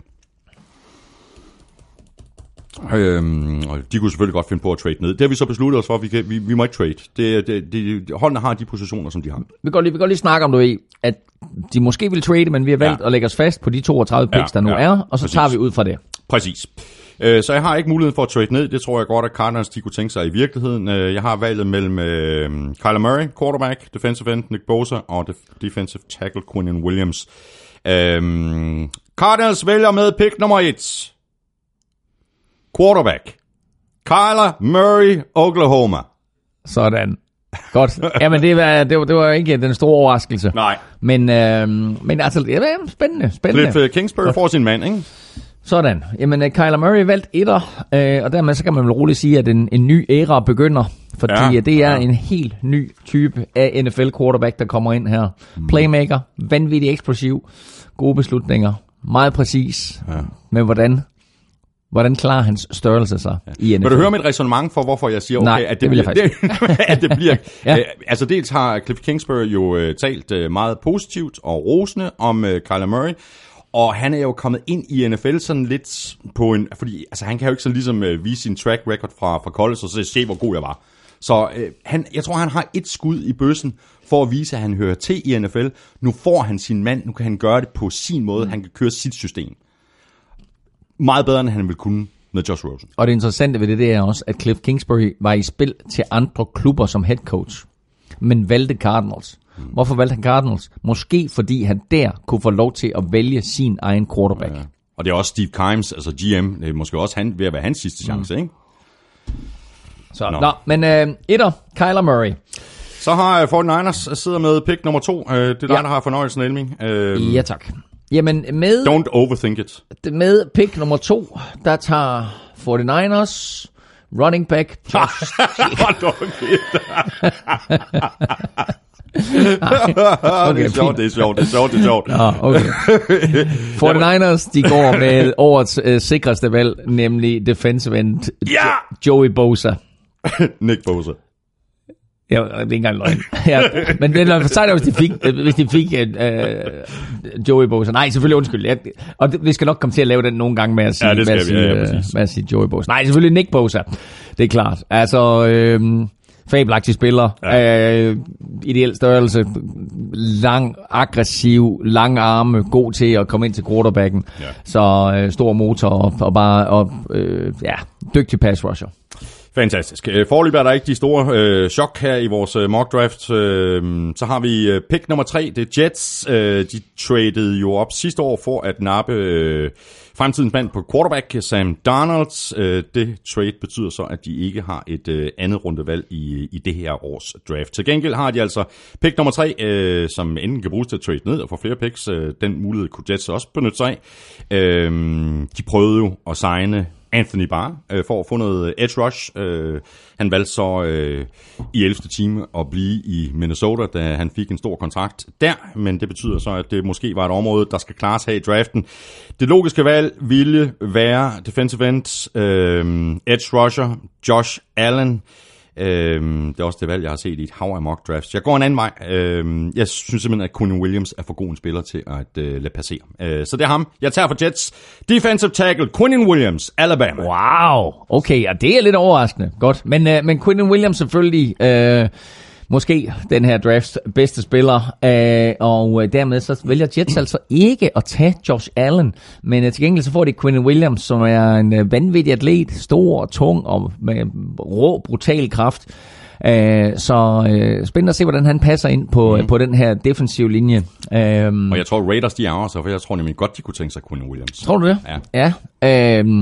Øhm, de kunne selvfølgelig godt finde på at trade ned. Det har vi så besluttet os for, at vi, kan, vi, vi må ikke trade. Det, det, det, holdene har de positioner, som de har. Vi kan lige, vi kan lige snakke om, du ved, at de måske vil trade, men vi har valgt ja. at lægge os fast på de toogtredive picks, ja, der nu ja, er, og så præcis. tager vi ud fra det. Præcis. Øh, så jeg har ikke mulighed for at trade ned. Det tror jeg godt, at Cardinals de kunne tænke sig i virkeligheden. Øh, jeg har valget mellem øh, Kyler Murray, quarterback, defensive end Nick Bosa og defensive tackle Quinnen Williams. Øh, Cardinals vælger med pick nummer et. Quarterback. Kyler Murray, Oklahoma. Sådan. Godt. Jamen, det var, det var, det var ikke den store overraskelse. Nej. Men, øh, men altså, det er spændende. spændende. Cliff Kingsbury får sin mand, ikke? Sådan. Jamen, Kyler Murray valgt etter, øh, og dermed så kan man vel roligt sige, at en, en ny æra begynder. Fordi ja, det er ja. en helt ny type af N F L quarterback, der kommer ind her. Mm. Playmaker, vanvittig eksplosiv, gode beslutninger, meget præcis. Ja. Men hvordan... Hvordan klarer hans størrelse sig ja. i N F L? Vil du høre mit ræsonnement for, hvorfor jeg siger, okay, Nej, at det, det bliver, det, at det bliver... ja. øh, altså dels har Cliff Kingsbury jo øh, talt øh, meget positivt og rosende om øh, Kyler Murray, og han er jo kommet ind i N F L sådan lidt på en... Fordi altså, han kan jo ikke sådan ligesom øh, vise sin track record fra, fra college, og så se, hvor god jeg var. Så øh, han, jeg tror, han har et skud i bøssen for at vise, at han hører til i N F L. Nu får han sin mand, nu kan han gøre det på sin måde, mm. han kan køre sit system. Meget bedre, end han ville kunne med Josh Rosen. Og det interessante ved det, det er også, at Cliff Kingsbury var i spil til andre klubber som head coach, men valgte Cardinals. Hmm. Hvorfor valgte han Cardinals? Måske fordi han der kunne få lov til at vælge sin egen quarterback. Ja. Og det er også Steve Kimes, altså G M, det er måske også han, ved at være hans sidste chance, hmm. ikke? Så, nå. nå men uh, etter, Kyler Murray. Så har forty-niners sidder med pick nummer to. Uh, det er dig, ja. der har fornøjelsen, Elming. Uh, ja, tak. Jamen med... Don't overthink it. Med pick nummer to, der tager forty-niners running back Josh... Hold okay. okay, det er sjovt, det er sjovt, det er sjovt, det er sjovt. Nå, okay. forty-niners, de går med årets øh, sikreste valg, nemlig defensive end ja! Joey Bosa. Nick Bosa. Ja, det er ikke engang løgn. Ja, men det er så er det, hvis de fik, hvis de fik uh, Joey Bosa. Nej, selvfølgelig undskyld. Ja, og det, vi skal nok komme til at lave den nogle gange med at sige, ja, det skal med, vi, at sige, ja, ja, med at sige Joey Bosa. Nej, selvfølgelig Nick Bosa. Det er klart. Altså, øh, fabelagtig spiller. Ja. Øh, ideel størrelse. Lang, aggressiv, lang arme. God til at komme ind til quarterbacken. Ja. Så øh, stor motor og, og bare og, øh, ja, dygtig pass rusher. Fantastisk. Foreløbig er der ikke de store øh, chok her i vores øh, mock draft. Øh, så har vi øh, pick nummer tre, det er Jets. Øh, de traded jo op sidste år for at nappe øh, fremtidens mand på quarterback, Sam Darnold. Øh, det trade betyder så, at de ikke har et øh, andet rundevalg i, i det her års draft. Til gengæld har de altså pick nummer tre, øh, som enten kan bruges til at trade ned og få flere picks. Øh, den mulighed kunne Jets også benytte sig af. Øh, de prøvede jo at signe Anthony Barr, øh, for at få noget edge rush. Øh, han valgte så øh, i ellevte time at blive i Minnesota, da han fik en stor kontrakt der, men det betyder så, at det måske var et område, der skal klares her i draften. Det logiske valg ville være defensive end, øh, edge rusher, Josh Allen. Øhm, det er også det valg, jeg har set i et hav af mock drafts. Jeg går en anden vej. Øhm, jeg synes simpelthen, at Quinnen Williams er for god en spiller til at øh, lade passere. Øh, så det er ham. Jeg tager for Jets. Defensive tackle, Quinnen Williams, Alabama. Wow, okay, og det er lidt overraskende. Godt, men, øh, men Quinnen Williams selvfølgelig... Øh måske den her drafts bedste spiller, øh, og dermed så vælger Jets altså ikke at tage Josh Allen, men øh, til gengæld så får de Quinnen Williams, som er en øh, vanvittig atlet, stor, tung og med rå, brutal kraft. Øh, så øh, spændende at se, hvordan han passer ind på, mm. på den her defensive linje. Øh, og jeg tror, Raiders de er også, for jeg tror nemlig godt, de kunne tænke sig Quinnen Williams. Tror du det? Ja. Ja. Øh,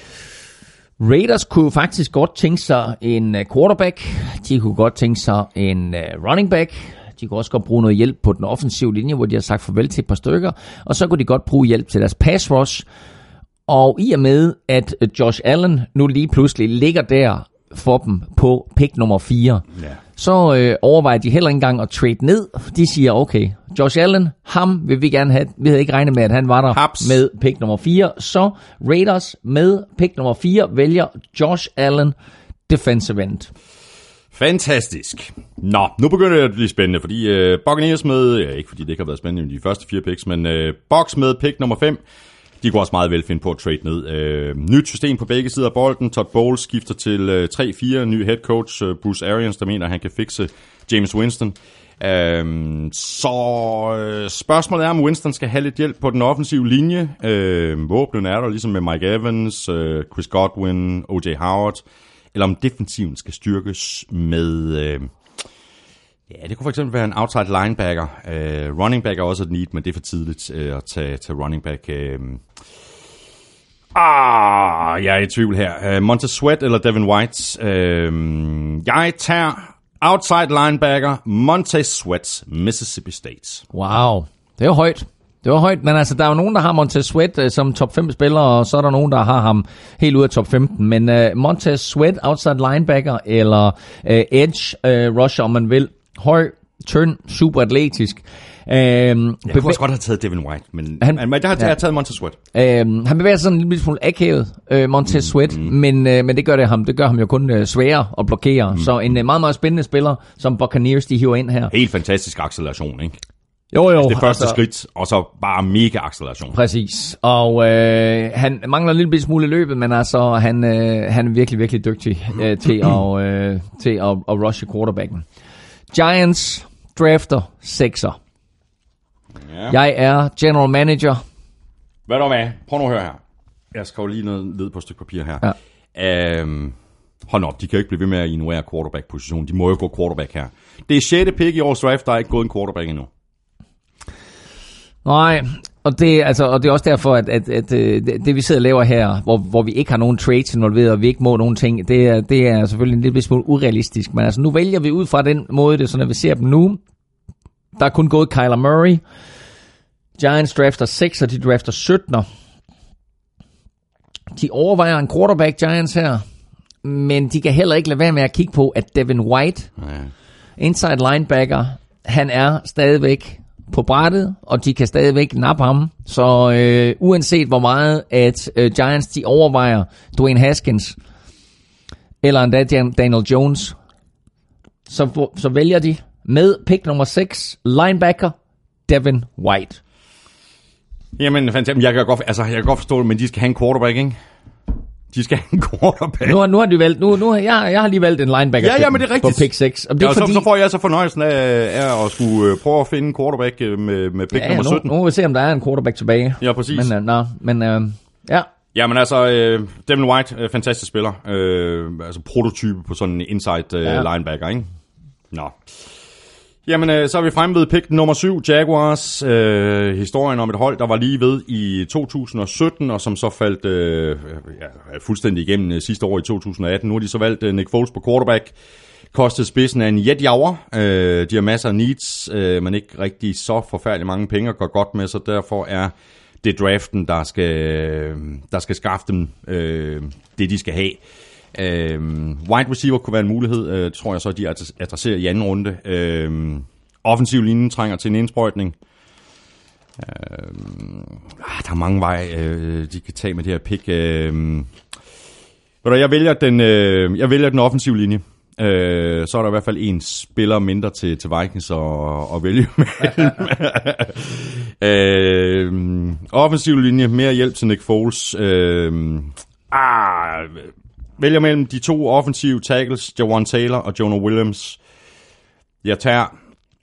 Raiders kunne faktisk godt tænke sig en quarterback. De kunne godt tænke sig en running back. De kunne også godt bruge noget hjælp på den offensive linje, hvor de har sagt farvel til et par stykker. Og så kunne de godt bruge hjælp til deres pass rush. Og i og med, at Josh Allen nu lige pludselig ligger der for dem på pick nummer fire, ja. så øh, overvejer de heller ikke engang at trade ned. De siger, okay, Josh Allen, ham vil vi gerne have. Vi havde ikke regnet med, at han var der Haps. med pick nummer fire. Så Raiders med pick nummer fire vælger Josh Allen, defensive end. Fantastisk. Nå, nu begynder det at blive spændende, fordi uh, Buccaneers med, ja, ikke fordi det ikke har været spændende i de første fire picks, men uh, Bucs med pick nummer fem, de kunne også meget vel finde på at trade ned. Uh, nyt system på begge sider af bolden. Todd Bowles skifter til uh, tre fire. Ny head coach, uh, Bruce Arians, der mener, at han kan fikse James Winston. Uh, så uh, spørgsmålet er, om Winston skal have lidt hjælp på den offensive linje. Uh, Våbnen er der, ligesom med Mike Evans, uh, Chris Godwin, O J Howard. Eller om defensiven skal styrkes med... Uh, ja, det kunne for eksempel være en outside linebacker. Uh, running back er også et need, men det er for tidligt uh, at tage, tage running back. Uh, ah, jeg er i tvivl her. Uh, Montez Sweat eller Devin White? Uh, jeg tager outside linebacker Montez Sweat, Mississippi State. Wow, det er jo højt. Det var højt, men altså, der er jo nogen, der har Montez Sweat uh, som top fem spiller, og så er der nogen, der har ham helt ud af top femten. Men uh, Montez Sweat, outside linebacker, eller uh, edge uh, rusher, om man vil. Høj, tynd, super atletisk. Uh, jeg kunne også godt have taget Devin White, men, han, men der har jeg ja. taget Montez Sweat. Uh, han bevæger sig sådan en lille smule akavet, uh, Montez Sweat, mm, mm. men, uh, men det gør det ham. Det gør ham jo kun uh, sværere at blokere. Mm. Så en uh, meget, meget spændende spiller, som Buccaneers, de hiver ind her. Helt fantastisk acceleration, ikke? Jo, jo. Altså det første altså, skridt, og så bare mega acceleration. Præcis. Og øh, han mangler en lille smule i løbet, men altså, han, øh, han er virkelig, virkelig dygtig øh, til, at, øh, til at, at rushe quarterbacken. Giants drafter sekser. Ja. Jeg er general manager. Hvad er der med? Prøv nu at høre her. Jeg skriver lige noget ned på et stykke papir her. Ja. Um, hold op, de kan jo ikke blive ved med at ignorere quarterback-positionen. De må jo gå quarterback her. Det er sjette pick i årets draft, der er ikke gået en quarterback endnu. Nej, og det, altså, og det er også derfor, at, at, at det, det vi sidder og laver her, hvor, hvor vi ikke har nogen trades involveret, og vi ikke må nogen ting, det er, det er selvfølgelig en lille smule urealistisk. Men altså, nu vælger vi ud fra den måde, det er sådan, at vi ser dem nu. Der er kun gået Kyler Murray. Giants drafter seks, og de drafter syttener. De overvejer en quarterback, Giants her, men de kan heller ikke lade være med at kigge på, at Devin White, ja. inside linebacker, han er stadigvæk på brættet, og de kan stadigvæk nappe ham. Så øh, uanset hvor meget, at øh, Giants de overvejer Dwayne Haskins, eller endda Daniel Jones, så, så vælger de med pick nummer seks, linebacker Devin White. Jamen, fantastisk. Jeg kan godt, altså, jeg kan godt forstå det, men de skal have en quarterback, ikke? De skal have en quarterback. Nu, nu har de valgt, nu, nu jeg, jeg har lige valgt en linebacker ja, ja, men det er på pick seks. Og det ja, er og fordi... så, så får jeg så fornøjelsen af, af at skulle prøve at finde en quarterback med, med pick ja, nummer sytten. Nu, nu må vi se, om der er en quarterback tilbage. Ja, præcis. Men, uh, no, men uh, ja. Ja, men altså, uh, Devin White, uh, fantastisk spiller. Uh, altså prototype på sådan en inside uh, ja. linebacker, ikke? Nå. Jamen, øh, så er vi fremme ved pick nummer syv, Jaguars. Øh, historien om et hold, der var lige ved i to tusind og sytten, og som så faldt øh, ja, fuldstændig igennem øh, sidste år i to tusind og atten. Nu har de så valgt øh, Nick Foles på quarterback. Kostede spidsen af en jetjager. Øh, de har masser af needs, øh, men ikke rigtig så forfærdeligt mange penge at gå godt med, så derfor er det draften, der skal, der skal skaffe dem øh, det, de skal have. Uh, wide receiver kunne være en mulighed, uh, tror jeg så, de adresserer i anden runde. Uh, offensiv linje trænger til en indsprøjtning. Uh, der er mange veje, uh, de kan tage med det her pick. Uh, jeg vælger den, uh, jeg vælger den offensive linje. Uh, så er der i hvert fald en spiller mindre til, til Vikings at, at vælge med. uh, offensiv linje, mere hjælp til Nick Foles. Uh, ah... Vælger mellem de to offensive tackles, Jawan Taylor og Jonah Williams. Jeg tager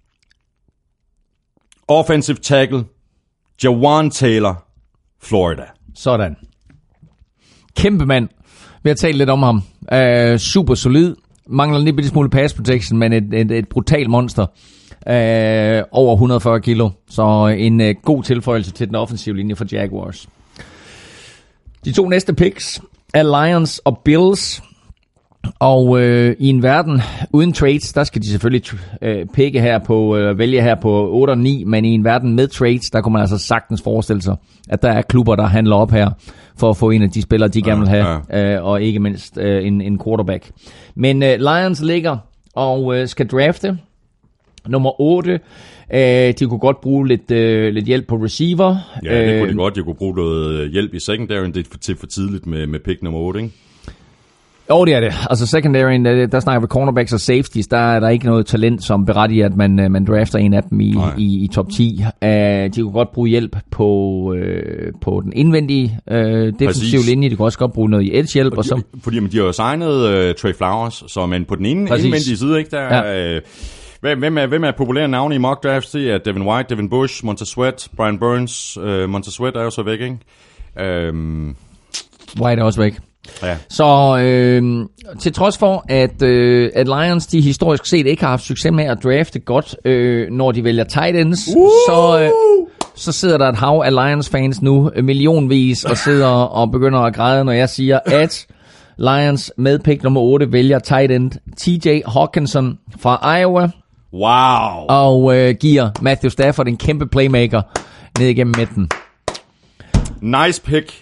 offensive tackle, Jawan Taylor, Florida. Sådan. Kæmpe mand. Vi har talt lidt om ham. Uh, super solid. Mangler lidt bitte smule pass protection, men et, et, et brutalt monster. Uh, over et hundrede og fyrre kilo. Så en uh, god tilføjelse til den offensive linje for Jaguars. De to næste picks er Lions og Bills, og øh, i en verden uden trades, der skal de selvfølgelig øh, pikke her på, øh, vælge her på otte og ni, men i en verden med trades, der kunne man altså sagtens forestille sig, at der er klubber, der handler op her, for at få en af de spillere, de gerne vil have, øh, og ikke mindst øh, en, en quarterback. Men øh, Lions ligger og øh, skal drafte nummer otte. Øh, de kunne godt bruge lidt, øh, lidt hjælp på receiver. Ja, det kunne de godt. De kunne bruge noget hjælp i secondary. Det er for, til for tidligt med, med pick nummer otte, ikke? Jo, det er det. Altså secondary, der, der snakker vi cornerbacks og safeties, der er der ikke noget talent, som berettiger, at man, man drafter en af dem i, i, i top ti. Uh, de kunne godt bruge hjælp på, uh, på den indvendige uh, defensive linje. De kunne også godt bruge noget i edge-hjælp. Fordi, og så... fordi de har jo signet uh, Trey Flowers, så man på den ene indvendige side, ikke, der ja. uh, Hvem er, hvem er populære navne i mock drafts? Det er Devin White, Devin Bush, Montez Sweat, Brian Burns. Uh, Montez Sweat er jo så væk, ikke? Um... White er også væk. Ja. Så øh, til trods for, at, øh, at Lions de historisk set ikke har haft succes med at drafte godt, øh, når de vælger tight ends, uh! så, øh, så sidder der et hav af Lions-fans nu, millionvis, og sidder og begynder at græde, når jeg siger, at Lions med pick nummer otte vælger tight end T J Hawkinson fra Iowa. Wow! Og øh, giver Matthew Stafford en kæmpe playmaker ned igennem midten. Nice pick.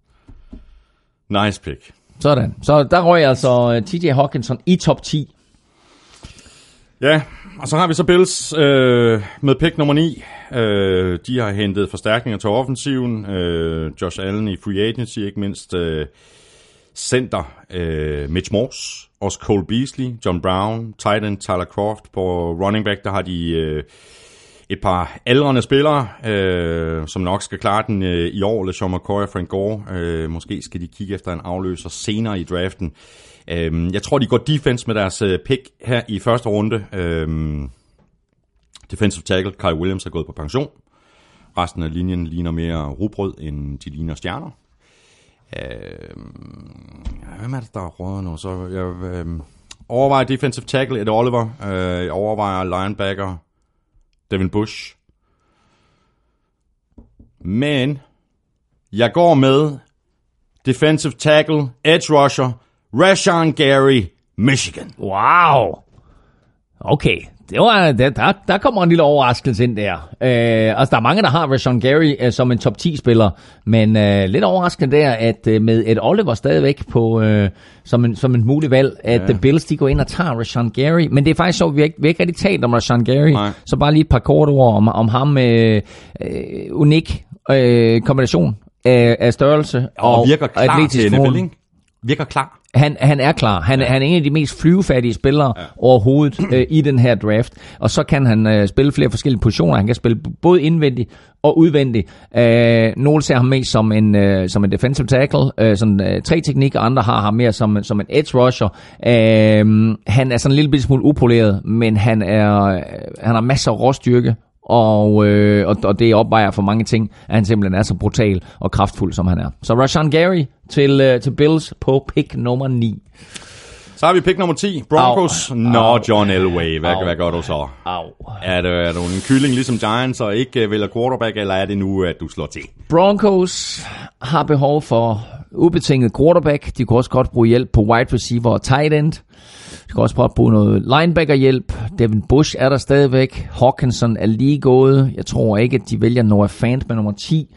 Nice pick. Sådan. Så der røg altså T J Hawkinson i top ti. Ja, og så har vi så Bills øh, med pick nummer ni. Øh, de har hentet forstærkninger til offensiven. Øh, Josh Allen i free agency, ikke mindst øh, center øh, Mitch Morse. Også Cole Beasley, John Brown, tight end Tyler Croft. På running back, der har de... Øh, Et par aldrende spillere, øh, som nok skal klare den øh, i år. LeSean McCoy og Frank Gore. Øh, måske skal de kigge efter en afløser senere i draften. Øh, jeg tror, de går defense med deres øh, pick her i første runde. Øh, defensive tackle Kyle Williams er gået på pension. Resten af linjen ligner mere rugbrød, end de ligner stjerner. Øh, hvem er det, der er råd nu? Så jeg øh, overvejer defensive tackle Ed Oliver. Øh, jeg overvejer linebacker Devin Bush. Men jeg går med defensive tackle, edge rusher, Rashawn Gary, Michigan. Wow. Okay. Det var, der, der, der kommer en lille overraskelse ind der. Øh, altså, der er mange, der har Rashawn Gary øh, som en top ti-spiller, men øh, lidt overraskende der, at øh, med Ed Oliver stadigvæk på, øh, som, en, som en mulig valg, at ja. Bills de går ind og tager Rashawn Gary. Men det er faktisk så, vi har ikke, vi har ikke rigtig talt om Rashawn Gary, Nej. Så bare lige et par korte ord om, om ham med øh, unik øh, kombination af, af størrelse og, og virker klar til N F L, ikke? Virker klar. Han, han er klar. Han, ja. han er en af de mest flyvefærdige spillere ja. overhovedet øh, i den her draft. Og så kan han øh, spille flere forskellige positioner. Han kan spille både indvendigt og udvendigt. Øh, nogle ser ham mest som en, øh, som en defensive tackle, øh, sådan øh, tre teknikker. Andre har ham mere som, som en edge rusher. Øh, han er sådan en lille smule upoleret, men han, er, øh, han har masser af råstyrke. Og, øh, og, og det opvejer for mange ting, at han simpelthen er så brutal og kraftfuld, som han er. Så Rashawn Gary til, øh, til Bills på pick nummer ni. Så har vi pick nummer ti, Broncos. Au. Nå, Au. John Elway, hvad, hvad gør du så? Au. Er, det, er du en kylling ligesom Giants og ikke uh, vælger quarterback, eller er det nu, at du slår til? Broncos har behov for ubetinget quarterback. De kunne også godt bruge hjælp på wide receiver og tight end. De kan også prøve at bruge noget linebacker-hjælp. Devin Bush er der stadigvæk. Hawkinson er lige gået. Jeg tror ikke, at de vælger Noah Fant med nummer ti.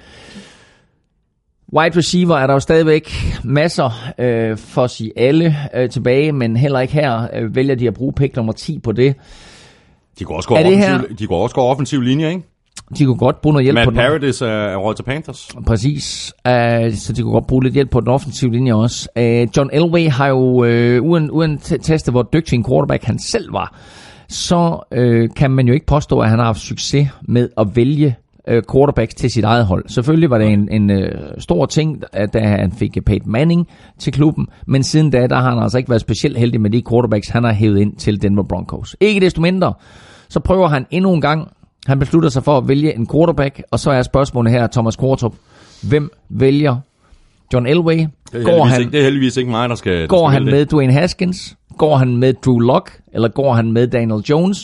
Wide receiver er der jo stadigvæk masser øh, for at sige alle øh, tilbage, men heller ikke her øh, vælger de at bruge pick nummer ti på det. De går også gå offensiv, de går også gå offensiv linje, ikke? De kunne godt bruge noget hjælp Matt på den. Matt Paradis er råd til Panthers. Præcis. Uh, så de kunne godt bruge lidt hjælp på den offensive linje også. Uh, John Elway har jo, uh, uden, uden testet, hvor dygtig en quarterback han selv var, så uh, kan man jo ikke påstå, at han har haft succes med at vælge uh, quarterbacks til sit eget hold. Selvfølgelig var det en, en uh, stor ting, da han fik Peyton Manning til klubben, men siden da, der har han altså ikke været specielt heldig med de quarterbacks, han har hævet ind til Denver Broncos. Ikke desto mindre, så prøver han endnu en gang. Han beslutter sig for at vælge en quarterback, og så er spørgsmålet her, Thomas Kortrup, hvem vælger John Elway? Det er, går han, ikke, det er heldigvis ikke mig, der skal... Der går skal han med det. Dwayne Haskins? Går han med Drew Lock? Eller går han med Daniel Jones?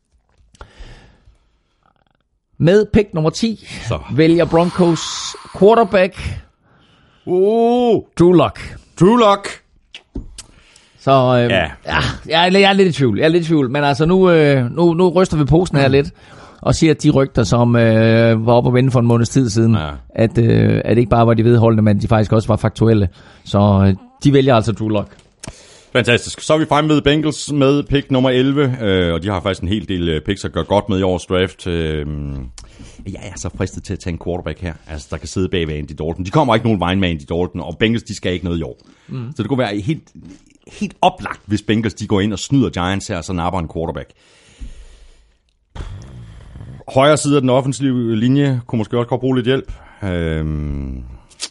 Med pick nummer ti så. Vælger Broncos quarterback uh. Drew Lock. Drew Lock. Så øh, ja. Ja, jeg, jeg er lidt i tvivl, jeg er lidt i tvivl, men altså nu, øh, nu, nu ryster vi posen her mm. lidt, og siger, at de rygter, som øh, var oppe og vende for en måneds tid siden, ja. at, øh, at det ikke bare var de vedholdende, men de faktisk også var faktuelle. Så øh, de vælger altså Drew Lock. Fantastisk. Så er vi fremme ved Bengals med pick nummer elleve, øh, og de har faktisk en hel del picks at gøre godt med i årets draft. Øh, jeg er så fristet til at tage en quarterback her, altså der kan sidde bag ved Andy Dalton. De kommer ikke nogen vejen med Andy Dalton, og Bengals, de skal ikke noget i år. Mm. Så det kunne være helt helt oplagt, hvis Bengals de går ind og snyder Giants her, og så napper en quarterback. Højre side af den offensive linje kunne måske også godt bruge lidt hjælp. Øhm,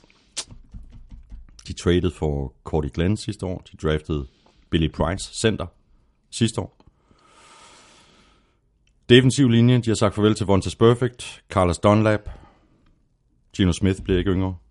de traded for Cordy Glenn sidste år. De draftede Billy Price, center, sidste år. Defensiv linje, de har sagt farvel til Vontaze Burfict, Carlos Dunlap. Geno Smith bliver ikke yngre.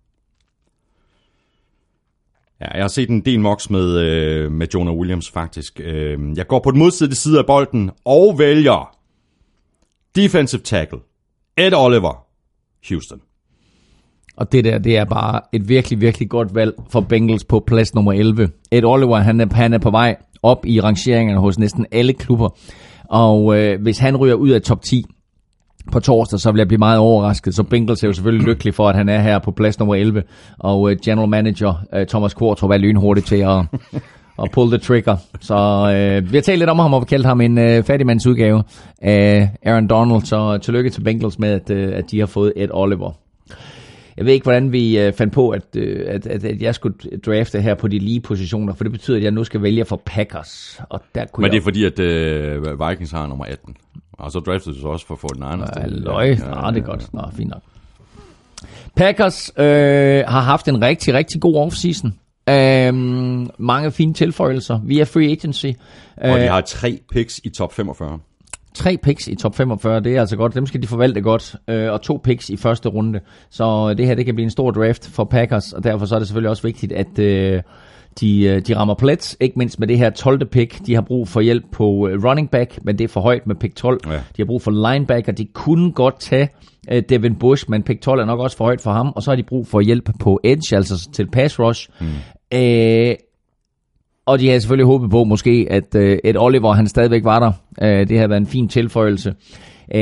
Ja, jeg har set en del mocks med, øh, med Jonah Williams faktisk. Øh, jeg går på den modsatte side af bolden og vælger defensive tackle Ed Oliver, Houston. Og det der, det er bare et virkelig, virkelig godt valg for Bengals på plads nummer elleve. Ed Oliver, han er, han er på vej op i rangeringerne hos næsten alle klubber. Og øh, hvis han ryger ud af top ti på torsdag, så vil jeg blive meget overrasket. Så Bengals er jo selvfølgelig lykkelig for, at han er her på plads nummer elleve. Og øh, general manager øh, Thomas Kvartrup er lynhurtig til at, at pull the trigger. Så øh, vi har talt lidt om ham og kaldt ham en øh, fattigmandsudgave af Aaron Donald. Så tillykke til Bengals med, at, øh, at de har fået Ed Oliver. Jeg ved ikke, hvordan vi øh, fandt på, at, øh, at, at, at jeg skulle drafte her på de lige positioner, for det betyder, at jeg nu skal vælge for Packers. Og der kunne Men det er jeg... fordi, at øh, Vikings har nummer atten. Og så draftede du så også for forty-niners. Ja, løg. Ja, det er godt. Nå, fint nok. Packers øh, har haft en rigtig, rigtig god offseason. Øh, mange fine tilføjelser via free agency. Og de har tre picks i top femogfyrre. Tre picks i top femogfyrre, det er altså godt. Dem skal de forvalte godt. Øh, og to picks i første runde. Så det her, det kan blive en stor draft for Packers. Og derfor så er det selvfølgelig også vigtigt, at øh, de, de rammer plet. Ikke mindst med det her tolvte pick. De har brug for hjælp på running back, men det er for højt med pick tolv. Ja. De har brug for linebacker. De kunne godt tage øh, Devin Bush, men pick tolv er nok også for højt for ham. Og så har de brug for hjælp på edge, altså til pass rush. Mm. Øh, Og de havde selvfølgelig håbet på måske, at uh, Ed Oliver, han stadigvæk var der. Uh, det havde været en fin tilføjelse. Uh,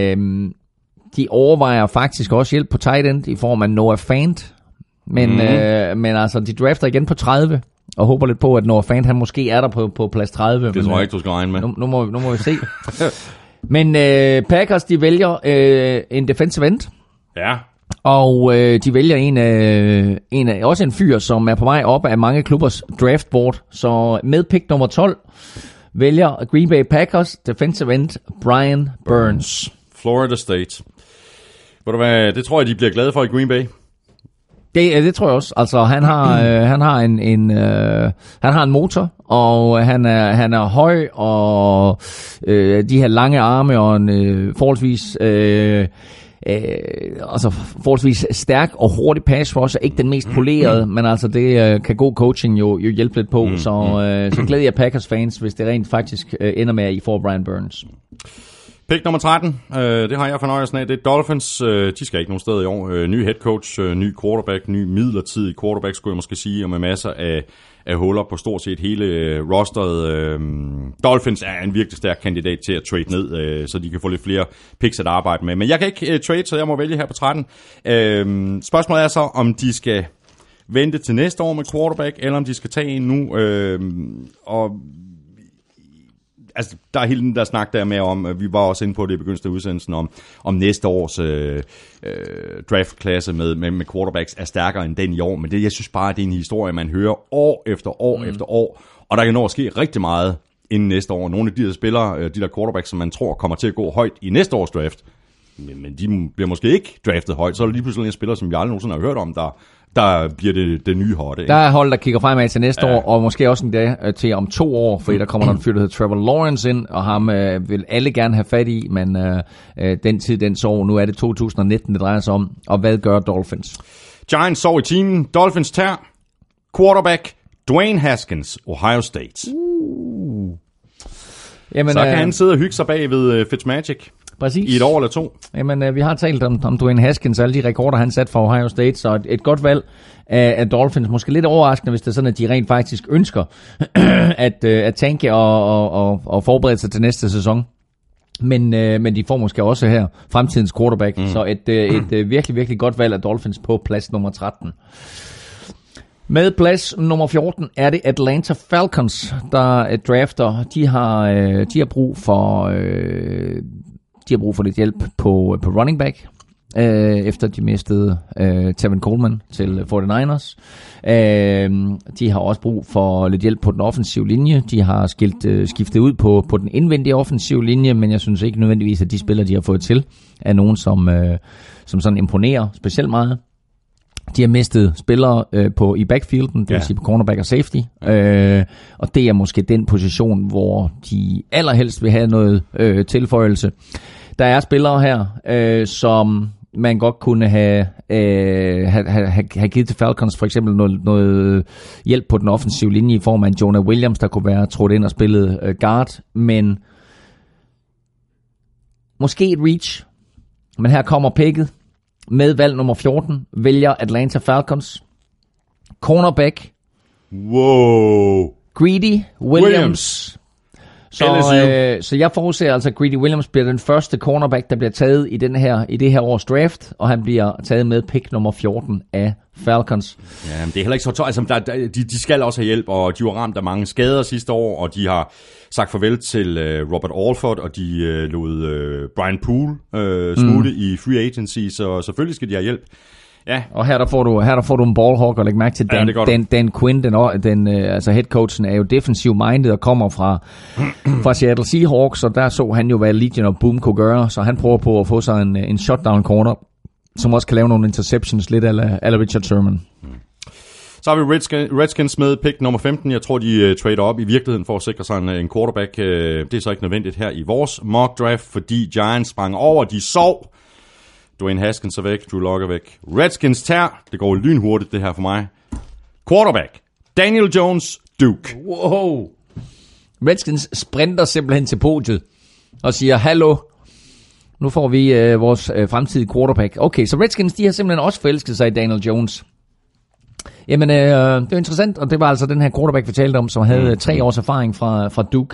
de overvejer faktisk også hjælp på tight end i form af Noah Fant. Men, mm. uh, men altså, de drafter igen på tredive, og håber lidt på, at Noah Fant, han måske er der på, på plads tredive. Det tror jeg ikke, du skal regne med. Nu, nu, må, nu må vi se. Men uh, Packers, de vælger uh, en defensive end. Ja. Og øh, de vælger en af, en af, også en fyr, som er på vej op af mange klubbers draftboard. Så med pick nummer tolv vælger Green Bay Packers defensive end Brian Burns. Florida State. Ved du hvad, det tror jeg, de bliver glade for i Green Bay. Det, det tror jeg også. Altså han har øh, han har en, en øh, han har en motor, og han er han er høj, og øh, de her lange arme og en øh, forholdsvis øh, Øh, altså forholdsvis stærk og hurtig pass rush, er ikke den mest polerede, men altså det øh, kan god coaching jo, jo hjælpe lidt på, mm, så, øh, så glæder jeg Packers fans, hvis det rent faktisk øh, ender med, at I får Brian Burns. Pick nummer tretten, øh, det har jeg fornøjelsen af, det er Dolphins, øh, de skal ikke nogen sted i år, øh, ny head coach, øh, ny quarterback, ny midlertidig quarterback, skulle jeg måske sige, og med masser af, af huller på stort set hele øh, rosteret. Øh, Dolphins er en virkelig stærk kandidat til at trade ned, øh, så de kan få lidt flere picks at arbejde med, men jeg kan ikke øh, trade, så jeg må vælge her på tretten. Øh, spørgsmålet er så, om de skal vente til næste år med quarterback, eller om de skal tage en nu, øh, og altså, der er hele den der snak der med om, vi var også inde på det i begyndelsen af udsendelsen, om, om næste års øh, øh, draftklasse med, med, med quarterbacks er stærkere end den i år, men det, jeg synes bare, det er en historie, man hører år efter år mm. efter år, og der kan nå at ske rigtig meget inden næste år. Nogle af de der spillere, de der quarterbacks, som man tror kommer til at gå højt i næste års draft, men, men de bliver måske ikke draftet højt, så er der lige pludselig en spiller, som jeg aldrig nogensinde har hørt om, der der bliver det, det nye hotte. Der er hold, der kigger fremad til næste ja. år, og måske også en dag til om to år, fordi der kommer der en fyr, der hedder Trevor Lawrence ind, og ham øh, vil alle gerne have fat i, men øh, den tid, den sov. Nu er det to tusind nitten, det drejer sig om. Og hvad gør Dolphins? Giants sov i timen. Dolphins tager quarterback Dwayne Haskins, Ohio State. Uh. Jamen, så kan øh, han sidde og hygge sig bag ved uh, Fitzmagic. Præcis. I et år eller to. Jamen, øh, vi har talt om, om Dwayne Haskins og alle de rekorder, han sat for Ohio State, så et, et godt valg af, af Dolphins. Måske lidt overraskende, hvis det er sådan, at de rent faktisk ønsker at, øh, at tænke og, og, og, og forberede sig til næste sæson. Men, øh, men de får måske også her fremtidens quarterback. Mm. Så et, øh, et øh, virkelig, virkelig godt valg af Dolphins på plads nummer tretten. Med plads nummer fjorten er det Atlanta Falcons, der øh, drafter. De har, øh, de har brug for... Øh, De har brug for lidt hjælp på, på running back. øh, efter de mistede øh, Tevin Coleman til forty-niners. Øh, de har også brug for lidt hjælp på den offensive linje. De har skilt, øh, skiftet ud på, på den indvendige offensive linje, men jeg synes ikke nødvendigvis, at de spillere, de har fået til, er nogen, som, øh, som sådan imponerer specielt meget. De har mistet spillere øh, på i backfielden, det vil ja. sige på cornerback og safety, øh, og det er måske den position, hvor de allerhelst vil have noget øh, tilføjelse. Der er spillere her, øh, som man godt kunne have, øh, have, have, have givet til Falcons, for eksempel noget, noget hjælp på den offensive linje i form af en Jonah Williams, der kunne være trådt ind og spillet øh, guard, men måske et reach, men her kommer picket. Med valg nummer fjorten vælger Atlanta Falcons cornerback wow. Greedy Williams. Williams. Så, øh, så jeg forudser altså, at Greedy Williams bliver den første cornerback, der bliver taget i, den her, i det her års draft, og han bliver taget med pick nummer fjorten af Falcons. Ja, men det er heller ikke så tøj. Altså, der, der, de, de skal også have hjælp, og de var ramt af mange skader sidste år, og de har sagt farvel til uh, Robert Alford, og de uh, lod uh, Brian Poole uh, smutte mm. i free agency, så selvfølgelig skal de have hjælp. Ja. Og her der får du her der får du en ballhawk, og læg mærke til Dan, ja, Dan, Dan Quinn, den, den uh, altså headcoachen er jo defensiv minded og kommer fra fra Seattle Seahawks, og der så han jo hvad Legion of Boom kunne gøre, så han prøver på at få sig en en shutdown corner, som også kan lave nogle interceptions lidt eller eller Richard Sherman. Mm. Så har vi Redskins med pick nummer femten. Jeg tror, de uh, trader op i virkeligheden for at sikre sig en, en quarterback. Uh, det er så ikke nødvendigt her i vores mock draft, fordi Giants sprang over, de sov. Dwayne Haskins er væk, Drew Lock er væk. Redskins tager, det går lynhurtigt det her for mig. Quarterback, Daniel Jones, Duke. Wow. Redskins sprinter simpelthen til podiet og siger, hallo, nu får vi uh, vores uh, fremtidige quarterback. Okay, så Redskins, de har simpelthen også forelsket sig i Daniel Jones. Jamen, øh, det er interessant, og det var altså den her quarterback, vi talte om, som havde tre års erfaring fra, fra Duke.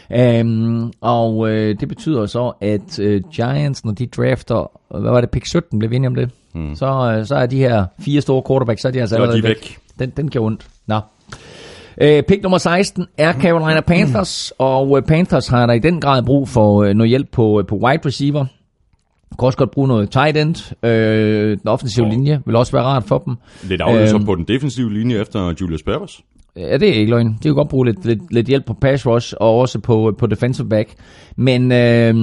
Um, og øh, det betyder så, at øh, Giants, når de drafter, hvad var det, pick sytten, blev vi enige om det? Hmm. Så, øh, så er de her fire store quarterbacks, så er de altså allerede de væk. væk. Den, den kan ondt. Nå. Øh, pick nummer seksten er Carolina Panthers, og øh, Panthers har der i den grad brug for øh, noget hjælp på, på wide receiver. Kan også godt bruge noget tight end. Øh, den offensive oh. linje vil også være rart for dem. Lidt afløser øh, på den defensive linje efter Julius Peppers. Ja, det er ikke løgn. De kan godt bruge lidt, lidt, lidt hjælp på pass rush og også på, på defensive back. Men øh,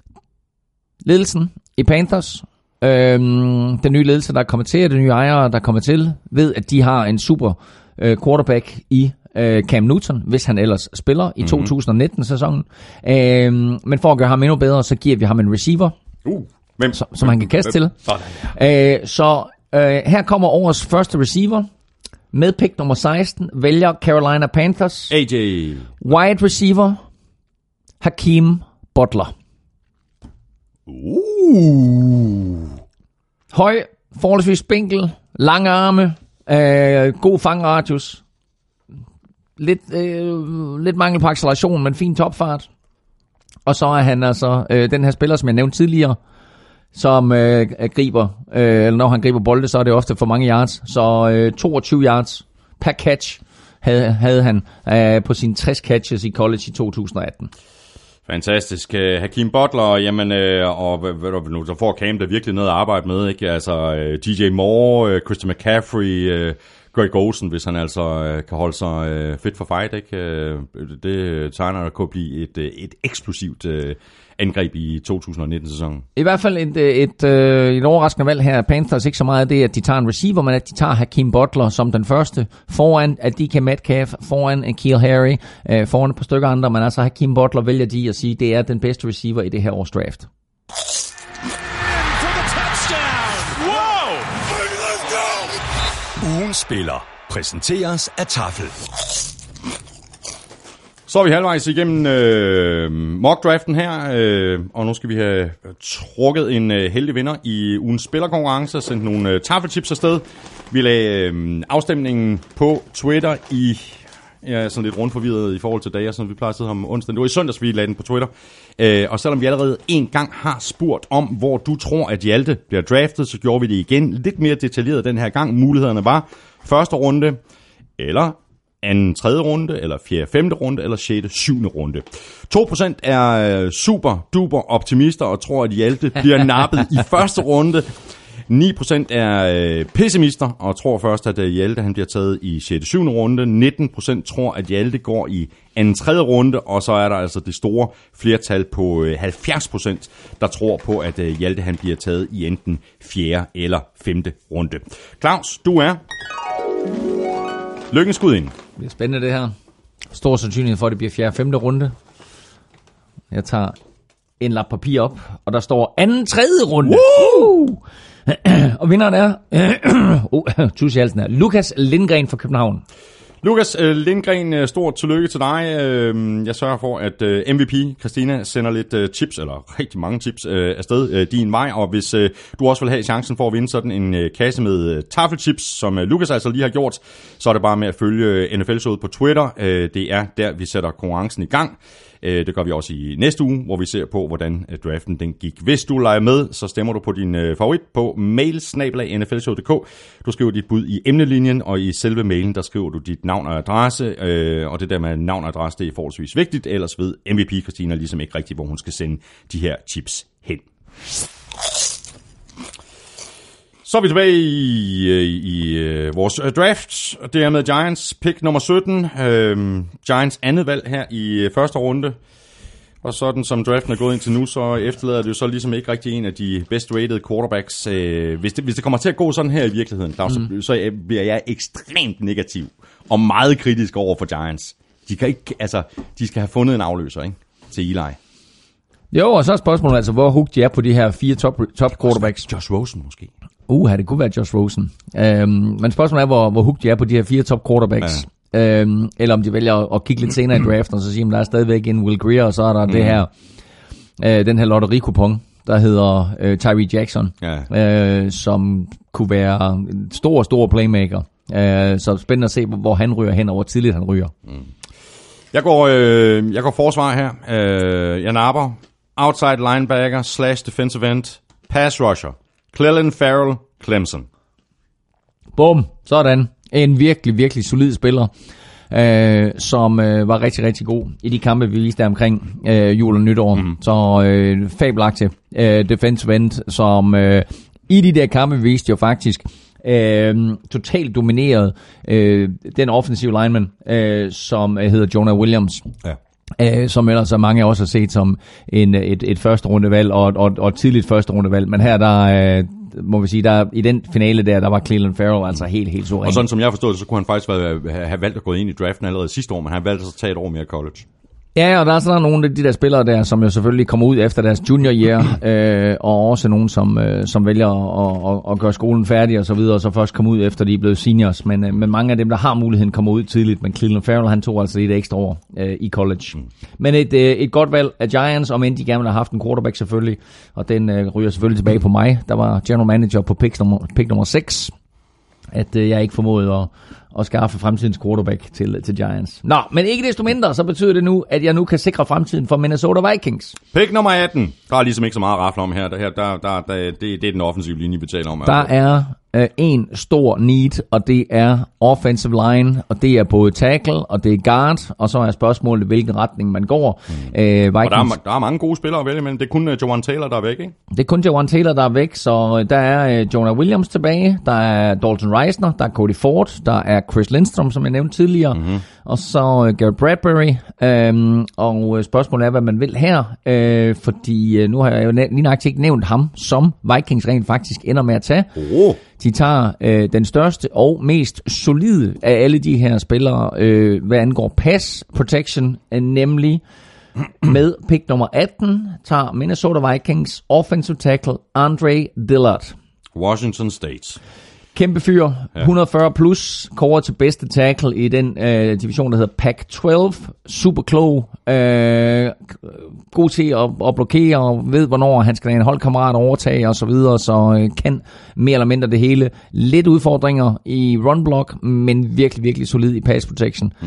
ledelsen i Panthers, øh, den nye ledelse, der er kommet til, og den nye ejere, der er kommet til, ved, at de har en super øh, quarterback i øh, Cam Newton, hvis han ellers spiller i mm-hmm. to tusind nitten-sæsonen. Øh, men for at gøre ham endnu bedre, så giver vi ham en receiver. Uh. Hvem? Som, som han kan kaste Hvem? til. Sådan, ja. øh, så øh, her kommer årets første receiver. Med pick nummer seksten vælger Carolina Panthers. A J. Wide receiver. Hakeem Butler. Uh. Høj, forholdsvis spinkel, lange arme, øh, god fangradius. Lidt, øh, lidt mangel på acceleration, men fin topfart. Og så er han altså øh, den her spiller, som jeg nævnte tidligere, som øh, griber, øh, eller når han griber bolde, så er det ofte for mange yards. Så øh, toogtyve yards per catch havde, havde han øh, på sine tres catches i college i to tusind atten. Fantastisk. Hakeem Butler, jamen, øh, og hvad du nu, så får Cam der virkelig noget at arbejde med, ikke? Altså, øh, D J Moore, øh, Christian McCaffrey, øh, Greg Olsen, hvis han altså øh, kan holde sig øh, fit for fight, ikke? Øh, det tegner at kunne blive et, et eksplosivt øh, angreb i to tusind nitten-sæsonen. I hvert fald et, et, et, et overraskende valg her. Panthers ikke så meget af det, at de tager en receiver, men at de tager Hakeem Butler som den første, foran at D K Metcalf, foran N'Keal Harry, øh, foran et par stykker andre, men altså Hakeem Butler vælger de at sige, det er den bedste receiver i det her års draft. Ugens spiller præsenteres af Tafel. Så er vi halvvejs igennem øh, mock-draften her, øh, og nu skal vi have trukket en øh, heldig vinder i ugens spillerkonkurrence og sendt nogle øh, Tafel-tips afsted. Vi lagde øh, afstemningen på Twitter i... Jeg er sådan lidt rundt forvirret i forhold til dage, som vi plejer at sidde om onsdag. Det var i søndags, vi lagde den på Twitter. Øh, og selvom vi allerede en gang har spurgt om, hvor du tror, at Hjalte bliver draftet, så gjorde vi det igen lidt mere detaljeret den her gang. Mulighederne var første runde, eller anden, tredje runde, eller fjerde, femte runde, eller sjette, syvende runde. to procent er super duper optimister og tror, at Hjalte bliver nappet i første runde. ni procent er øh, pessimister og tror først, at øh, Hjalte han bliver taget i sjette syvende runde. nitten procent tror, at Hjalte går i anden tredje runde, og så er der altså det store flertal på øh, halvfjerds procent, der tror på, at øh, Hjalte han bliver taget i enten fjerde eller femte runde. Claus, du er lykkens skud ind. Det bliver spændende det her. Stor sandsynlighed for, at det bliver fjerde femte runde. Jeg tager en lap papir op, og der står anden tredje runde. Woo! Og vinderen er, uh, tusind halsen er Lukas Lindgren fra København. Lukas uh, Lindgren, stort tillykke til dig. Uh, jeg sørger for, at uh, M V P Christina sender lidt uh, chips, eller rigtig mange chips, uh, afsted uh, din vej. Og hvis uh, du også vil have chancen for at vinde sådan en uh, kasse med uh, taffelchips, som uh, Lukas altså lige har gjort, så er det bare med at følge uh, N F L-showet på Twitter. Uh, det er der, vi sætter konkurrencen i gang. Det gør vi også i næste uge, hvor vi ser på, hvordan draften den gik. Hvis du leger med, så stemmer du på din favorit på mail snabel-a n f l show punktum d k. Du skriver dit bud i emnelinjen, og i selve mailen, der skriver du dit navn og adresse. Og det der med navn og adresse, det er forholdsvis vigtigt. Ellers ved M V P Christina ligesom ikke rigtigt, hvor hun skal sende de her chips hen. Så er vi tilbage i, i, i vores draft, og det er med Giants pick nummer sytten. Øhm, Giants andet valg her i første runde. Og sådan som draften er gået indtil nu, så efterlader det jo så ligesom ikke rigtig en af de best rated quarterbacks. Øh, hvis, det, hvis det kommer til at gå sådan her i virkeligheden, der, mm. så, så bliver jeg ekstremt negativ og meget kritisk over for Giants. De kan ikke, altså, de skal have fundet en afløser, ikke, til Eli. Jo, og så er spørgsmålet altså, hvor hooked de er på de her fire top, top quarterbacks. Josh Rosen måske. Uh, det kunne være Josh Rosen. Øhm, men spørgsmålet er, hvor, hvor hooked de er på de her fire top quarterbacks. Ja. Øhm, eller om de vælger at, at kigge lidt senere i draften, og så sige, at der er stadigvæk en Will Grier, og så er der mm. det her, øh, den her lotterikupon, der hedder øh, Tyree Jackson, ja. øh, som kunne være en stor, stor playmaker. Øh, så spændende at se, hvor han ryger hen, og hvor tidligt han ryger. Mm. Jeg går, øh, jeg går forsvar her. Øh, jeg napper outside linebacker slash defensive end, pass rusher. Clelin Ferrell, Clemson. Bum, sådan. En virkelig, virkelig solid spiller, øh, som øh, var rigtig, rigtig god i de kampe, vi viste omkring øh, jul og nytår. Mm. Så øh, fabelagtig øh, defensive end, som øh, i de der kampe viste jo faktisk øh, totalt domineret øh, den offensive lineman, øh, som øh, hedder Jonah Williams. Ja. Uh, som ellers så mange af os har set som en, et, et første rundevalg og, og, og et tidligt første rundevalg. Men her der uh, må vi sige, der i den finale der, der var Clelin Ferrell altså helt, helt så ren. Og sådan som jeg forstod det, så kunne han faktisk have valgt at gå ind i draften allerede sidste år, men han valgte at tage et år mere college. Ja, og der er sådan nogle af de der spillere der, som jo selvfølgelig kommer ud efter deres junior year, øh, og også nogen, som, øh, som vælger at, at, at gøre skolen færdig og så videre, og så først komme ud efter de er blevet seniors. Men, øh, men mange af dem, der har muligheden, kommer ud tidligt. Men Clelin Ferrell, han tog altså et ekstra år øh, i college. Mm. Men et, øh, et godt valg af Giants, om end de gerne ville have haft en quarterback selvfølgelig, og den øh, ryger selvfølgelig tilbage på mig. Der var general manager på pick nummer, pick nummer seks, at øh, jeg ikke formåede at og skaffe fremtidens quarterback til, til Giants. Nå, men ikke desto mindre, så betyder det nu, at jeg nu kan sikre fremtiden for Minnesota Vikings. Pick nummer atten. Der er ligesom ikke så meget at rafle om her. Der, der, der, der, det, det er den offensive linje, vi taler om. Der er øh, en stor need, og det er offensive line, og det er både tackle, og det er guard, og så er spørgsmålet, hvilken retning man går. Mm. Øh, Vikings, og der er, der er mange gode spillere at vælge, men det er kun uh, Jawan Taylor, der er væk, ikke? Det er kun Jawan Taylor, der er væk, så der er uh, Jonah Williams tilbage, der er Dalton Reisner, der er Cody Ford, der er Chris Lindstrom, som jeg nævnte tidligere, mm-hmm. og så uh, Garrett Bradbury, øhm, og uh, spørgsmålet er, hvad man vil her, øh, fordi uh, nu har jeg jo lige nok ikke nævnt ham, som Vikings rent faktisk ender med at tage. Oh. De tager øh, den største og mest solide af alle de her spillere, øh, hvad angår pass protection, øh, nemlig med pick nummer atten, tager Minnesota Vikings offensive tackle Andre Dillard. Washington State. Kæmpe fyr, ja. et hundrede og fyrre plus, kåret til bedste tackle i den øh, division, der hedder Pac tolv. Super klog, øh, god til at, at blokere, og ved, hvornår han skal have en holdkammerat overtage og så videre, så øh, kan mere eller mindre det hele. Lidt udfordringer i run block, men virkelig, virkelig solid i pass protection. Mm.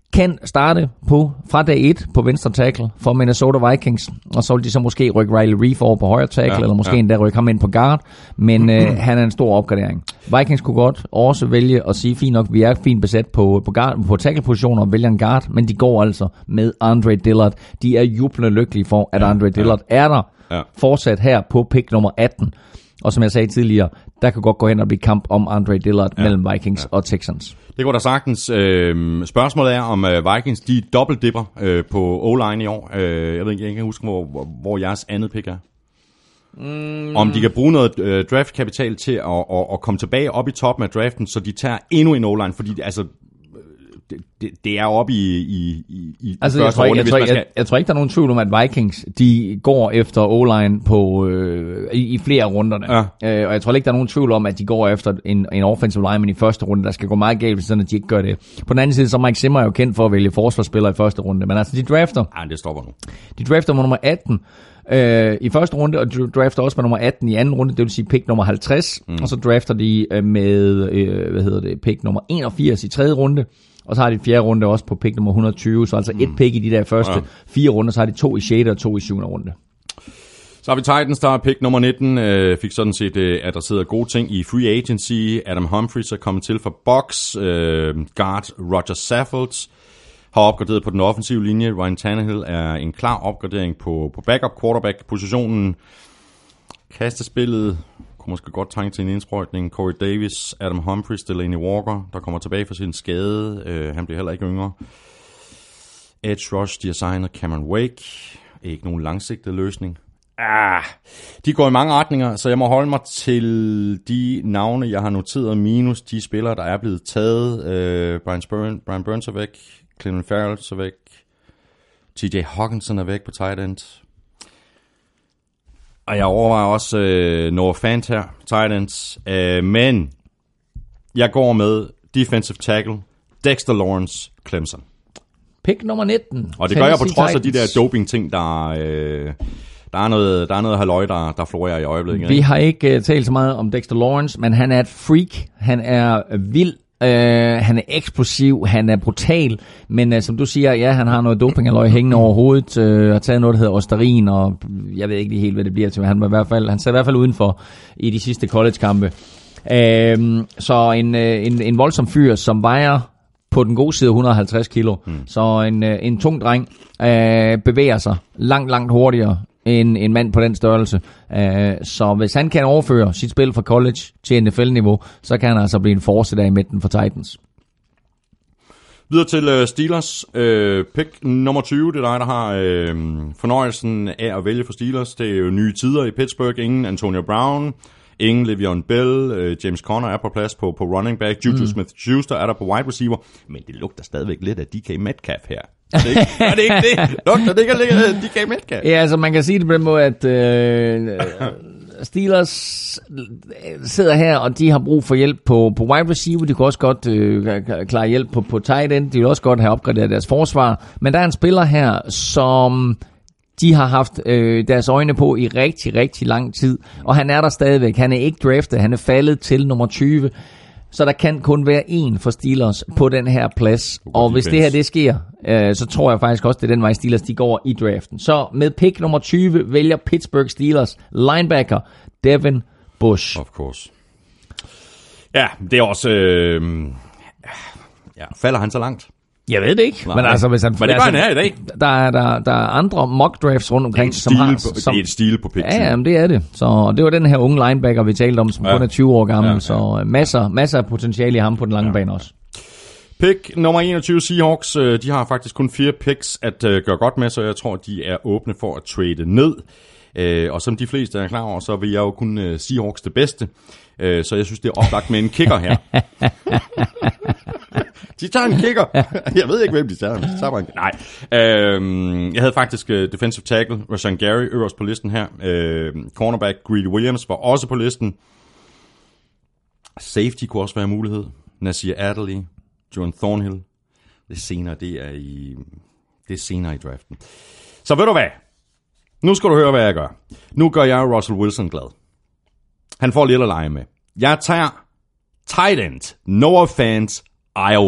kan starte på fra dag et på venstre tackle for Minnesota Vikings, og så vil de så måske rykke Riley Reef over på højre tackle, ja, eller måske ja. endda rykke ham ind på guard, men øh, han er en stor opgradering. Vikings kunne godt også vælge at sige, fint nok, vi er fint besat på, på, guard, på tackle-positioner og vælger en guard, men de går altså med Andre Dillard. De er jublende lykkelige for, at Andre Dillard ja. er der ja. fortsat her på pick nummer atten. Og som jeg sagde tidligere, der kan godt gå hen og blive kamp om Andre Dillard ja. mellem Vikings ja. og Texans. Det går der sagtens. Øh, spørgsmålet er, om uh, Vikings de dobbeltdipper øh, på O-line i år. Øh, jeg ved ikke, jeg kan huske, hvor, hvor, hvor jeres andet pick er. Mm. Om de kan bruge noget øh, draftkapital til at, at, at komme tilbage op i toppen af draften, så de tager endnu en O-line, fordi altså... Det, det, det er oppe i, i, i altså, første jeg tror, runde, jeg, hvis tror, man skal... jeg, jeg tror ikke, der er nogen tvivl om, at Vikings de går efter O-line på, øh, i, i flere runderne. Ja. Øh, og jeg tror ikke, der er nogen tvivl om, at de går efter en, en offensive lineman i første runde. Der skal gå meget galt, sådan at de ikke gør det. På den anden side, så er Mike Zimmer jo kendt for at vælge forsvarsspillere i første runde. Men altså, de drafter... Ja, det stopper nu. De drafter med nummer atten øh, i første runde, og de drafter også med nummer atten i anden runde, det vil sige pick nummer halvtreds. Mm. Og så drafter de øh, med, øh, hvad hedder det, pick nummer enogfirs i tredje runde. Og så har de fjerde runde også på pick nummer et hundrede og tyve, så altså mm. et pick i de der første ja. fire runder, så har de to i sjette og to i syvende runde. Så har vi Titans, der er pick nummer nitten, øh, fik sådan set øh, adresseret gode ting i free agency. Adam Humphries er kommet til fra Bucks, øh, guard Roger Saffold har opgraderet på den offensive linje. Ryan Tannehill er en klar opgradering på, på backup quarterback-positionen. Kastespillet kunne måske godt trænge til en indsprøjtning. Corey Davis, Adam Humphries, Delaney Walker, der kommer tilbage fra sin skade. Uh, han bliver heller ikke yngre. Edge rush, de har signet Cameron Wake. Ikke nogen langsigtet løsning. Ah, de går i mange retninger, så jeg må holde mig til de navne, jeg har noteret, minus de spillere, der er blevet taget. Uh, Brian, Spurn, Brian Burns er væk. Clinton Farrell er væk. T J Hawkinson er væk på tight end. Og jeg overvejer også øh, Noah Fant her, tight ends. Øh, men jeg går med defensive tackle, Dexter Lawrence, Clemson. Pick nummer nitten. Og det gør jeg på trods af de der doping-ting, der... Øh, der er noget, der er noget halløj, der, der florerer i øjeblikket. Vi har ikke uh, talt så meget om Dexter Lawrence, men han er et freak. Han er vild. Uh, han er eksplosiv, han er brutal, men uh, som du siger, ja, han har noget dopingaløg hængende over hovedet, uh, har taget noget, der hedder Osterin, og jeg ved ikke lige helt, hvad det bliver til, men han var i hvert fald, han sad i hvert fald udenfor i de sidste college-kampe. Uh, så en, uh, en, en voldsom fyr, som vejer på den gode side et hundrede og halvtreds kilo, mm. så en, uh, en tung dreng uh, bevæger sig langt, langt hurtigere En, en mand på den størrelse. Uh, så hvis han kan overføre sit spil fra college til N F L-niveau, så kan han altså blive en force der i midten for Titans. Videre til uh, Steelers. Uh, pick nummer tyve, det er dig, der har uh, fornøjelsen af at vælge for Steelers. Det er jo nye tider i Pittsburgh. Ingen Antonio Brown, ingen Le'Veon Bell, uh, James Conner er på plads på, på running back, Juju mm. Smith-Schuster er der på wide receiver, men det lugter stadigvæk lidt af D K Metcalf her. Er det ikke er det? Ikke det? Lugter det ikke af D K Metcalf? Ja, altså man kan sige det på den måde, at øh, Steelers sidder her, og de har brug for hjælp på, på wide receiver. De kan også godt øh, klare hjælp på, på tight end. De vil også godt have opgraderet deres forsvar. Men der er en spiller her, som de har haft øh, deres øjne på i rigtig, rigtig lang tid. Og han er der stadigvæk. Han er ikke draftet. Han er faldet til nummer tyve. Så der kan kun være én for Steelers på den her plads. Og hvis det her det sker, øh, så tror jeg faktisk også, det er den vej Steelers de går i draften. Så med pick nummer tyve vælger Pittsburgh Steelers linebacker Devin Bush. Of course. Ja, det er også... Øh, ja, falder han så langt? Jeg ved det ikke. Nej, men altså, hvis han, men det gør altså, han her i dag. Der er, der, der er andre mock drafts rundt omkring, som har... Som, det er et stil på pick. Ja, jamen, det er det. Så det var den her unge linebacker, vi talte om, som ja. kun er tyve år gammel. Ja, ja. Så masser, masser af potentiale i ham på den lange ja. bane også. Pick nummer enogtyve Seahawks. De har faktisk kun fire picks at gøre godt med, så jeg tror, de er åbne for at trade ned. Og som de fleste er klar over, så vil jeg jo kun Seahawks det bedste. Så jeg synes, det er oplagt med en kicker her. De tager en kicker. Jeg ved ikke, hvem de tager. De tager en... Nej. Øhm, jeg havde faktisk uh, defensive tackle Rashan Gary øverst på listen her. Øhm, cornerback Greedy Williams var også på listen. Safety kunne også være en mulighed. Nasir Adderley, Jordan Thornhill. Det er senere, det er i det er senere i draften. Så ved du hvad? Nu skal du høre, hvad jeg gør. Nu gør jeg Russell Wilson glad. Han får lidt at lege med. Jeg tager tight end, Noah Fant, Iowa.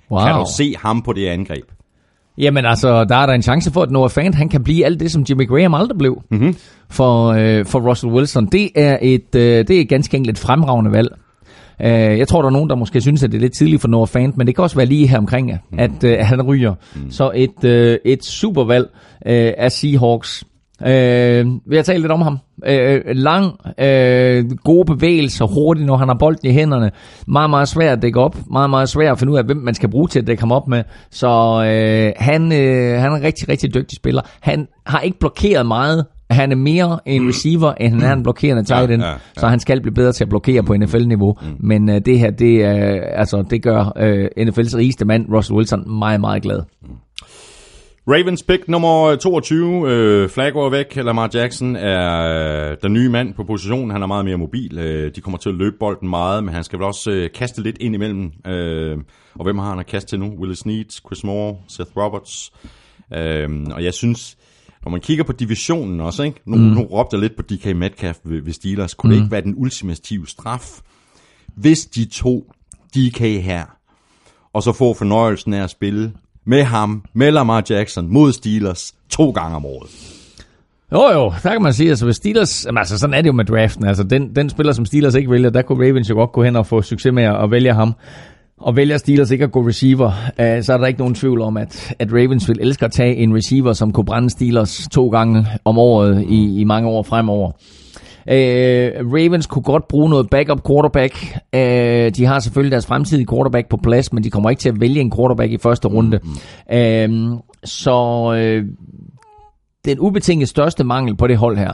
Wow. Kan du se ham på det angreb? Jamen altså, der er der en chance for, at Noah Fant, han kan blive alt det, som Jimmy Graham aldrig blev mm-hmm. for, øh, for Russell Wilson. Det er et, øh, det er ganske enkelt et fremragende valg. Uh, jeg tror, der er nogen, der måske synes, at det er lidt tidligt for Noah Fant, men det kan også være lige her omkring, mm. at uh, han ryger. Mm. Så et, uh, et supervalg uh, af Seahawks. Uh, vi har talt lidt om ham. Uh, lang, uh, gode bevægelser, hurtigt, når han har bolden i hænderne. Meget, meget svært at dække op. Meget, meget svært at finde ud af, hvem man skal bruge til at dække ham op med. Så uh, han, uh, han er en rigtig, rigtig dygtig spiller. Han har ikke blokeret meget. Han er mere en receiver, end han er en blokerende tight end, ja, ja, ja. Så han skal blive bedre til at blokere på N F L-niveau. Mm. Men uh, det her, det, uh, altså, det gør uh, N F L's rigeste mand, Russell Wilson, meget, meget glad. Mm. Ravens pick nummer toogtyve, uh, Flacco er væk. Lamar Jackson er uh, den nye mand på positionen. Han er meget mere mobil. Uh, de kommer til at løbe bolden meget, men han skal vel også uh, kaste lidt ind imellem. Uh, og hvem har han at kaste til nu? Willis Snead, Chris Moore, Seth Roberts. Uh, og jeg synes... Når man kigger på divisionen også, ikke? Nu, mm. nu råbte jeg lidt på D K Metcalf ved, ved Steelers. Kunne mm. det ikke være den ultimative straf, hvis de to D K her, og så får fornøjelsen af at spille med ham, med Lamar Jackson, mod Steelers, to gange om året? Jo jo, der kan man sige, altså hvis Steelers, altså sådan er det jo med draften, altså den, den spiller, som Steelers ikke vælger, der kunne Ravens jo godt gå hen og få succes med at vælge ham. Og vælger Steelers ikke at gå receiver, øh, så er der ikke nogen tvivl om, at, at Ravens vil elske at tage en receiver, som kunne brænde Steelers to gange om året i, i mange år fremover. Øh, Ravens kunne godt bruge noget backup quarterback. Øh, de har selvfølgelig deres fremtidige quarterback på plads, men de kommer ikke til at vælge en quarterback i første runde. Mm. Øh, så øh, den ubetinget største mangel på det hold her,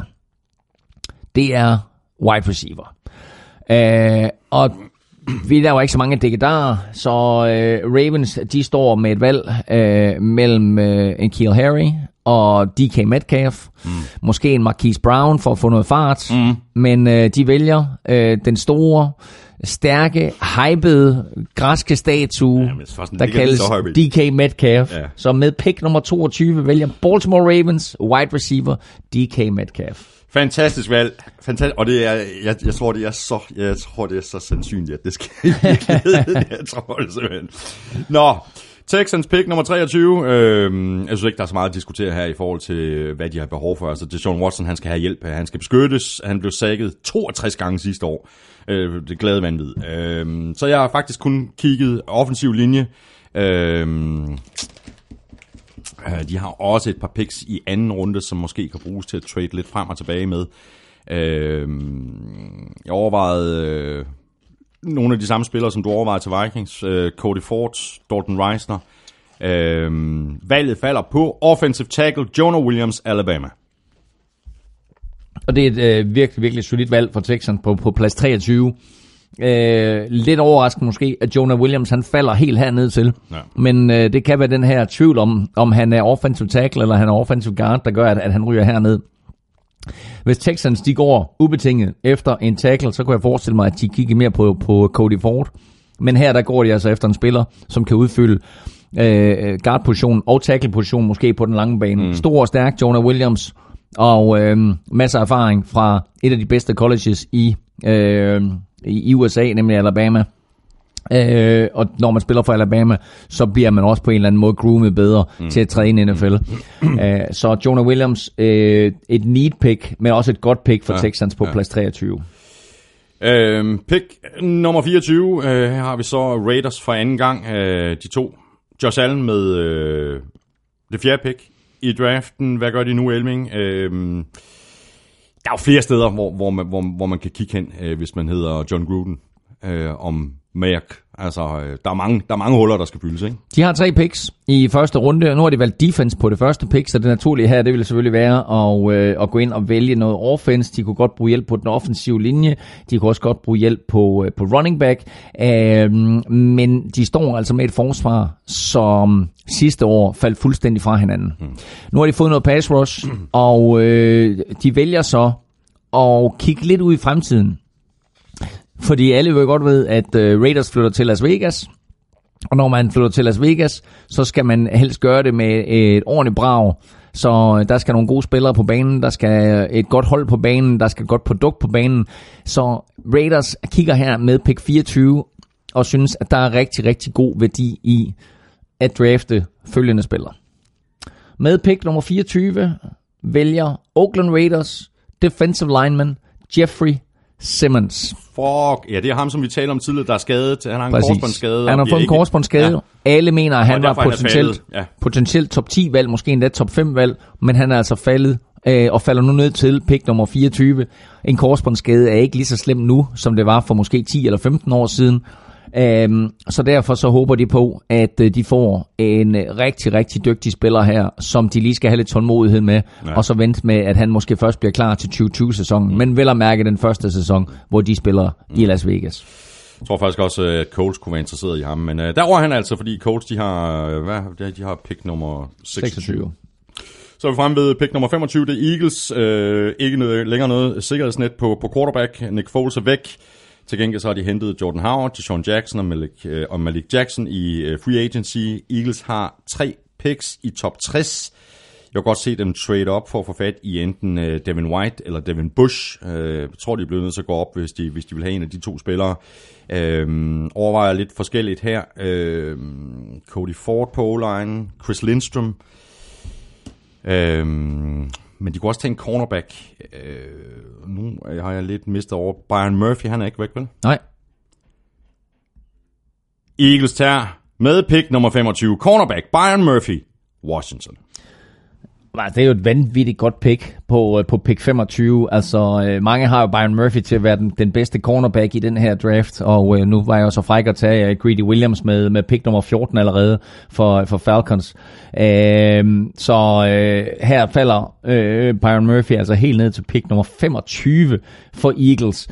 det er wide receiver. Øh, og vi der var ikke så mange dækkedarer, så øh, Ravens, de står med et valg øh, mellem øh, N'Keal Harry og D K Metcalf. Mm. Måske en Marquise Brown for at få noget fart. Mm. Men øh, de vælger øh, den store, stærke, hypede, græske statue, ja, der kaldes D K Metcalf. Ja. Så med pick nummer toogtyve vælger Baltimore Ravens wide receiver D K Metcalf. Fantastisk valg. Fantastisk. Og det er, jeg, jeg tror, det er så, jeg tror, det er så sandsynligt, at det skal i virkeligheden. Jeg tror det simpelthen. Nå, Texans pick nummer treogtyve. Øhm, jeg synes ikke, der er så meget at diskutere her i forhold til, hvad de har behov for. Altså, Deshaun Watson, han skal have hjælp. Han skal beskyttes. Han blev sacket toogtres gange sidste år. Øh, det glade vanvid. Øhm, så jeg har faktisk kun kigget offensiv linje. Øhm, De har også et par picks i anden runde, som måske kan bruges til at trade lidt frem og tilbage med. Øh, jeg overvejede øh, nogle af de samme spillere, som du overvejede til Vikings. Øh, Cody Ford, Dalton Reisner. Øh, valget falder på offensive tackle Jonah Williams, Alabama. Og det er et øh, virkelig, virkelig solidt valg for Texans på, på plads treogtyve. Øh, lidt overraskende måske, at Jonah Williams han falder helt herned til. Ja. Men øh, det kan være den her tvivl om, om han er offensive tackle eller han er offensive guard, der gør, at, at han ryger herned. Hvis Texans de går ubetinget efter en tackle, så kunne jeg forestille mig, at de kigger mere på, på Cody Ford. Men her der går de altså efter en spiller, som kan udfylde øh, guard-position og tackle-position måske på den lange bane. Mm. Stor og stærk Jonah Williams og øh, masser af erfaring fra et af de bedste colleges i øh, i U S A, nemlig Alabama. Øh, og når man spiller for Alabama, så bliver man også på en eller anden måde groomet bedre mm. til at træde ind i N F L. øh, så Jonah Williams, øh, et need pick, men også et godt pick for ja, Texans på ja. plads treogtyve. Øh, pick nummer fireogtyve, øh, her har vi så Raiders for anden gang. Øh, de to, Josh Allen med øh, det fjerde pick i draften. Hvad gør de nu, Elming? Øh, Der er jo flere steder, hvor, hvor, man, hvor, hvor man kan kigge hen, øh, hvis man hedder John Gruden, øh, om Mayak. Altså, øh, der, er mange, der er mange huller, der skal fyldes, ikke? De har tre picks i første runde. Nu har de valgt defense på det første pick, så det naturlige her, det ville selvfølgelig være at, øh, at gå ind og vælge noget offense. De kunne godt bruge hjælp på den offensive linje. De kunne også godt bruge hjælp på, øh, på running back. Øh, men de står altså med et forsvar, som sidste år faldt fuldstændig fra hinanden. Hmm. Nu har de fået noget pass rush, og øh, de vælger så at kigge lidt ud i fremtiden. Fordi alle jo godt ved, at uh, Raiders flytter til Las Vegas. Og når man flytter til Las Vegas, så skal man helst gøre det med et ordentligt brag. Så der skal nogle gode spillere på banen, der skal et godt hold på banen, der skal et godt produkt på banen. Så Raiders kigger her med pick fireogtyve og synes, at der er rigtig, rigtig god værdi i at drafte følgende spillere. Med pick nummer fireogtyve vælger Oakland Raiders defensive lineman Jeffrey Simmons. Fuck, ja, det er ham, som vi talte om tidligere, der er skadet. Han har en korsbåndsskade. Han har fået en korsbåndsskade. Ja. Alle mener, at han var potentielt, ja. potentielt top ti valg, måske endda top fem valg, men han er altså faldet øh, og falder nu ned til pick nummer fireogtyve. En korsbåndsskade er ikke lige så slem nu, som det var for måske ti eller femten år siden. Um, så derfor så håber de på, at uh, de får en uh, rigtig, rigtig dygtig spiller her, som de lige skal have lidt tålmodighed med, ja. Og så vente med, at han måske først bliver klar til tyve tyve-sæsonen, mm. men vel at mærke den første sæson, hvor de spiller mm. i Las Vegas. Jeg tror faktisk også, at Colts kunne være interesseret i ham, men uh, der var han altså, fordi Colts, de har, uh, hvad, de har pick nummer seksogtyve. seksogtyve. Så er vi fremme ved pick nummer femogtyve, det er Eagles. Uh, ikke noget, længere noget sikkerhedsnet på, på quarterback. Nick Foles er væk. Til gengæld så har de hentet Jordan Howard, Deshaun Jackson og Malik, øh, og Malik Jackson i øh, free agency. Eagles har tre picks i top tres. Jeg kan godt se dem trade op for at få fat i enten øh, Devin White eller Devin Bush. Øh, jeg tror, de er blevet nødt til at gå op, hvis de, hvis de vil have en af de to spillere. Øh, overvejer lidt forskelligt her. Øh, Cody Ford på O-line, Chris Lindstrom. Øh, Men de kunne også tage en cornerback. Øh, nu har jeg lidt mistet over. Byron Murphy, han er ikke væk, vel? Nej. Eagles tager med pick nummer femogtyve. Cornerback, Byron Murphy, Washington. Det er jo et vanvittigt godt pick på, på pick femogtyve. Altså, øh, mange har jo Byron Murphy til at være den, den bedste cornerback i den her draft, og øh, nu var jeg jo så fræk at tage uh, Greedy Williams med, med pick nummer fjorten allerede for, for Falcons. Øh, så øh, her falder øh, Byron Murphy altså helt ned til pick nummer femogtyve for Eagles.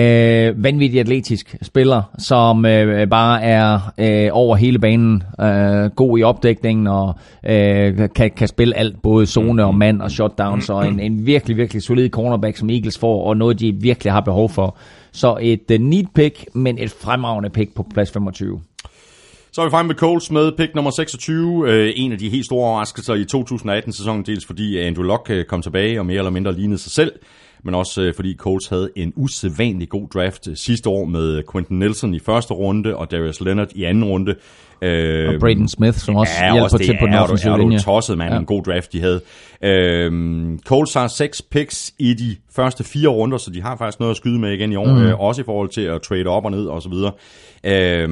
Øh, vanvittigt atletisk spiller, som øh, bare er øh, over hele banen, øh, god i opdækningen og øh, kan, kan spille alt, både zone og mand og shutdowns, og en, en virkelig, virkelig solid cornerback, som Eagles får, og noget, de virkelig har behov for. Så et uh, need pick, men et fremragende pick på plads femogtyve. Så er vi fremme med Colts med pick nummer seksogtyve. Øh, en af de helt store overraskelser i to tusind atten-sæsonen, dels fordi Andrew Luck kom tilbage og mere eller mindre lignede sig selv, men også øh, fordi Colts havde en usædvanlig god draft sidste år med Quentin Nelson i første runde og Darius Leonard i anden runde. Øh, og Braden Smith, som også ja, hjælper også til på den offensive linje. Er du tosset, mand. Ja. En god draft, de havde. Øh, Colts har seks picks i de første fire runder, så de har faktisk noget at skyde med igen i år. Mm. Øh, også i forhold til at trade op og ned og så videre. Øh,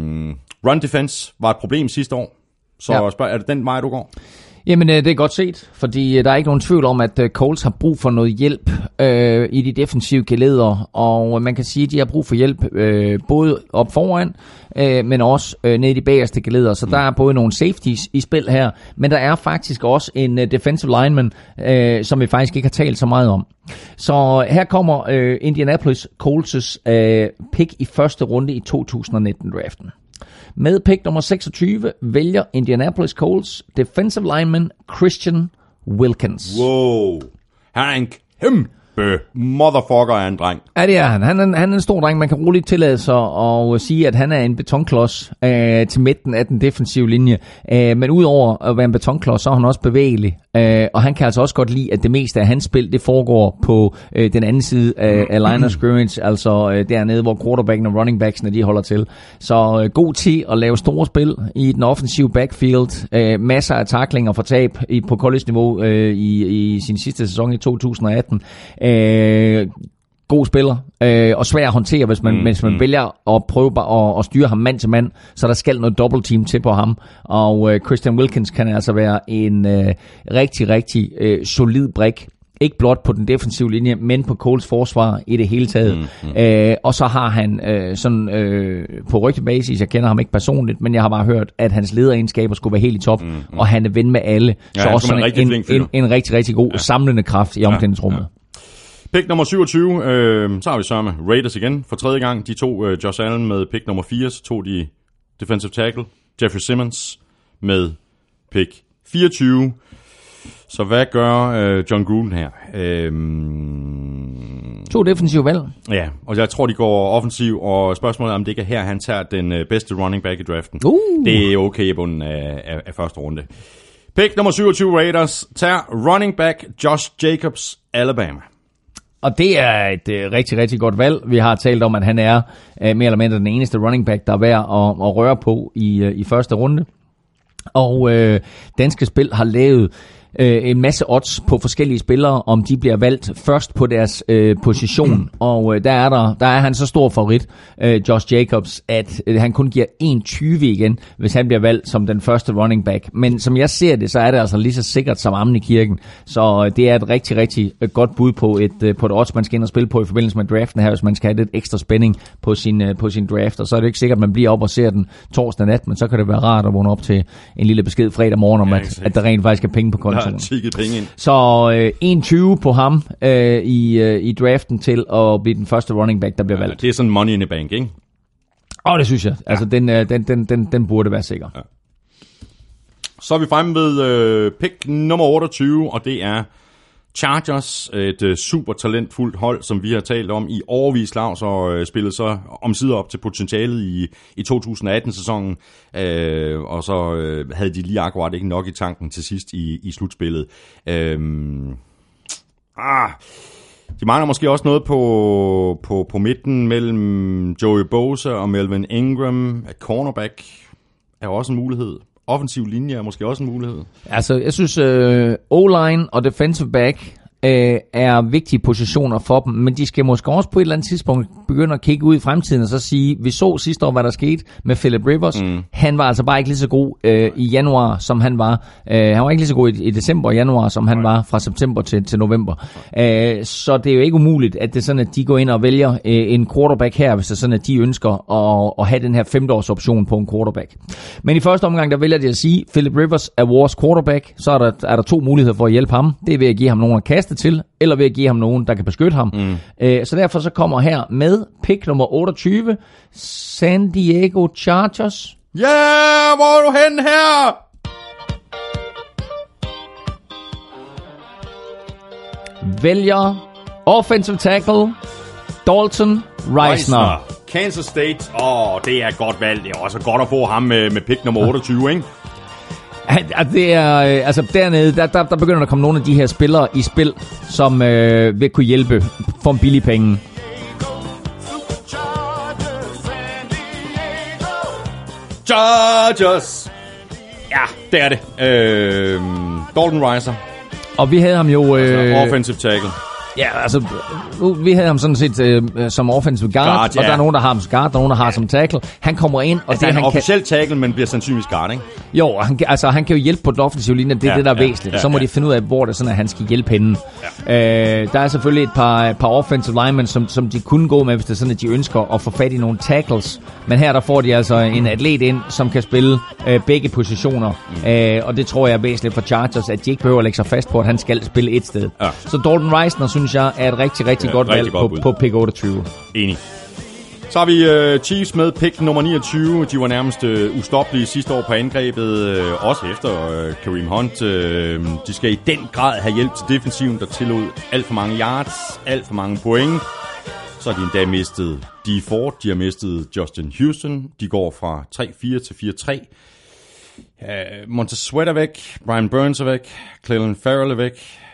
run defense var et problem sidste år. Så ja. spørg, er det den vej, du går? Jamen, det er godt set, fordi der er ikke nogen tvivl om, at Colts har brug for noget hjælp øh, i de defensive geleder, og man kan sige, at de har brug for hjælp øh, både op foran, øh, men også øh, nede i de bagerste geleder. Så mm. der er både nogle safeties i spil her, men der er faktisk også en uh, defensive lineman, øh, som vi faktisk ikke har talt så meget om. Så her kommer øh, Indianapolis Colts' øh, pick i første runde i to tusind nitten-draften. Med pick nummer seksogtyve vælger Indianapolis Colts defensive lineman Christian Wilkins. Wow, han er en kæmpe motherfucker af en dreng. Ja, det er han. Han er, han er en stor dreng. Man kan roligt tillade sig at sige, at han er en betonklods øh, til midten af den defensive linje. Øh, men udover at være en betonklods, så er han også bevægelig. Øh, og han kan altså også godt lide, at det meste af hans spil, det foregår på øh, den anden side af, af line of scrimmage, altså øh, dernede, hvor quarterbacken og running backsene, de holder til. Så øh, god tid at lave store spil i den offensive backfield. Øh, masser af tacklinger for tab i, på college-niveau øh, i, i sin sidste sæson i to tusind atten. Øh, god spiller, øh, og svær at håndtere, hvis man, mm, hvis man mm. vælger at prøve at, at styre ham mand til mand, så der skal noget double team til på ham, og øh, Christian Wilkins kan altså være en øh, rigtig, rigtig øh, solid brik, ikke blot på den defensive linje, men på Colts forsvar i det hele taget. Mm, mm. Øh, og så har han øh, sådan øh, på rygtebasis, jeg kender ham ikke personligt, men jeg har bare hørt, at hans lederegenskaber skulle være helt i top, mm, mm. og han er ven med alle, ja, så også sådan en, en, en, en rigtig, rigtig god ja. samlende kraft i omklædningsrummet. Ja, ja. Pick nummer syvogtyve, øh, så har vi så med Raiders igen for tredje gang. De to øh, Josh Allen med pick nummer fire, så tog de defensive tackle Jeffrey Simmons med pick fireogtyve. Så hvad gør øh, John Gruden her? Øh, to defensive valg. Ja, og jeg tror, de går offensiv, og spørgsmålet er, om det ikke er her, han tager den øh, bedste running back i draften. Uh. Det er okay i bunden af, af, af første runde. Pick nummer syvogtyve Raiders tager running back Josh Jacobs, Alabama. Og det er et øh, rigtig, rigtig godt valg. Vi har talt om, at han er øh, mere eller mindre den eneste running back, der er værd at, at røre på i, øh, i første runde. Og øh, Danske Spil har lavet øh, en masse odds på forskellige spillere, om de bliver valgt først på deres øh, position. Og øh, der, er der, der er han så stor favorit, øh, Josh Jacobs, at øh, han kun giver en tyve igen, hvis han bliver valgt som den første running back. Men som jeg ser det, så er det altså lige så sikkert som ammen i kirken. Så øh, det er et rigtig, rigtig øh, godt bud på et, øh, på et odds, man skal ind og spille på i forbindelse med draften her, hvis man skal have lidt ekstra spænding på sin, øh, på sin draft. Og så er det ikke sikkert, at man bliver op og ser den torsdag nat, men så kan det være rart at vågne op til en lille besked fredag morgen om, ja, at, at der rent faktisk er penge på kontoen. Penge ind. Så øh, en tyve på ham øh, i, øh, i draften til at blive den første running back, der bliver valgt. Ja, det er sådan money in the bank, ikke? Åh, oh, det synes jeg. Ja. Altså, den, øh, den, den, den, den burde være sikker. Ja. Så er vi fremme ved øh, pick nummer otteogtyve, og det er Chargers, et øh, super talentfuldt hold, som vi har talt om i årevis, Lars, og øh, spillet så omsider op til potentialet i, i to tusind atten-sæsonen, øh, og så øh, havde de lige akkurat ikke nok i tanken til sidst i, i slutspillet. Øh, ah, de mangler måske også noget på, på, på midten mellem Joey Bosa og Melvin Ingram. Cornerback er også en mulighed. Offensiv linje er måske også en mulighed. Altså, jeg synes, uh, O-line og defensive back uh, er vigtige positioner for dem, men de skal måske også på et eller andet tidspunkt begynde at kigge ud i fremtiden og så sige, vi så sidste år, hvad der skete med Philip Rivers. Mm. Han var altså bare ikke lige så god uh, i januar, som han var. Uh, han var ikke lige så god i, i december og januar, som han var fra september til, til november. Uh, så det er jo ikke umuligt, at det er sådan, at de går ind og vælger uh, en quarterback her, hvis det er sådan, at de ønsker at, at have den her femteårs option på en quarterback. Men i første omgang, der vælger de at sige, Philip Rivers er vores quarterback, så er der, er der to muligheder for at hjælpe ham. Det er ved at give ham nogen at kaste til, eller ved at give ham nogen, der kan beskytte ham. Mm. Uh, så derfor så kommer her med pick nummer otteogtyve, San Diego Chargers. Ja, yeah, hvor er du hen her? Vælger offensive tackle Dalton Risner. Kansas State. Åh, oh, det er et godt valg. Det er også godt at få ham med, med pick nummer otteogtyve, ikke? Det er, altså dernede, der, der, der begynder der at komme nogle af de her spillere i spil, som øh, vil kunne hjælpe for en billig penge. Chargers! Ja, det er det. Øh, Dalton Risner. Og vi havde ham jo... Øh, altså, offensive tackle. Ja, altså, vi havde ham sådan set øh, som offensive guard, guard ja. Og der er nogen, der har ham som guard, der er nogen, der har ja. som tackle. Han kommer ind, og altså, det han han officielt kan... tackle, men bliver sandsynligvis guard, ikke? Jo, han, altså, han kan jo hjælpe på den offensive linje, det er ja, det, der er ja, væsentligt. Ja, så må ja. de finde ud af, hvor det er sådan, at han skal hjælpe henne. Ja. Øh, der er selvfølgelig et par, par offensive linemen, som, som de kunne gå med, hvis det er sådan, at de ønsker at få fat i nogle tackles. Men her der får de altså en atlet ind, som kan spille øh, begge positioner. Mm. Øh, og det tror jeg er væsentligt for Chargers, at de ikke behøver at lægge sig fast på, at han skal spille et sted. Ja. Så Dalton Risner, synes jeg, er et rigtig, rigtig ja, godt valg på, på pick otteogtyve. Enig. Så har vi uh, Chiefs med pick nummer niogtyve. De var nærmest uh, ustoppelige sidste år på angrebet, uh, også efter uh, Kareem Hunt. Uh, de skal i den grad have hjælp til defensiven, der tillod alt for mange yards, alt for mange point. Så har de endda mistet Dee Ford, de har mistet Justin Houston. De går fra tre fire til fire tre. Uh, Montez Sweat er væk, Brian Burns er væk, Clelin Ferrell er væk.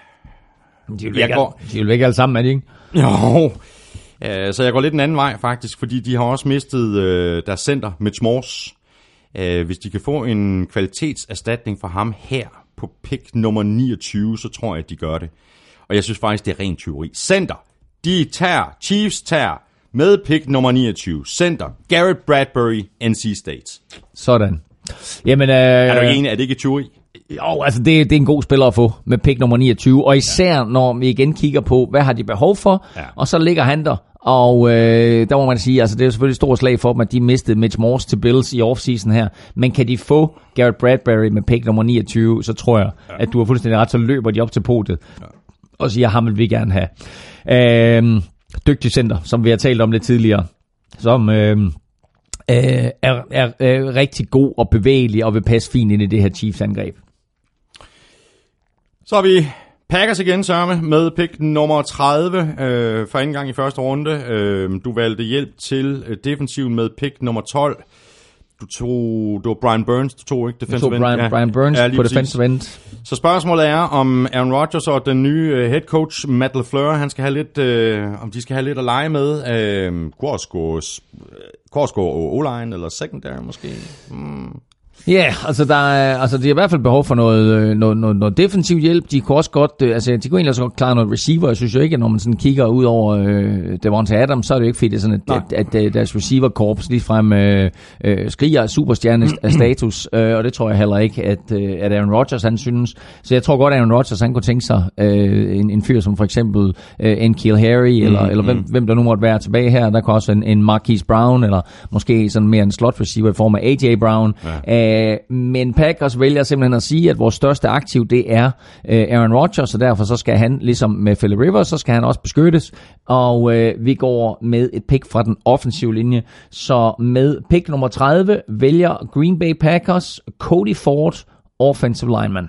De vil, væk, går... de vil væk alle sammen, er de ikke? Jo, uh, så jeg går lidt en anden vej faktisk, fordi de har også mistet uh, deres center, Mitch Morse. Uh, hvis de kan få en kvalitetserstatning for ham her på pick nummer niogtyve, så tror jeg, at de gør det. Og jeg synes faktisk, det er ren tyveri. Center, de tager, Chiefs tager med pick nummer niogtyve. Center, Garrett Bradbury, N C State. Sådan. Jamen, uh... er du ikke enig, er det ikke tyveri? Jo, altså det, det er en god spiller at få med pick nummer niogtyve, og især ja. når vi igen kigger på, hvad har de behov for, ja. og så ligger han der, og øh, der må man sige, altså det er selvfølgelig et stort slag for dem, at de mistede Mitch Morse til Bills i offseason her, men kan de få Garrett Bradbury med pick nummer niogtyve, så tror jeg, ja. at du har fuldstændig ret, så løber de op til podiet, ja. og siger, ham vil vi gerne have. Øh, dygtig center, som vi har talt om lidt tidligere, som... Øh, er, er, er, er rigtig god og bevægelig og vil passe fint ind i det her Chiefs-angreb. Så har vi Packers igen, Sørme, med pick nummer tredive øh, for anden gang i første runde. Øh, du valgte hjælp til defensiven med pick nummer tolv. du tog, det var Brian Burns, du tog, ikke? Defensive end. Brian, ja. Brian Burns ja, på defensive end. Så spørgsmålet er, om Aaron Rodgers og den nye head coach, Matt LaFleur, han skal have lidt, øh, om de skal have lidt at lege med. Øh, kunne også gå, kunne også gå O-line eller secondary måske. Hmm. Ja, yeah, altså der er, altså de har i hvert fald behov for noget, noget, noget, noget defensiv hjælp. De kunne også godt, altså de kunne egentlig også godt klare noget receiver. Jeg synes jo ikke, at når man sådan kigger ud over øh, Devonta Adams, så er det jo ikke fordi, det er sådan, at, at, at deres receiver-korps ligefrem øh, øh, skriger superstjerne af status. Øh, og det tror jeg heller ikke, at, øh, at Aaron Rodgers han synes. Så jeg tror godt, at Aaron Rodgers han kunne tænke sig øh, en, en fyr som for eksempel øh, N'Keal Harry, mm, eller, mm. eller hvem, hvem der nu måtte være tilbage her. Der kan også en, en Marquise Brown, eller måske sådan mere en slot receiver i form af A J Brown. Ja. Men Packers vælger simpelthen at sige, at vores største aktiv, det er Aaron Rodgers, og derfor så skal han, ligesom med Philip Rivers, så skal han også beskyttes, og øh, vi går med et pick fra den offensive linje. Så med pick nummer tredive vælger Green Bay Packers Cody Ford, offensive lineman.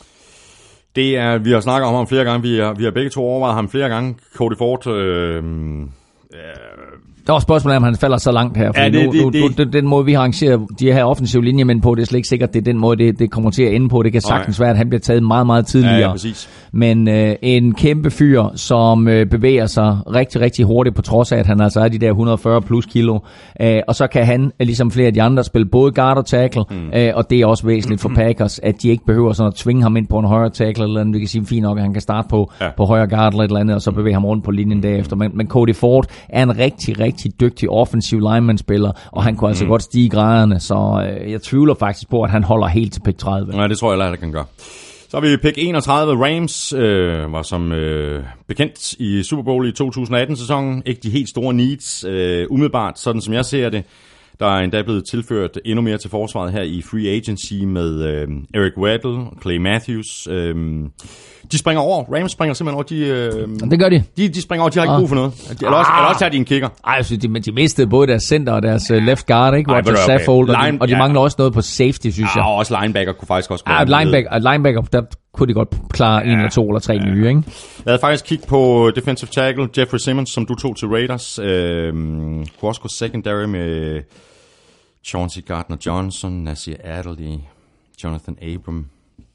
Det er, vi har snakket om ham flere gange, vi har, vi har begge to overvejet ham flere gange. Cody Ford, øh, øh, der var spørgsmålet om han falder så langt her, for ja, det, nu, det, nu, det. Nu, den måde vi har arrangeret de her offensive linjemænd på, det er slet ikke sikkert, det er den måde det, det kommer til at ende på. Det kan sagtens være, at han bliver taget meget, meget tidligere. Ja, ja, præcis. Men øh, en kæmpe fyr, som øh, bevæger sig rigtig, rigtig hurtigt, på trods af, at han altså er de der et hundrede og fyrre plus kilo. Øh, og så kan han, ligesom flere af de andre, spille både guard og tackle, mm. øh, og det er også væsentligt for Packers, at de ikke behøver sådan at tvinge ham ind på en højre tackle, eller andet. Vi kan sige fint nok, at han kan starte på, ja. på højre guard eller et eller andet, og så bevæge ham rundt på linjen derefter. Men, men Cody Ford er en rigtig, rigtig dygtig offensiv lineman-spiller, og han kunne altså mm. godt stige graderne, så øh, jeg tvivler faktisk på, at han holder helt til pick tredive. Nej, det tror jeg heller, at han gør. Så har vi pick enogtredive. Rams øh, var som øh, bekendt i Super Bowl i to tusind atten-sæsonen. Ikke de helt store needs, øh, umiddelbart, sådan som jeg ser det. Der er endda blevet tilført endnu mere til forsvaret her i free agency med øh, Eric Weddle, Clay Matthews. Øh, de springer over. Rams springer simpelthen over. De, øh, det gør de. De, de springer over. De har ikke brug for noget. Eller også, eller også tager de en kicker. Ej, jeg synes, de, de mistede både deres center og deres left guard, ikke? Roger Saffold, okay. Line, og de ja. mangler også noget på safety, synes jeg. Ja, og også linebacker kunne faktisk også gå. Ja, linebacker, linebacker, der kunne de godt klare ja, en eller to eller tre ja. nye, ikke? Jeg havde faktisk kigget på defensive tackle Jeffrey Simmons, som du tog til Raiders. Øh, kunne også gå secondary med Chauncey Gardner-Johnson, Nasir Adderley, Jonathan Abram.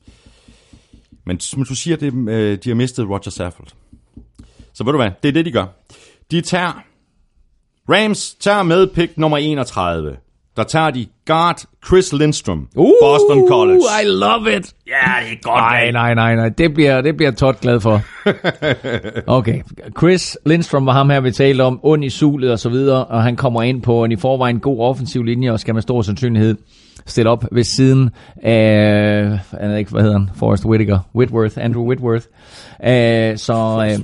Men som du siger, det, øh, de har mistet Roger Saffold. Så ved du hvad, det er det, de gør. De tager, Rams tager med pick nummer enogtredive. Der tager de guard Chris Lindstrom, uh, Boston College. I love it. Ja, det er godt. Nej, nej, nej, nej. Det bliver, det bliver Todd glad for. Okay, Chris Lindstrom var ham her, vi talte om, ond i sulet og så videre, og han kommer ind på en i forvejen god offensiv linje, og skal med stor sandsynlighed stille op ved siden af, jeg ved ikke, hvad hedder han, Forrest Whitaker, Whitworth, Andrew Whitworth. Uh, så... Uh,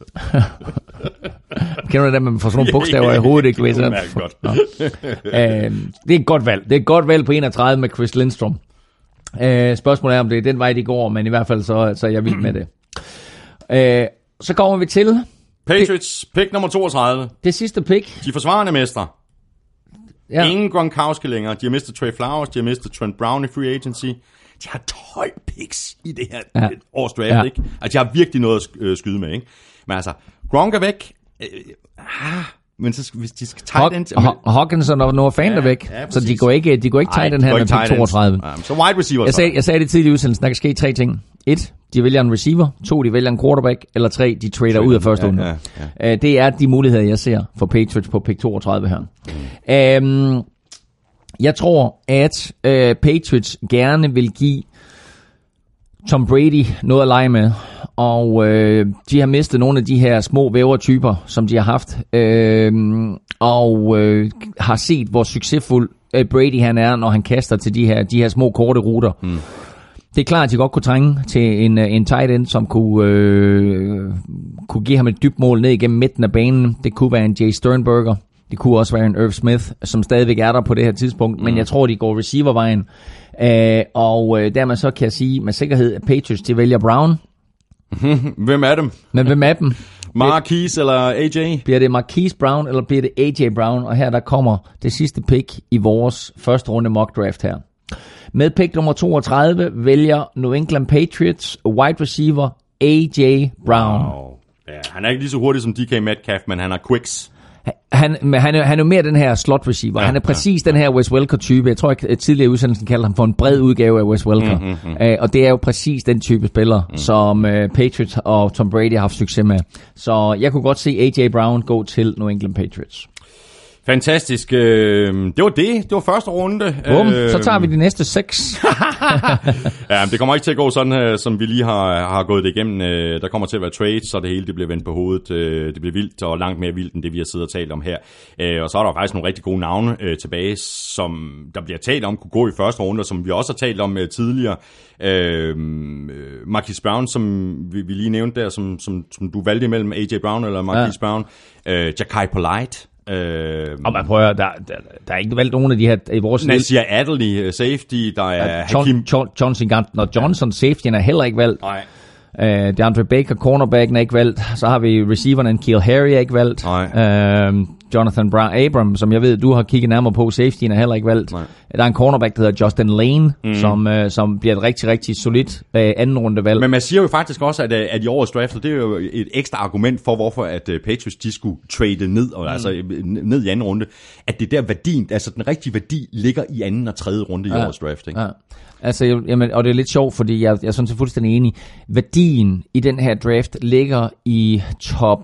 kender du det, man får sådan nogle bogstaver i hovedet, ikke? Det er godt. uh, det er et godt valg. Det er et godt valg på enogtredive med Chris Lindstrom. Uh, spørgsmålet er, om det er den vej, de går, men i hvert fald så, så er jeg vild med det. Uh, så kommer vi til Patriots, pick nummer toogtredive. Det sidste pick. De forsvarende mestre. Ja. Ingen Gronkowski længere. De har mistet Trey Flowers, de har mistet Trent Brown i free agency. De har tolv picks i det her ja. års draft, ja. ikke? Altså, de har virkelig noget at skyde med, ikke? Men altså, Gronk er væk. Øh, ah, men så, hvis de skal tight end... Hawk, Hawkinson og Noah Fant er væk, ja, så de går ikke, de går ikke tight end her med pick toogtredive. Ja, så wide receiver. Jeg sagde, jeg sagde det tidligere i udsendelsen, der kan ske tre ting. Et, de vælger en receiver. To, de vælger en quarterback. Eller tre, de trader Trade, ud af første runde. Ja, ja, ja. Det er de muligheder, jeg ser for Patriots på pick toogtredive her. Mm. Um, jeg tror, at uh, Patriots gerne vil give Tom Brady noget at lege med, og øh, de har mistet nogle af de her små vævertyper, som de har haft, øh, og øh, har set, hvor succesfuld øh, Brady han er, når han kaster til de her, de her små korte ruter. Mm. Det er klart, at de godt kunne trænge til en, en tight end, som kunne, øh, kunne give ham et dybt mål ned igennem midten af banen. Det kunne være en Jay Sternberger. Det kunne også være en Irv Smith, som stadigvæk er der på det her tidspunkt. Mm. Men jeg tror, de går receivervejen. Uh, og uh, dermed så kan jeg sige med sikkerhed, at Patriots, de vælger Brown. Hvem er dem? Men hvem er dem? Marquise eller A J? Bliver det Marquise Brown, eller bliver det A J Brown? Og her der kommer det sidste pick i vores første runde mock draft her. Med pick nummer toogtredive vælger New England Patriots wide receiver A J Brown. Wow. Ja, han er ikke lige så hurtig som D K Metcalf, men han har quicks. Han, han, er, han er jo mere den her slot receiver. Ja, han er præcis ja, den her Wes Welker-type. Jeg tror ikke, tidligere udsendelsen kaldte ham for en bred udgave af Wes Welker. Mm, mm, mm. Uh, og det er jo præcis den type spiller, mm. som uh, Patriots og Tom Brady har haft succes med. Så jeg kunne godt se A J Brown gå til New England Patriots. Fantastisk. Det var det. Det var første runde. Bum, så tager vi de næste seks. Ja, det kommer ikke til at gå sådan, som vi lige har, har gået det igennem. Der kommer til at være trades, så det hele det bliver vendt på hovedet. Det bliver vildt og langt mere vildt, end det vi har siddet og talt om her. Og så er der faktisk nogle rigtig gode navne tilbage, som der bliver talt om, kunne gå i første runde, som vi også har talt om tidligere. Marquise Brown, som vi, vi lige nævnte der, som, som, som du valgte imellem A J Brown eller Marquise ja. Brown. Ja'Kai Polite. Øh, og man prøver, der, der, der er ikke valgt nogen af de her i vores Nasir Adderley, safety, der er ja, John, Hakim John, Johnson Ganton og Johnson, safety er heller ikke valgt. Nej. Uh, DeAndre Baker, cornerbacken er ikke valgt. Så har vi receiveren N'Keal Harry er ikke valgt. Uh, Jonathan Brown Abram, som jeg ved, du har kigget nærmere på, safety er heller ikke valgt. Nej. Der er en cornerback, der hedder Justin Lane, mm. som, uh, som bliver et rigtig, rigtig solidt uh, anden runde valg. Men man siger jo faktisk også, at, at i årets draft, det er jo et ekstra argument for, hvorfor at uh, Patriots de skulle trade ned, og, mm. altså ned i anden runde, at det der værdien, altså den rigtige værdi, ligger i anden og tredje runde i ja. årets draft, ikke? Ja. Altså, jamen, og det er lidt sjovt, fordi jeg, jeg er sådan set fuldstændig enig. Værdien i den her draft ligger i top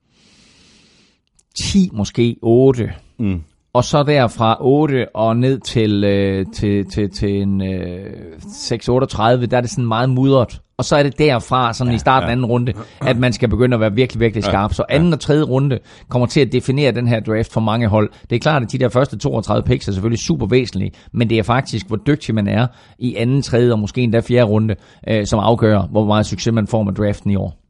ti, måske otte. Mm. Og så derfra otte og ned til, øh, til, til, til en øh, seks otteogtredive, der er det sådan meget mudret. Og så er det derfra, sådan ja, i starten af ja. anden runde, at man skal begynde at være virkelig, virkelig skarp. Ja, så anden og tredje runde kommer til at definere den her draft for mange hold. Det er klart, at de der første toogtredive picks er selvfølgelig super væsentlige, men det er faktisk, hvor dygtig man er i anden, tredje og måske endda fjerde runde, øh, som afgør, hvor meget succes man får med draften i år.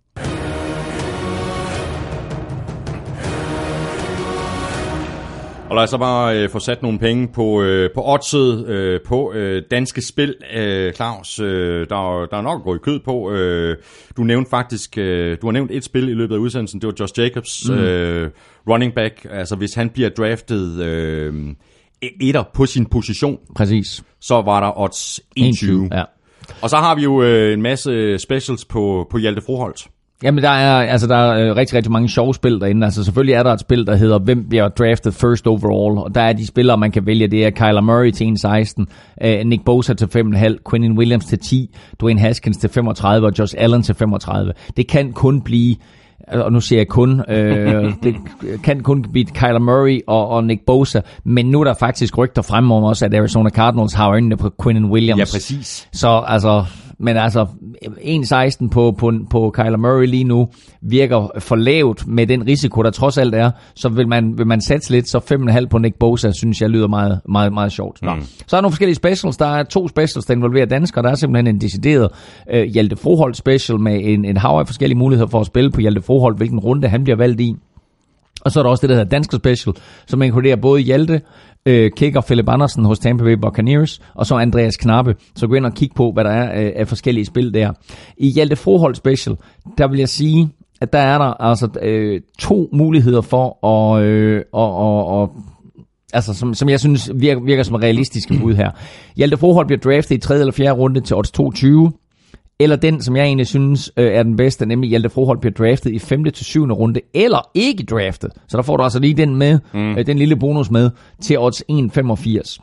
Og lad os så bare øh, få sat nogle penge på, øh, på oddset, øh, på øh, danske spil, øh, Claus. Øh, der, der er nok at gå i kød på. Øh, du nævnte faktisk, øh, du har nævnt et spil i løbet af udsendelsen, det var Josh Jacobs, mm. øh, running back. Altså hvis han bliver draftet øh, etter på sin position, præcis, så var der odds enogtyve. Ja. Og så har vi jo øh, en masse specials på, på Hjalte Froholt. Jamen, der er, altså, der er rigtig, rigtig mange sjove spil derinde. Altså, selvfølgelig er der et spil, der hedder, hvem bliver draftet first overall? Og der er de spillere, man kan vælge. Det er Kyler Murray til en komma seksten, uh, Nick Bosa til fem komma fem, Quinnen Williams til ti, Dwayne Haskins til femogtredive og Josh Allen til femogtredive. Det kan kun blive, og nu siger jeg kun, øh, det kan kun blive Kyler Murray og, og Nick Bosa, men nu er der faktisk rygter frem om også, at Arizona Cardinals har øjnene på Quinnen Williams. Ja, præcis. Så altså... Men altså, en komma seksten på, på, på Kyler Murray lige nu virker for lavt med den risiko, der trods alt er. Så vil man, vil man satse lidt, så fem komma fem på Nick Bosa, synes jeg lyder meget, meget, meget sjovt. Mm. Så er der nogle forskellige specials. Der er to specials, der involverer danskere. Der er simpelthen en decideret uh, Hjalte Froholt special med en, en hav af forskellige muligheder for at spille på Hjalte Froholt, hvilken runde han bliver valgt i. Og så er der også det, der hedder Dansker Special, som inkluderer både Hjalte, øh, kicker Philip Andersen hos Tampa Bay Buccaneers, og så Andreas Knappe. Så gå ind og kig på, hvad der er øh, af forskellige spil der. I Hjalte Froholt Special, der vil jeg sige, at der er der altså øh, to muligheder for at... Øh, og, og, og altså, som, som jeg synes virker, virker som realistiske bud her. Hjalte Froholt bliver draftet i tredje eller fjerde runde til odds toogtyve. Eller den, som jeg egentlig synes øh, er den bedste, nemlig Hjalte Froholt bliver draftet i femte til syvende runde, eller ikke draftet. Så der får du altså lige den med, mm. øh, den lille bonus med, til odds en komma femogfirs.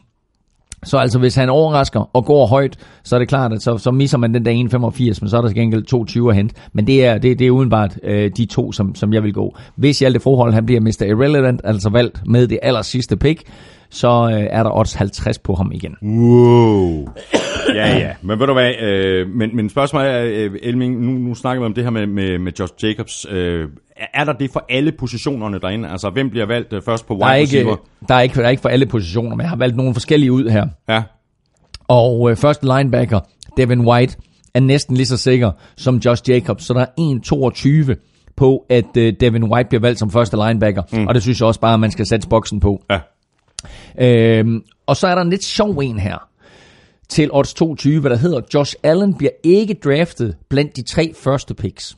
Så altså, hvis han overrasker og går højt, så er det klart, at så, så misser man den der en komma femogfirs, men så er der til gengæld toogtyve at hente. Men det er, det, det er udenbart øh, de to, som, som jeg vil gå. Hvis Hjalte Froholt, han bliver mister Irrelevant, altså valgt med det aller sidste pick, så øh, er der odds halvtreds på ham igen. Wow. Ja, ja. Men ved du hvad, øh, men, men spørgsmålet er, øh, Elming, nu, nu snakker vi om det her med, med, med Josh Jacobs. Øh, er der det for alle positionerne derinde? Altså, hvem bliver valgt øh, først på wide receiver? Der er, ikke, der er ikke for alle positioner, men jeg har valgt nogle forskellige ud her. Ja. Og øh, første linebacker, Devin White, er næsten lige så sikker som Josh Jacobs, så der er en komma toogtyve på, at øh, Devin White bliver valgt som første linebacker, mm. og det synes jeg også bare, at man skal sætte boksen på. Ja. Øhm, og så er der en lidt sjov en her til odds toogtyve, der hedder Josh Allen bliver ikke draftet blandt de tre første picks.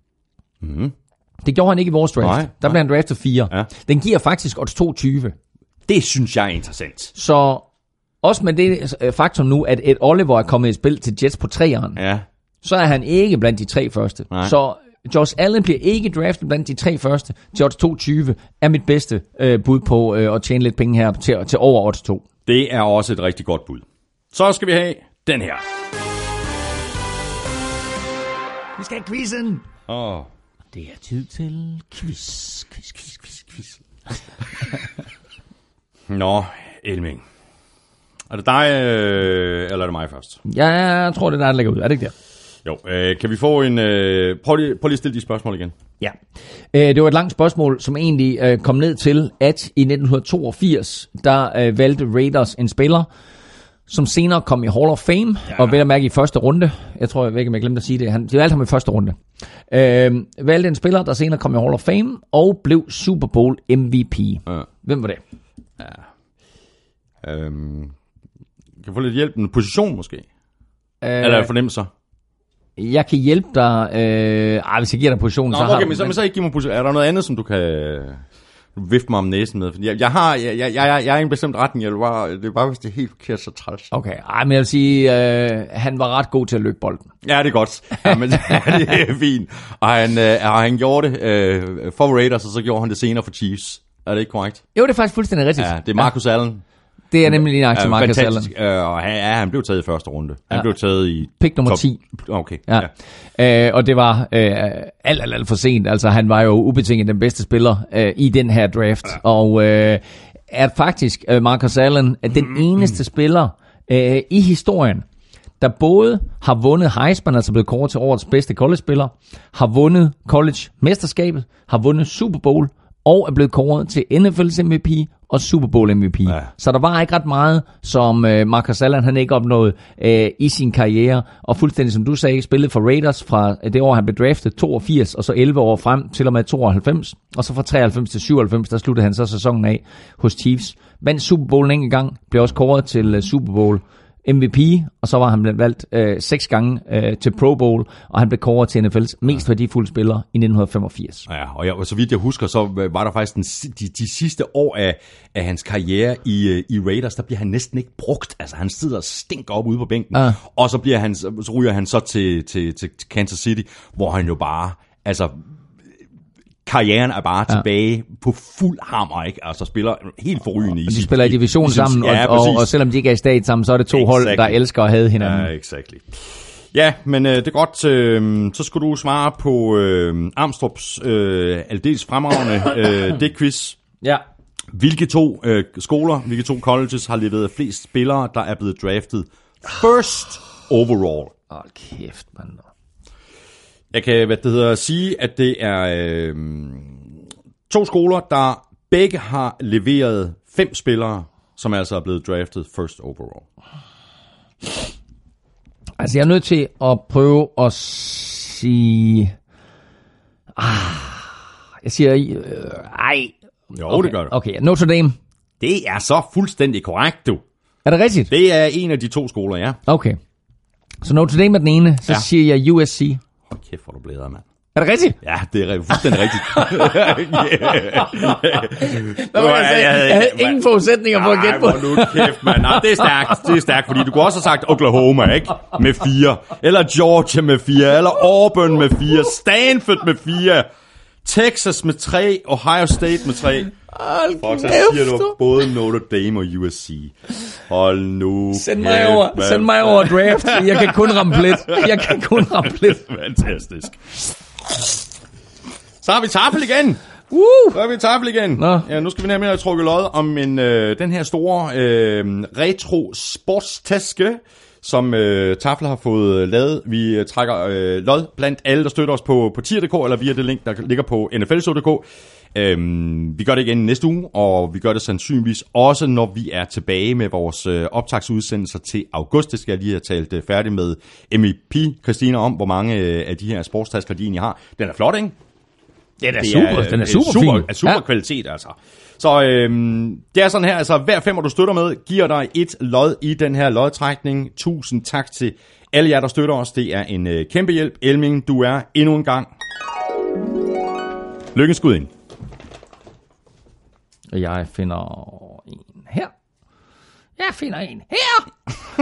Mm. Det gjorde han ikke i vores draft. Nej, der blev han draftet fire. Ja. Den giver faktisk odds toogtyve. Det synes jeg er interessant. Så også med det faktum nu, at Ed Oliver er kommet i spil til Jets på treeren, ja. så er han ikke blandt de tre første. Nej. Så Josh Allen bliver ikke draftet blandt de tre første. Til odds to tyve er mit bedste øh, bud på øh, at tjene lidt penge her til, til over odds to. Det er også et rigtig godt bud. Så skal vi have den her. Vi skal have quizzen. Åh. Oh. Det er tid til quiz, quiz, quiz, quiz, quiz. Nå, Elming. Er det dig, øh, eller er det mig først? Ja, jeg tror, det er dig, der lægger ud. Er det ikke det? Jo, øh, kan vi få en... Øh, prøv, lige, prøv lige at stille de spørgsmål igen. Ja. Øh, det var et langt spørgsmål, som egentlig øh, kom ned til, at i nitten toogfirs, der øh, valgte Raiders en spiller, som senere kom i Hall of Fame, ja. Og vel at mærke i første runde. Jeg tror, jeg ved ikke, om jeg glemte at sige det. Han, de valgte ham i første runde. Øh, valgte en spiller, der senere kom i Hall of Fame, og blev Super Bowl M V P. Ja. Hvem var det? Ja. Øhm, kan jeg få lidt hjælp? En position måske? Øh, Eller fornemmelser? Jeg kan hjælpe dig. Øh, ej, hvis jeg giver dig positionen, Nå, så okay, har men, men så, men så ikke give mig position. Er der noget andet, som du kan vifte mig om næsen med? Jeg, jeg har, jeg, jeg, jeg, jeg er i en bestemt retning. Jeg bare, det er bare, hvis det er helt forkert, så træls. Okay, ej, men jeg vil sige, øh, han var ret god til at løbe bolden. Ja, det er godt. Ja, men, ja, det er fint. Og han, øh, han gjorde det øh, for Raiders, og så gjorde han det senere for Chiefs. Er det ikke korrekt? Jo, det er faktisk fuldstændig rigtigt. Ja, det er Marcus ja. Allen. Det er nemlig lige nok til Marcus Allen. Øh, og han, ja, han blev taget i første runde. Han ja. blev taget i... Pick nummer top ti. Okay, ja. ja. Øh, og det var øh, alt, alt, alt for sent. Altså, han var jo ubetinget den bedste spiller øh, i den her draft. Ja. Og øh, er faktisk øh, Marcus Allen er den eneste spiller øh, i historien, der både har vundet Heisman, altså blevet kåret til årets bedste college-spiller, har vundet college-mesterskabet, har vundet Super Bowl, og er blevet kåret til N F L's M V P og Super Bowl M V P. Ja. Så der var ikke ret meget, som øh, Marcus Allen han ikke opnået øh, i sin karriere. Og fuldstændig som du sagde, spillet for Raiders fra det år, han blev draftet, toogfirs, og så elleve år frem til og med tooghalvfems. Og så fra treoghalvfems til syvoghalvfems, der sluttede han så sæsonen af hos Chiefs. Vandt Super Bowl en enkelt gang, blev også kåret til uh, Super Bowl M V P, og så var han blevet valgt øh, seks gange øh, til Pro Bowl, og han blev kåret til N F L's mest værdifulde spiller i nitten femogfirs. Ja, og, jeg, og så vidt jeg husker, så var der faktisk den, de, de sidste år af, af hans karriere i, i Raiders, der bliver han næsten ikke brugt. Altså han sidder og stinker op ude på bænken, ja. Og så, bliver han, så ryger han så til, til, til Kansas City, hvor han jo bare... altså karrieren er bare ja. tilbage på fuld hammer, ikke? Altså spiller helt forrygende i de spiller i division i, sammen, ja, og, og, og selvom de ikke er i stat sammen, så er det to exactly. hold, der elsker at have hinanden. Ja, exactly. Ja, men øh, det er godt. Øh, så skulle du svare på øh, Amstrups øh, aldeles fremragende øh, det quiz. Ja. Hvilke to øh, skoler, hvilke to colleges har leveret flest spillere, der er blevet draftet first overall? Hold kæft, mand. Jeg kan hvad det hedder, sige, at det er øh, to skoler, der begge har leveret fem spillere, som altså er blevet draftet first overall. Altså, jeg er nødt til at prøve at sige... Ah, jeg siger... Øh, ej. Jo, okay. det gør du. Okay, Notre Dame. Det er så fuldstændig korrekt, du. Er det rigtigt? Det er en af de to skoler, ja. Okay. Så Notre Dame er den ene, så ja. siger jeg U S C. Hold kæft, hvor du blæder, mand. Er det rigtigt? Ja, det er fuldstændig rigtigt. Nå, jeg, sagde, jeg, havde, jeg havde ingen forudsætninger for at gætte på. Nej, hvor nu kæft, mand. Nej, det er stærkt, det er stærkt, fordi du kunne også have sagt Oklahoma, ikke? Med fire. Eller Georgia med fire. Eller Auburn med fire. Stanford med fire. Texas med tre. Ohio State med tre. Hold kæft. Så siger du både Notre Dame og U S C. Hold nu. Send mig over, send mig over draft. Jeg kan kun ramme plet. Jeg kan kun ramme plet. Fantastisk. Så har vi Tafel igen. Woo! Så har vi Tafel igen. Nå. Ja, nu skal vi nemlig have trukket lod om en, øh, den her store øh, retro sportstaske, som øh, Tafel har fået lavet. Vi øh, trækker øh, lod blandt alle, der støtter os på, på tier punktum d k, eller via det link, der ligger på N F L punktum d k. Øhm, vi gør det igen næste uge, og vi gør det sandsynligvis også, når vi er tilbage med vores øh, optagsudsendelser til august. Det skal jeg lige have talt øh, færdig med M V P Christina om, hvor mange øh, af de her sportstasker de egentlig har. Den er flot, ikke? Den er, det super, er, den er super, super fin. Er super ja. kvalitet, altså. Så øhm, det er sådan her, altså hver femmer du støtter med, giver dig et lod i den her lodtrækning. Tusind tak til alle jer, der støtter os. Det er en øh, kæmpe hjælp. Elming, du er endnu en gang. Lykkens skud ind. Jeg finder en her. Jeg finder en her.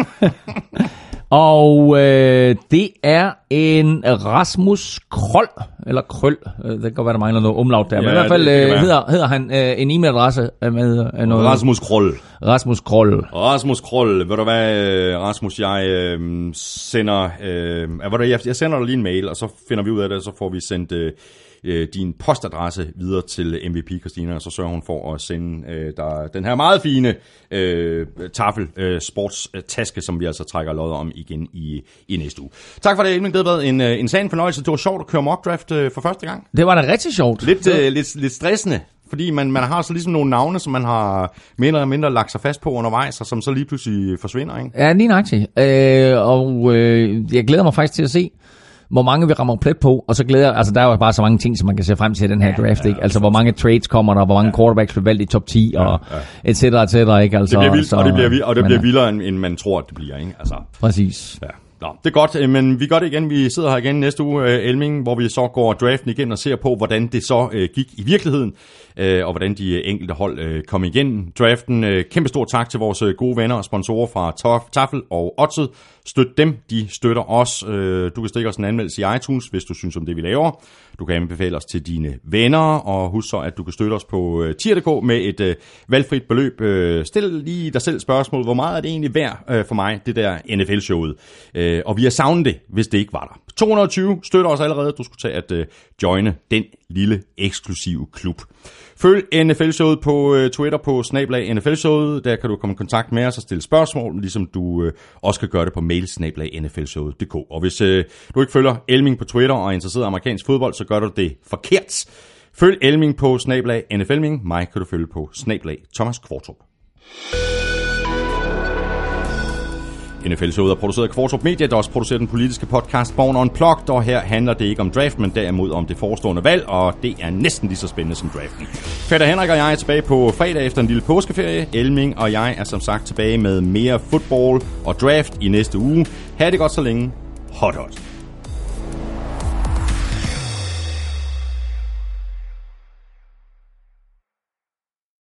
Og øh, det er en Rasmus Krold. eller Krøl. Det kan godt være, der mangler noget umlaut der. Ja, men i hvert fald det, det hedder, hedder han øh, en e-mailadresse med øh, noget... Rasmus Krøl. Rasmus Krøl. Rasmus Krøl. Ved du hvad, Rasmus, jeg øh, sender... Øh, jeg, jeg sender dig lige en mail, og så finder vi ud af det, og så får vi sendt... Øh, din postadresse videre til M V P Christina, og så sørger hun for at sende øh, der den her meget fine øh, tafel øh, sportstaske, som vi altså trækker lodder om igen i, i næste uge. Tak for det, Elming. Det har været en, en sand fornøjelse. Det var sjovt at køre mock draft øh, for første gang. Det var da rigtig sjovt. Lidt, øh, lidt, lidt stressende, fordi man, man har så ligesom nogle navne, som man har mere eller mindre lagt sig fast på undervejs, og som så lige pludselig forsvinder, ikke? Ja, lige nøjagtigt. Øh, og øh, jeg glæder mig faktisk til at se, hvor mange vi rammer plet på, og så glæder jeg, altså der er jo bare så mange ting, som man kan se frem til i den her draft, ikke? Altså hvor mange trades kommer der, hvor mange quarterbacks bliver valgt i top ti, og ja, ja. et cetera, et cetera, ikke? Altså, det bliver vildt, så, og det bliver, og det bliver men, vildere, end man tror, at det bliver, ikke? Altså, præcis. Ja. Nå, det er godt, men vi gør det igen. Vi sidder her igen næste uge, Elming, hvor vi så går draften igen og ser på, hvordan det så øh, gik i virkeligheden, øh, og hvordan de enkelte hold øh, kom igen. Draften, øh, kæmpe stor tak til vores gode venner og sponsorer fra Tafel og Odset. Støt dem, de støtter os. Øh, du kan stikke os en anmeldelse i iTunes, hvis du synes om det, vi laver. Du kan anbefale os til dine venner, og husk så, at du kan støtte os på øh, tier punktum d k med et øh, valgfrit beløb. Øh, stil lige dig selv spørgsmål, hvor meget er det egentlig værd øh, for mig, det der N F L-showet? Øh, og vi har savnet det, hvis det ikke var der. to hundrede og tyve støtter os allerede. Du skulle tage at øh, joine den lille eksklusive klub. Følg N F L-showet på øh, Twitter på snablag N F L-showet. Der kan du komme i kontakt med os og stille spørgsmål, ligesom du øh, også kan gøre det på mail snablag N F L showet punktum d k. Og hvis øh, du ikke følger Elming på Twitter og er interesseret i amerikansk fodbold, så gør du det forkert. Følg Elming på snablag N F L Ming. Mig kan du følge på snablag Thomas Kvartrup. N F L-showet er produceret af Kvartrup Media, der også producerer den politiske podcast Born Unplugged, og her handler det ikke om draft, men derimod om det forestående valg, og det er næsten lige så spændende som draften. Fætter Henrik og jeg er tilbage på fredag efter en lille påskeferie. Elming og jeg er som sagt tilbage med mere football og draft i næste uge. Ha' det godt så længe. Hot hot.